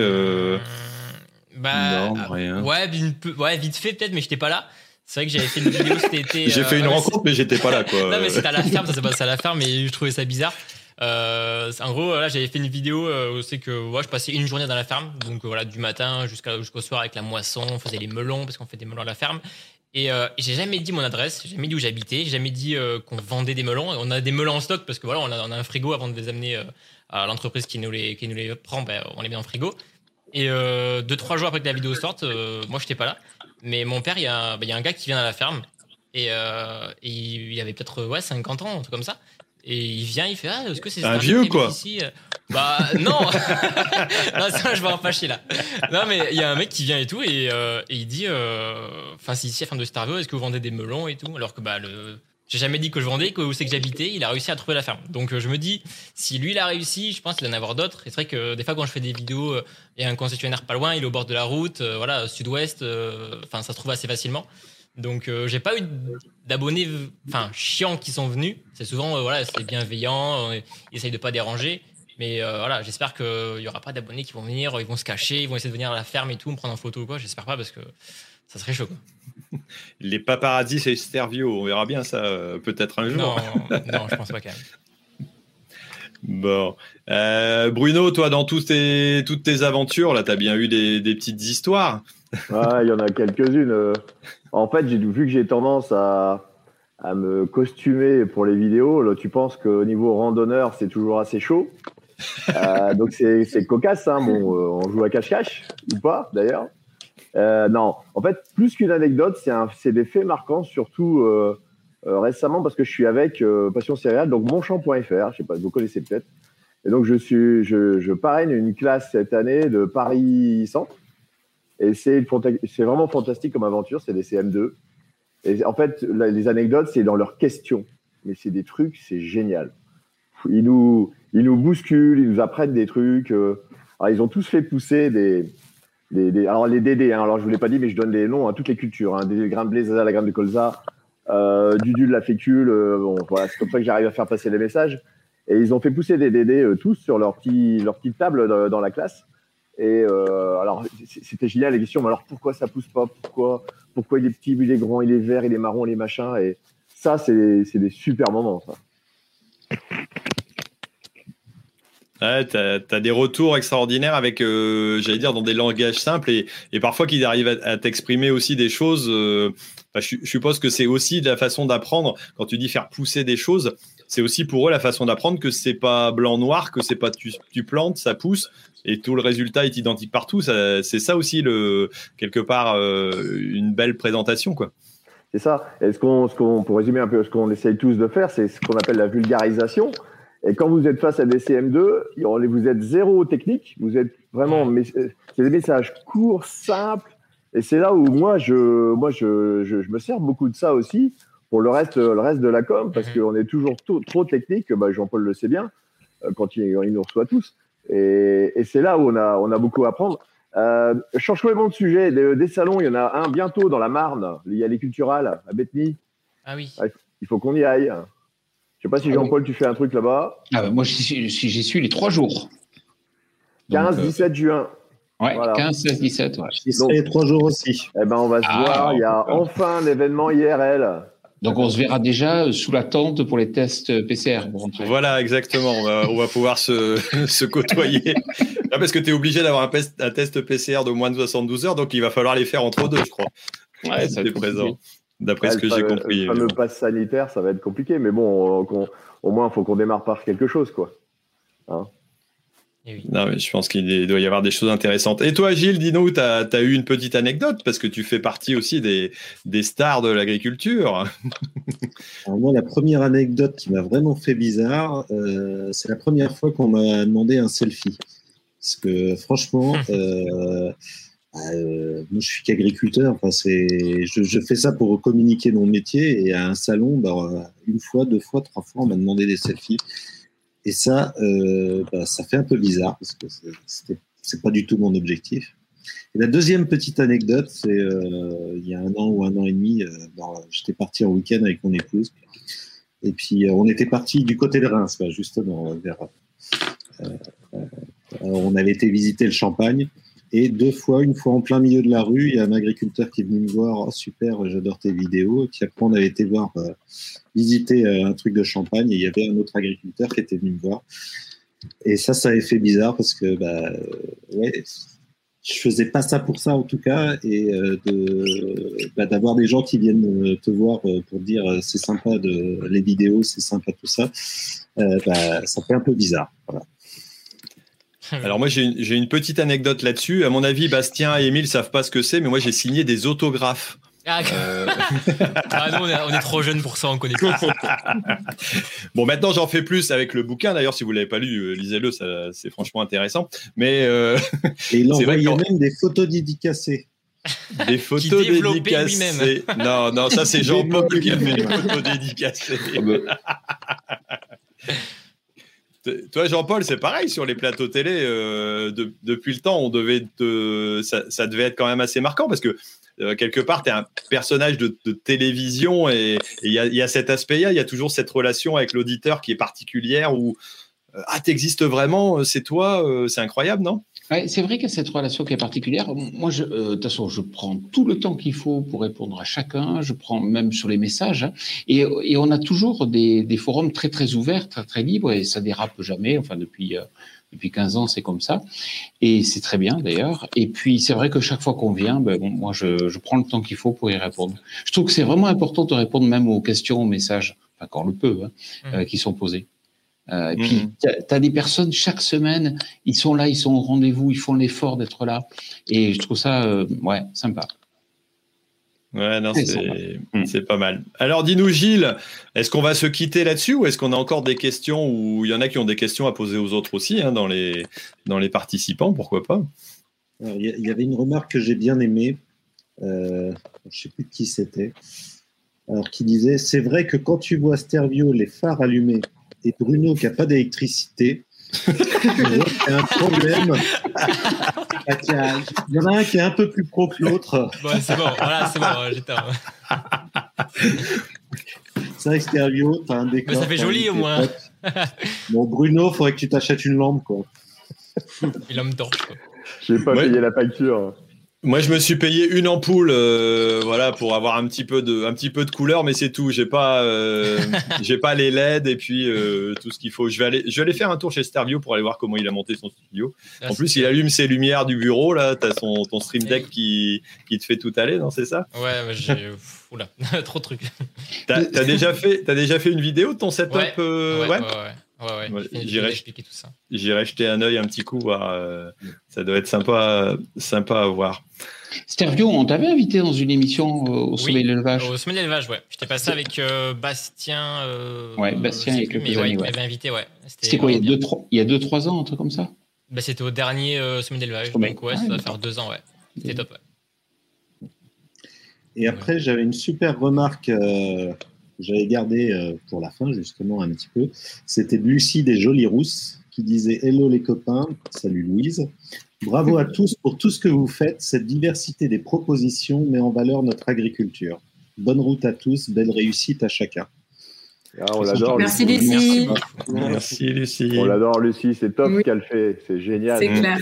non, rien. Ouais, vite fait peut-être, mais j'étais pas là. C'est vrai que j'avais fait une vidéo cet été. J'ai fait une rencontre, mais j'étais pas là, quoi. Non, mais c'était à la ferme, ça s'est passé à la ferme, mais je trouvais ça bizarre. En gros, là, j'avais fait une vidéo où c'est que je passais une journée dans la ferme, donc voilà, du matin jusqu'au soir avec la moisson, on faisait les melons parce qu'on fait des melons à la ferme. Et j'ai jamais dit mon adresse, j'ai jamais dit où j'habitais, j'ai jamais dit qu'on vendait des melons. On a des melons en stock parce que voilà, on a un frigo avant de les amener à l'entreprise qui nous les prend, on les met en frigo. Et 2-3 jours après que la vidéo sorte, moi j'étais pas là, mais mon père, il y a un gars qui vient à la ferme et il avait peut-être 50 ans, un truc comme ça. Et il vient, il fait est-ce que c'est un vieux quoi ici Bah non, non ça je vais en fâcher là. Non mais il y a un mec qui vient et tout et il dit c'est ici à la ferme de Stervio, est-ce que vous vendez des melons et tout, alors que j'ai jamais dit que je vendais, où c'est que j'habitais, il a réussi à trouver la ferme. Donc je me dis, si lui il a réussi, je pense qu'il en a avoir d'autres. Et c'est vrai que des fois quand je fais des vidéos, il y a un concessionnaire pas loin, il est au bord de la route, sud-ouest, ça se trouve assez facilement. Donc j'ai pas eu d'abonnés chiants qui sont venus. C'est souvent c'est bienveillant, ils essayent de pas déranger. Mais j'espère qu'il y aura pas d'abonnés qui vont venir, ils vont se cacher, ils vont essayer de venir à la ferme et tout, me prendre en photo ou quoi. J'espère pas parce que ça serait chaud, quoi. Les paparazzis, c'est Stervio. On verra bien ça, peut-être un jour. Non, je pense pas quand même. Bon. Bruno, toi, dans toutes tes aventures, là, tu as bien eu des petites histoires. Ouais, il y en a quelques-unes. En fait, vu que j'ai tendance à me costumer pour les vidéos, là, tu penses qu'au niveau randonneur, c'est toujours assez chaud. Donc, c'est cocasse. Hein. Bon, on joue à cache-cache, ou pas, d'ailleurs. Non, en fait, plus qu'une anecdote, c'est des faits marquants, surtout récemment, parce que je suis avec Passion Céréales, donc monchamp.fr, je sais pas, vous connaissez peut-être. Et donc, je parraine une classe cette année de Paris Centre. Et c'est vraiment fantastique comme aventure, c'est des CM2. Et en fait, les anecdotes, c'est dans leurs questions. Mais c'est des trucs, c'est génial. Ils nous bousculent, ils nous apprennent des trucs. Alors, ils ont tous fait pousser alors les DD, alors je vous l'ai pas dit, mais je donne les noms à toutes les cultures, des grains de blé, zaza, la graine de colza, Dudu de la fécule, c'est comme ça que j'arrive à faire passer les messages. Et ils ont fait pousser des DD tous sur leur petite table dans la classe. Et alors c'était génial les questions, mais alors pourquoi ça pousse pas, pourquoi il est petit, il est grand, il est vert, il est marron, il est machin, et ça c'est des super moments, ça. Ouais, t'as des retours extraordinaires avec, j'allais dire, dans des langages simples et parfois qu'ils arrivent à t'exprimer aussi des choses. Je suppose que c'est aussi de la façon d'apprendre. Quand tu dis faire pousser des choses, c'est aussi pour eux la façon d'apprendre que c'est pas blanc-noir, que c'est pas tu plantes, ça pousse et tout le résultat est identique partout. C'est ça aussi quelque part une belle présentation, quoi. C'est ça. Et pour résumer un peu, ce qu'on essaye tous de faire, c'est ce qu'on appelle la vulgarisation. Et quand vous êtes face à des CM2, vous êtes zéro technique, vous êtes vraiment, c'est des messages courts, simples. Et c'est là où moi, je me sers beaucoup de ça aussi pour le reste de la com, parce qu'on est toujours trop technique. Jean-Paul le sait bien quand il nous reçoit tous. Et c'est là où on a beaucoup à apprendre. Je change complètement de sujet. Des salons, il y en a un bientôt dans la Marne. Il y a les Culturales à Bethny. Ah oui. Il faut qu'on y aille. Je sais pas si Jean-Paul, tu fais un truc là-bas. Moi, j'y suis les 3 jours. 15-17 juin. Ouais, voilà. 15, 16, 17. Ouais. J'y serai les 3 jours aussi. Eh ben, on va se voir. Il y a enfin un événement IRL. Donc, on se verra déjà sous la tente pour les tests PCR. Voilà, exactement. On va pouvoir se côtoyer. Là, parce que tu es obligé d'avoir un test PCR de moins de 72 heures, donc il va falloir les faire entre deux, je crois. Ouais, ça va être présent. D'après ce que j'ai compris. Le fameux pass sanitaire, ça va être compliqué, mais bon, au moins, il faut qu'on démarre par quelque chose, quoi. Hein? Non, mais je pense qu'il doit y avoir des choses intéressantes. Et toi, Gilles, dis-nous, tu as eu une petite anecdote, parce que tu fais partie aussi des stars de l'agriculture. Alors moi, la première anecdote qui m'a vraiment fait bizarre, c'est la première fois qu'on m'a demandé un selfie. Parce que franchement, moi, je suis qu'agriculteur. Enfin, je fais ça pour communiquer mon métier. Et à un salon, une fois, 2 fois, 3 fois, on m'a demandé des selfies. Et ça, ça fait un peu bizarre parce que c'est pas du tout mon objectif. Et la deuxième petite anecdote, c'est il y a 1 an ou 1 an et demi, j'étais parti en week-end avec mon épouse. Et puis, on était parti du côté de Reims, justement, on avait été visiter le Champagne. Et 2 fois, une fois en plein milieu de la rue, il y a un agriculteur qui est venu me voir. Oh, super, j'adore tes vidéos. Et puis après, on avait été visiter un truc de Champagne. Et il y avait un autre agriculteur qui était venu me voir. Et ça avait fait bizarre parce que je faisais pas ça pour ça en tout cas. Et d'avoir des gens qui viennent te voir pour dire c'est sympa les vidéos, c'est sympa tout ça, ça fait un peu bizarre. Voilà. Alors moi, j'ai une petite anecdote là-dessus. À mon avis, Bastien et Émile savent pas ce que c'est, mais moi, j'ai signé des autographes. Nous, on est trop jeunes pour ça, on connaît pas. Bon, maintenant, j'en fais plus avec le bouquin. D'ailleurs, si vous l'avez pas lu, lisez-le, c'est franchement intéressant. Mais et il envoyait même des photos dédicacées. Des photos dédicacées. Non, ça c'est Jean-Paul qui a fait les photos dédicacées. Toi, Jean-Paul, c'est pareil sur les plateaux télé. Depuis le temps, ça devait être quand même assez marquant parce que quelque part, tu es un personnage de télévision et il y a cet aspect-là. Il y a toujours cette relation avec l'auditeur qui est particulière où t'existes vraiment, c'est toi, c'est incroyable, non? Ouais, c'est vrai qu'il y a cette relation qui est particulière. Moi, de toute façon, je prends tout le temps qu'il faut pour répondre à chacun. Je prends même sur les messages. Et on a toujours des forums très, très ouverts, très, très libres. Et ça dérape jamais. Enfin, depuis 15 ans, c'est comme ça. Et c'est très bien, d'ailleurs. Et puis, c'est vrai que chaque fois qu'on vient, moi, je prends le temps qu'il faut pour y répondre. Je trouve que c'est vraiment important de répondre même aux questions, aux messages, enfin, quand on le peut, qui sont posés. Et puis, tu as des personnes, chaque semaine, ils sont là, ils sont au rendez-vous, ils font l'effort d'être là. Et je trouve ça, sympa. Ouais, non, c'est pas mal. Alors, dis-nous, Gilles, est-ce qu'on va se quitter là-dessus ou est-ce qu'on a encore des questions ou il y en a qui ont des questions à poser aux autres aussi, dans les participants, pourquoi pas? Alors, il y avait une remarque que j'ai bien aimée, je ne sais plus de qui c'était, alors qui disait « C'est vrai que quand tu vois Stervio les phares allumés et Bruno qui n'a pas d'électricité, tu vois qu'il y a un problème. Il y en a un qui est un peu plus pro que l'autre. » Bon, c'est bon, voilà, c'est bon, j'éteins. C'est vrai que Stervio, tu as un décor. Mais ça fait joli au moins. Bon, Bruno, il faudrait que tu t'achètes une lampe, quoi. Une lampe torche, quoi. Je n'ai pas payé la facture. Moi, je me suis payé une ampoule, voilà, pour avoir un petit peu de couleur, mais c'est tout. J'ai pas les LED et puis tout ce qu'il faut. Je vais aller faire un tour chez Stervio pour aller voir comment il a monté son studio. En plus, il allume ses lumières du bureau là. T'as ton Stream Deck qui te fait tout aller, non, c'est ça? Ouais, j'ai oula, trop de trucs. T'as déjà fait une vidéo de ton setup? Ouais. J'irai tout ça. J'irai jeter un œil un petit coup, voir. Ça doit être sympa à voir. Stervio, on t'avait invité dans une émission au Sommet de l'Élevage. Au Sommet de l'Élevage, ouais. J'étais passé avec Bastien. Bastien, il y a quelques années. Il m'avait invité, ouais. C'était quoi, il y a 2-3 ans, un truc comme ça? C'était au dernier Sommet de l'Élevage. Donc, ouais, ça doit faire 2 ans, ouais. C'était top, ouais. Et après, j'avais une super remarque que j'avais gardée pour la fin, justement, un petit peu. C'était de Lucie des Jolies Rousses qui disait « Hello les copains, salut Louise. Bravo à tous pour tout ce que vous faites. Cette diversité des propositions met en valeur notre agriculture. Bonne route à tous, belle réussite à chacun. » On l'adore. Merci Lucie. Merci Lucie. On l'adore Lucie, c'est top ce qu'elle fait, c'est génial. C'est clair.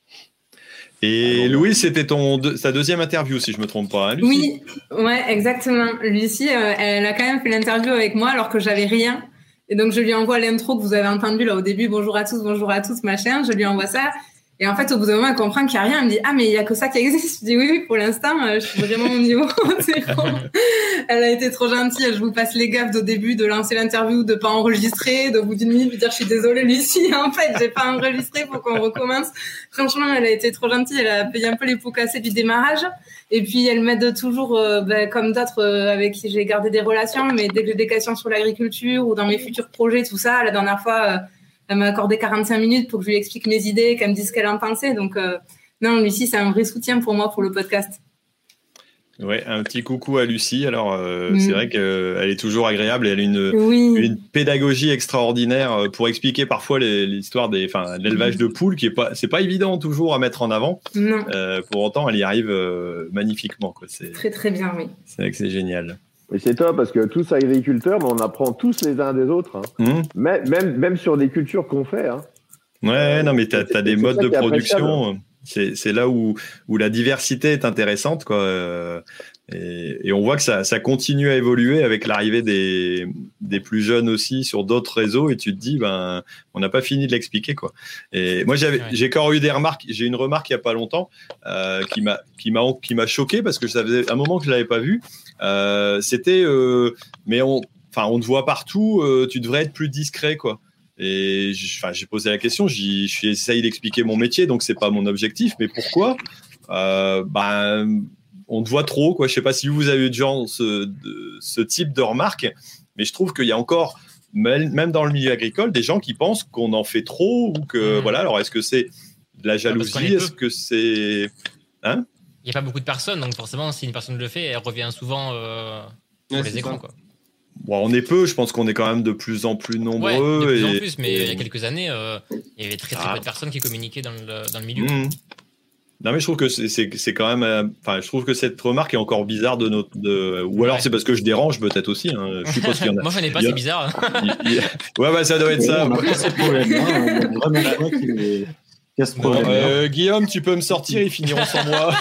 Et Louise, c'était sa deuxième interview, si je me trompe pas, hein, Lucie? Oui, ouais, exactement. Lucie, elle a quand même fait l'interview avec moi alors que j'avais rien. Et donc, je lui envoie l'intro que vous avez entendu là au début. Bonjour à tous, machin. Je lui envoie ça. Et en fait, au bout d'un moment, elle comprend qu'il n'y a rien. Elle me dit, ah, mais il n'y a que ça qui existe. Je dis, oui, pour l'instant, je suis vraiment au niveau. C'est bon. Elle a été trop gentille. Je vous passe les gaffes au début de lancer l'interview, de pas enregistrer, d'au bout d'une minute, de dire, je suis désolée, Lucie. En fait, j'ai pas enregistré pour qu'on recommence. Franchement, elle a été trop gentille. Elle a payé un peu les pots cassés du démarrage. Et puis, elle m'aide toujours, comme d'autres avec qui j'ai gardé des relations. Mais dès que j'ai des questions sur l'agriculture ou dans mes futurs projets, tout ça, la dernière fois, elle m'a accordé 45 minutes pour que je lui explique mes idées, qu'elle me dise ce qu'elle en pensait. Donc, non, Lucie, c'est un vrai soutien pour moi pour le podcast. Ouais, un petit coucou à Lucie. Alors, c'est vrai qu'elle est toujours agréable et elle a une pédagogie extraordinaire pour expliquer parfois l'histoire de l'élevage de poules qui c'est pas évident toujours à mettre en avant. Non. Pour autant, elle y arrive magnifiquement, quoi. C'est très, très bien, oui. C'est vrai que c'est génial. Et c'est top parce que tous agriculteurs, mais on apprend tous les uns des autres. Hein. Même sur des cultures qu'on fait. Hein. Ouais, non, mais t'as des modes de production. C'est là où la diversité est intéressante, quoi. Et on voit que ça continue à évoluer avec l'arrivée des plus jeunes aussi sur d'autres réseaux. Et tu te dis, on n'a pas fini de l'expliquer, quoi. Et moi, j'ai encore eu des remarques. J'ai une remarque il y a pas longtemps qui m'a choqué parce que ça faisait un moment que je l'avais pas vu. C'était, mais on te voit partout. Tu devrais être plus discret, quoi. Et j'ai posé la question, j'essaye d'expliquer mon métier, donc c'est pas mon objectif, mais pourquoi on te voit trop, quoi. Je sais pas si vous avez eu ce type de remarques, mais je trouve qu'il y a encore, même dans le milieu agricole, des gens qui pensent qu'on en fait trop ou que voilà. Alors est-ce que c'est de la jalousie? Est-ce que c'est il n'y a pas beaucoup de personnes, donc forcément, si une personne le fait, elle revient souvent sur les écrans, quoi. Bon, on est peu, je pense qu'on est quand même de plus en plus nombreux. Ouais, de plus en plus, mais il y a quelques années, il y avait très peu de personnes qui communiquaient dans le milieu. Non, mais je trouve que c'est quand même. Je trouve que cette remarque est encore bizarre ou alors c'est parce que je dérange peut-être aussi. Hein. Je suppose qu'il y en a. Moi, je n'en ai pas, c'est bizarre. Ouais, ça doit être ça. On a pas ce problème. Vraiment Guillaume, tu peux me sortir, ils finiront sans moi.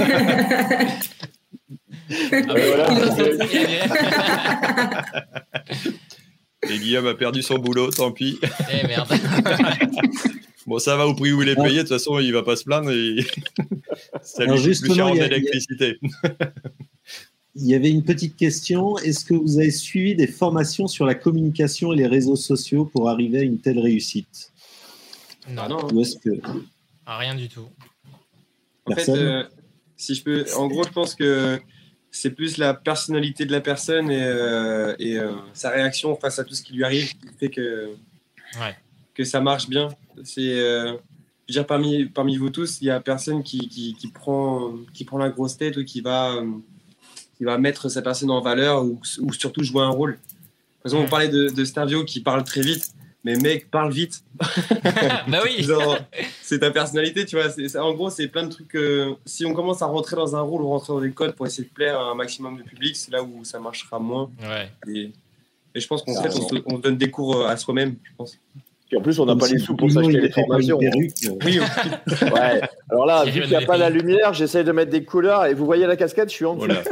Et Guillaume a perdu son boulot, tant pis. Eh merde. Bon, ça va au prix où il est payé, de toute façon, il va pas se plaindre. Ça lui coûte plus cher en électricité. Il y avait une petite question. Est-ce que vous avez suivi des formations sur la communication et les réseaux sociaux pour arriver à une telle réussite? Non. Ou est-ce que... Rien du tout. En fait, si je peux, en gros, je pense que c'est plus la personnalité de la personne et sa réaction face à tout ce qui lui arrive qui fait que ça marche bien. Je veux dire, parmi vous tous, il y a personne qui prend la grosse tête ou qui va mettre sa personne en valeur ou surtout jouer un rôle. Par exemple, on parlait de Stervio qui parle très vite, mais mec, parle vite. Bah oui. Genre, c'est ta personnalité, tu vois. En gros, c'est plein de trucs. Si on commence à rentrer dans un rôle ou rentrer dans des codes pour essayer de plaire à un maximum de public, c'est là où ça marchera moins. Ouais. Et je pense qu'en fait, on donne des cours à soi-même, je pense. Puis en plus, on n'a pas les sous pour s'acheter les formations. Oui. Ouais. Alors là, vu qu'il n'y a pas la lumière, j'essaie de mettre des couleurs. Et vous voyez la casquette, je suis en dessous. Voilà.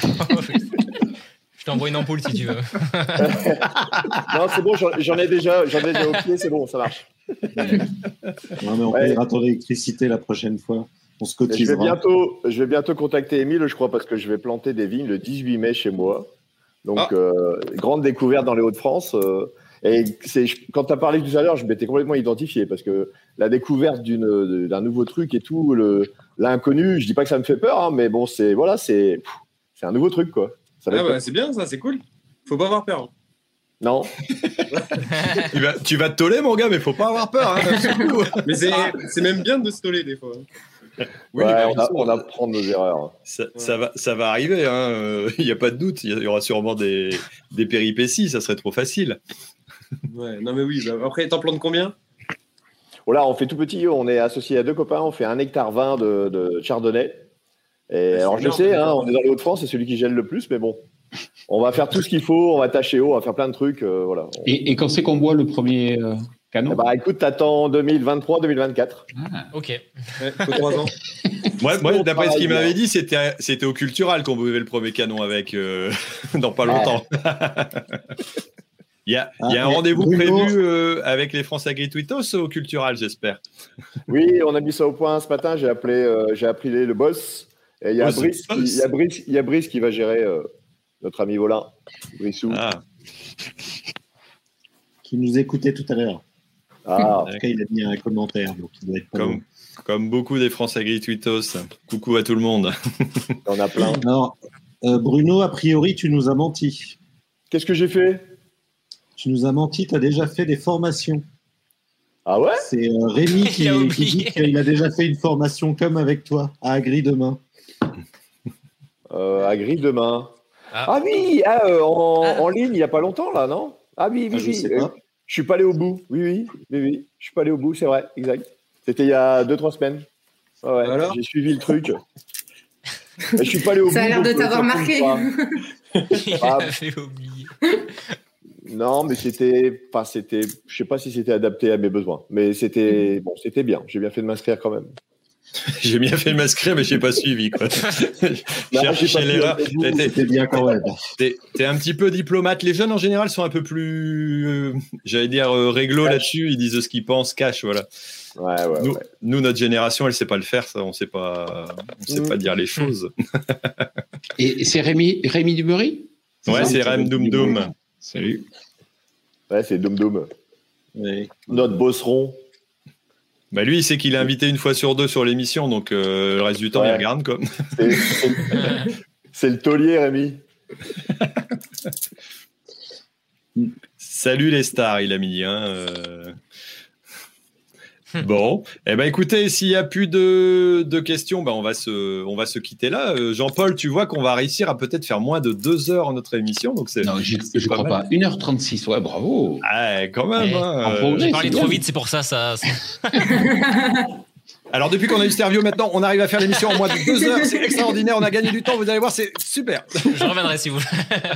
Je t'envoie une ampoule si tu veux. Non, c'est bon, j'en ai déjà au pied, c'est bon, ça marche. Non, mais on payera ton électricité la prochaine fois. On se cotisera. Je vais bientôt contacter Émile, je crois, parce que je vais planter des vignes le 18 mai chez moi. Donc, grande découverte dans les Hauts-de-France. Et quand tu as parlé tout à l'heure, je m'étais complètement identifié parce que la découverte d'un nouveau truc et tout, l'inconnu, je dis pas que ça me fait peur, hein, mais bon, c'est un nouveau truc, quoi. C'est bien ça, c'est cool. Faut pas avoir peur. Non. Tu vas te toller, mon gars, mais faut pas avoir peur. Hein, mais c'est même bien de se toller des fois. Oui, on apprend de nos erreurs. Ça va arriver, il n'y a pas de doute. Il y aura sûrement des péripéties, ça serait trop facile. Ouais, non mais oui. Après, t'en plantes combien? Là, on fait tout petit. On est associé à 2 copains. On fait 1,20 hectare de chardonnay. Et alors, je sais, on est dans les Hauts-de-France, c'est celui qui gèle le plus, mais bon, on va faire tout ce qu'il faut. On va tâcher haut, on va faire plein de trucs, voilà. Et quand c'est qu'on boit le premier canon? Écoute, t'attends 2023-2024. Ok. Faut 3 ans. Moi, d'après ce qu'il m'avait dit, c'était au Cultural qu'on buvait le premier canon avec dans pas longtemps. Il y a un rendez-vous prévu avec les France Agri-Twittos au Cultural, j'espère. Oui, on a mis ça au point ce matin. J'ai appelé le boss. Et il y a Brice qui va gérer notre ami Volin, Brissou. Qui nous écoutait tout à l'heure. En tout cas, il a mis un commentaire. Donc il doit être comme beaucoup des France Agri-Twittos. Coucou à tout le monde. On a plein. Alors, Bruno, a priori, tu nous as menti. Qu'est-ce que j'ai fait? Tu nous as menti, tu as déjà fait des formations. Ah ouais? C'est Rémi qui dit qu'il a déjà fait une formation comme avec toi, à Agri demain. Agri demain. Ah oui, en ligne, il n'y a pas longtemps, là, non? Ah oui. Je sais pas. Je suis pas allé au bout. Oui. Je suis pas allé au bout, c'est vrai, exact. C'était il y a 2-3 semaines. Ouais, j'ai suivi le truc. Je suis pas allé au bout. Ça a l'air de t'avoir marqué. Il avait oublié. Non, mais je sais pas si c'était adapté à mes besoins, mais c'était bien. J'ai bien fait de m'inscrire quand même. J'ai bien fait de m'inscrire, mais je n'ai pas suivi. Chercher l'erreur. C'était bien quand même. T'es un petit peu diplomate. Les jeunes, en général, sont un peu plus, réglo là-dessus. Ils disent ce qu'ils pensent, cash, voilà. Nous, notre génération, elle ne sait pas le faire, ça. On ne sait pas dire les choses. Et c'est Rémi Dumery? Ouais, c'est Rem Doum Doum. Salut. Ouais, c'est Doum Doum. Oui. Notre bosseron. Bah lui, il sait qu'il est invité une fois sur 2 sur l'émission, donc le reste du temps, il regarde quoi. C'est le taulier, Rémi. Salut les stars, il a mis. Bon, écoutez, s'il n'y a plus de questions, on va se quitter là. Jean-Paul, tu vois qu'on va réussir à peut-être faire moins de 2 heures notre émission. Donc non, je crois pas. 1h36, ouais, bravo. Ah, quand même. J'ai parlé trop vite, c'est pour ça. Alors, depuis qu'on a eu Stervio, maintenant, on arrive à faire l'émission en moins de 2 heures. C'est extraordinaire. On a gagné du temps. Vous allez voir, c'est super. Je reviendrai si vous.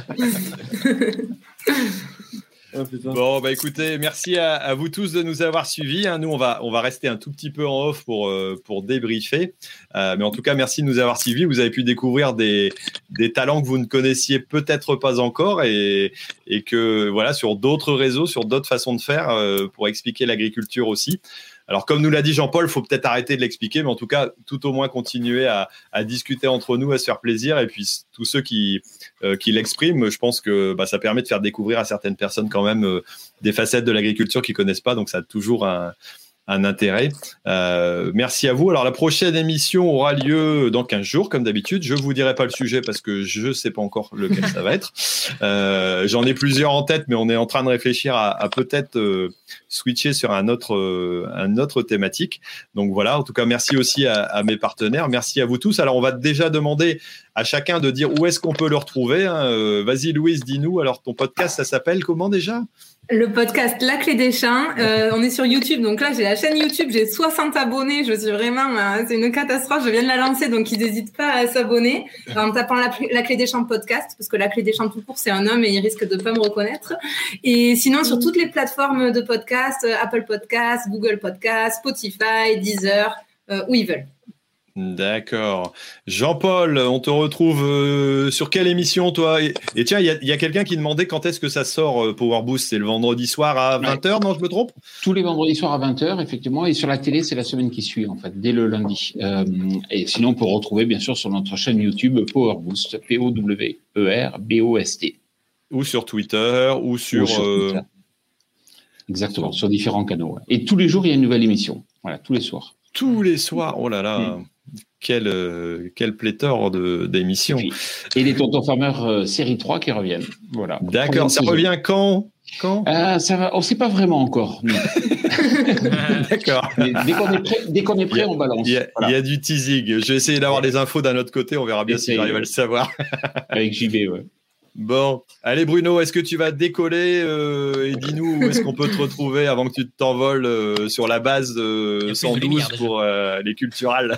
Bon, écoutez, merci à vous tous de nous avoir suivis. Nous, on va rester un tout petit peu en off pour débriefer. Mais en tout cas, merci de nous avoir suivis. Vous avez pu découvrir des talents que vous ne connaissiez peut-être pas encore et que, voilà, sur d'autres réseaux, sur d'autres façons de faire pour expliquer l'agriculture aussi. Alors, comme nous l'a dit Jean-Paul, il faut peut-être arrêter de l'expliquer, mais en tout cas, tout au moins continuer à discuter entre nous, à se faire plaisir. Et puis, tous ceux qui l'expriment, je pense que ça permet de faire découvrir à certaines personnes quand même des facettes de l'agriculture qu'ils ne connaissent pas. Donc, ça a toujours un intérêt. Merci à vous. Alors, la prochaine émission aura lieu dans 15 jours, comme d'habitude. Je ne vous dirai pas le sujet parce que je ne sais pas encore lequel ça va être. J'en ai plusieurs en tête, mais on est en train de réfléchir à peut-être switcher sur un autre thématique. Donc voilà, en tout cas, merci aussi à mes partenaires. Merci à vous tous. Alors, on va déjà demander à chacun de dire où est-ce qu'on peut le retrouver. Hein. Vas-y, Louise, dis-nous. Alors, ton podcast, ça s'appelle comment déjà ? Le podcast La Clé des Champs. On est sur YouTube. Donc là, j'ai la chaîne YouTube. J'ai 60 abonnés. Je suis vraiment... c'est une catastrophe. Je viens de la lancer. Donc, ils n'hésitent pas à s'abonner en tapant la Clé des Champs podcast. Parce que La Clé des Champs tout court, c'est un homme et il risque de ne pas me reconnaître. Et sinon, sur toutes les plateformes de podcast, Apple Podcast, Google Podcast, Spotify, Deezer, où ils veulent. D'accord. Jean-Paul, on te retrouve sur quelle émission, toi ? Et tiens, il y a quelqu'un qui demandait quand est-ce que ça sort, Power Boost. C'est le vendredi soir à 20h, non, je me trompe ? Tous les vendredis soirs à 20h, effectivement. Et sur la télé, c'est la semaine qui suit, en fait, dès le lundi. Et sinon, on peut retrouver, bien sûr, sur notre chaîne YouTube Power Boost, POWERBOST. Ou sur Twitter, ou sur Twitter. Exactement, sur différents canaux. Ouais. Et tous les jours, il y a une nouvelle émission. Voilà, tous les soirs. Tous les soirs, oh là là, quelle pléthore d'émissions. Et les Tontons Farmers série 3 qui reviennent. Voilà. D'accord, ça revient quand ça va, on ne sait pas vraiment encore. D'accord. Dès qu'on est prêt, on balance. Il y a du teasing. Je vais essayer d'avoir des infos d'un autre côté, on verra bien si j'arrive à le savoir. Avec JB, ouais. Bon, allez Bruno, est-ce que tu vas décoller et dis-nous où est-ce qu'on peut te retrouver avant que tu t'envoles sur la base 112 pour les culturales.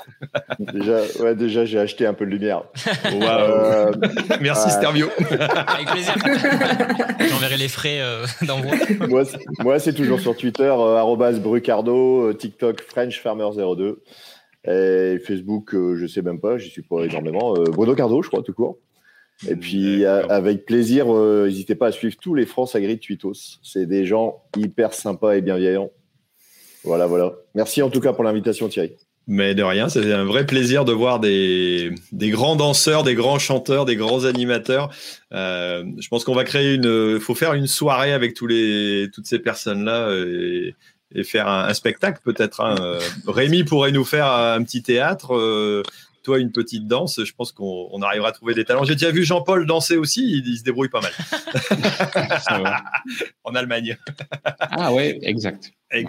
Déjà j'ai acheté un peu de lumière. Wow. Merci Stervio. Avec plaisir. J'enverrai les frais d'envoi. Moi c'est toujours sur Twitter, @Brucardo, TikTok French Farmer 02 et Facebook, je sais même pas, j'y suis pas énormément. Bruno Cardo, je crois, tout court. Et puis, avec plaisir, n'hésitez pas à suivre tous les France Agri de Tweetos. C'est des gens hyper sympas et bienveillants. Voilà. Merci en tout cas pour l'invitation, Thierry. Mais de rien, c'est un vrai plaisir de voir des grands danseurs, des grands chanteurs, des grands animateurs. Je pense qu'on va créer faut faire une soirée avec toutes ces personnes-là et faire un spectacle peut-être. Hein. Rémi pourrait nous faire un petit théâtre. Toi, une petite danse, je pense qu'on arrivera à trouver des talents. J'ai déjà vu Jean-Paul danser aussi, il se débrouille pas mal. En Allemagne. Ah ouais, exact.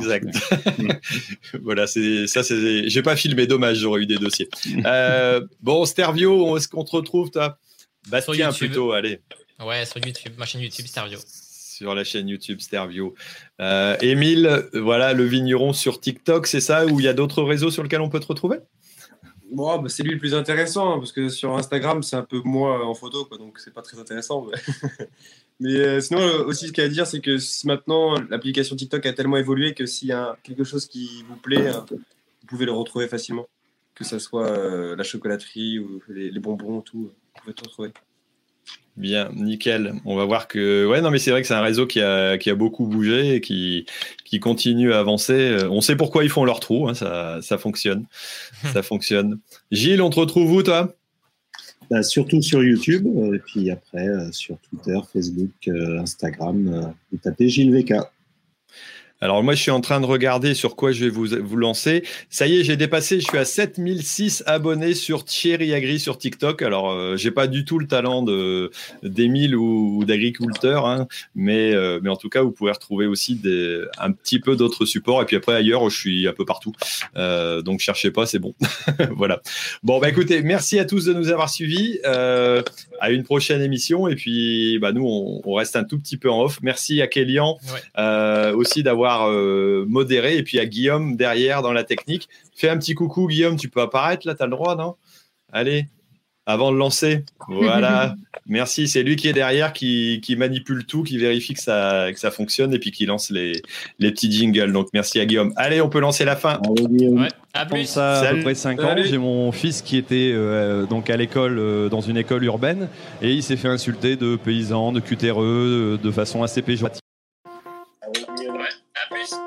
Voilà, j'ai pas filmé, dommage, j'aurais eu des dossiers. Bon, Stervio, où est-ce qu'on te retrouve, toi ? Bastien, plutôt, allez. Ouais, sur YouTube, ma chaîne YouTube, Stervio. Sur la chaîne YouTube Stervio. Émile, voilà, le vigneron sur TikTok, c'est ça, où il y a d'autres réseaux sur lesquels on peut te retrouver ? Bon, c'est lui le plus intéressant, hein, parce que sur Instagram, c'est un peu moi en photo, quoi, donc c'est pas très intéressant. Mais sinon, aussi, ce qu'il y a à dire, c'est que si maintenant, l'application TikTok a tellement évolué que s'il y a quelque chose qui vous plaît, vous pouvez le retrouver facilement. Que ce soit la chocolaterie ou les bonbons, tout, vous pouvez tout retrouver. Bien, nickel. On va voir que... Ouais, non, mais c'est vrai que c'est un réseau qui a beaucoup bougé et qui continue à avancer. On sait pourquoi ils font leur trou, hein, ça fonctionne. Ça fonctionne. Gilles, on te retrouve où, toi ? Surtout sur YouTube, et puis après sur Twitter, Facebook, Instagram, vous tapez Gilles VK. Alors moi, je suis en train de regarder sur quoi je vais vous lancer. Ça y est, j'ai dépassé, je suis à 7006 abonnés sur Thierry Agri sur TikTok. Alors, j'ai pas du tout le talent d'Émile ou d'agriculteur, hein, mais en tout cas, vous pouvez retrouver aussi un petit peu d'autres supports. Et puis après, ailleurs, je suis un peu partout. Donc, cherchez pas, c'est bon. Voilà. Bon, écoutez, merci à tous de nous avoir suivis. À une prochaine émission. Et puis, nous, on reste un tout petit peu en off. Merci à Kélian aussi d'avoir modéré, et puis à Guillaume derrière dans la technique. Fais un petit coucou, Guillaume, tu peux apparaître là, tu as le droit, non ? Allez, avant de lancer. Voilà. Merci, c'est lui qui est derrière, qui manipule tout, qui vérifie que ça fonctionne et puis qui lance les petits jingles. Donc merci à Guillaume. Allez, on peut lancer la fin. Ouais, à plus. Ça à peu près 5 ans. J'ai mon fils qui était donc à l'école, dans une école urbaine, et il s'est fait insulter de paysans, de cutéreux, de façon assez péjorative. Ouais, à plus.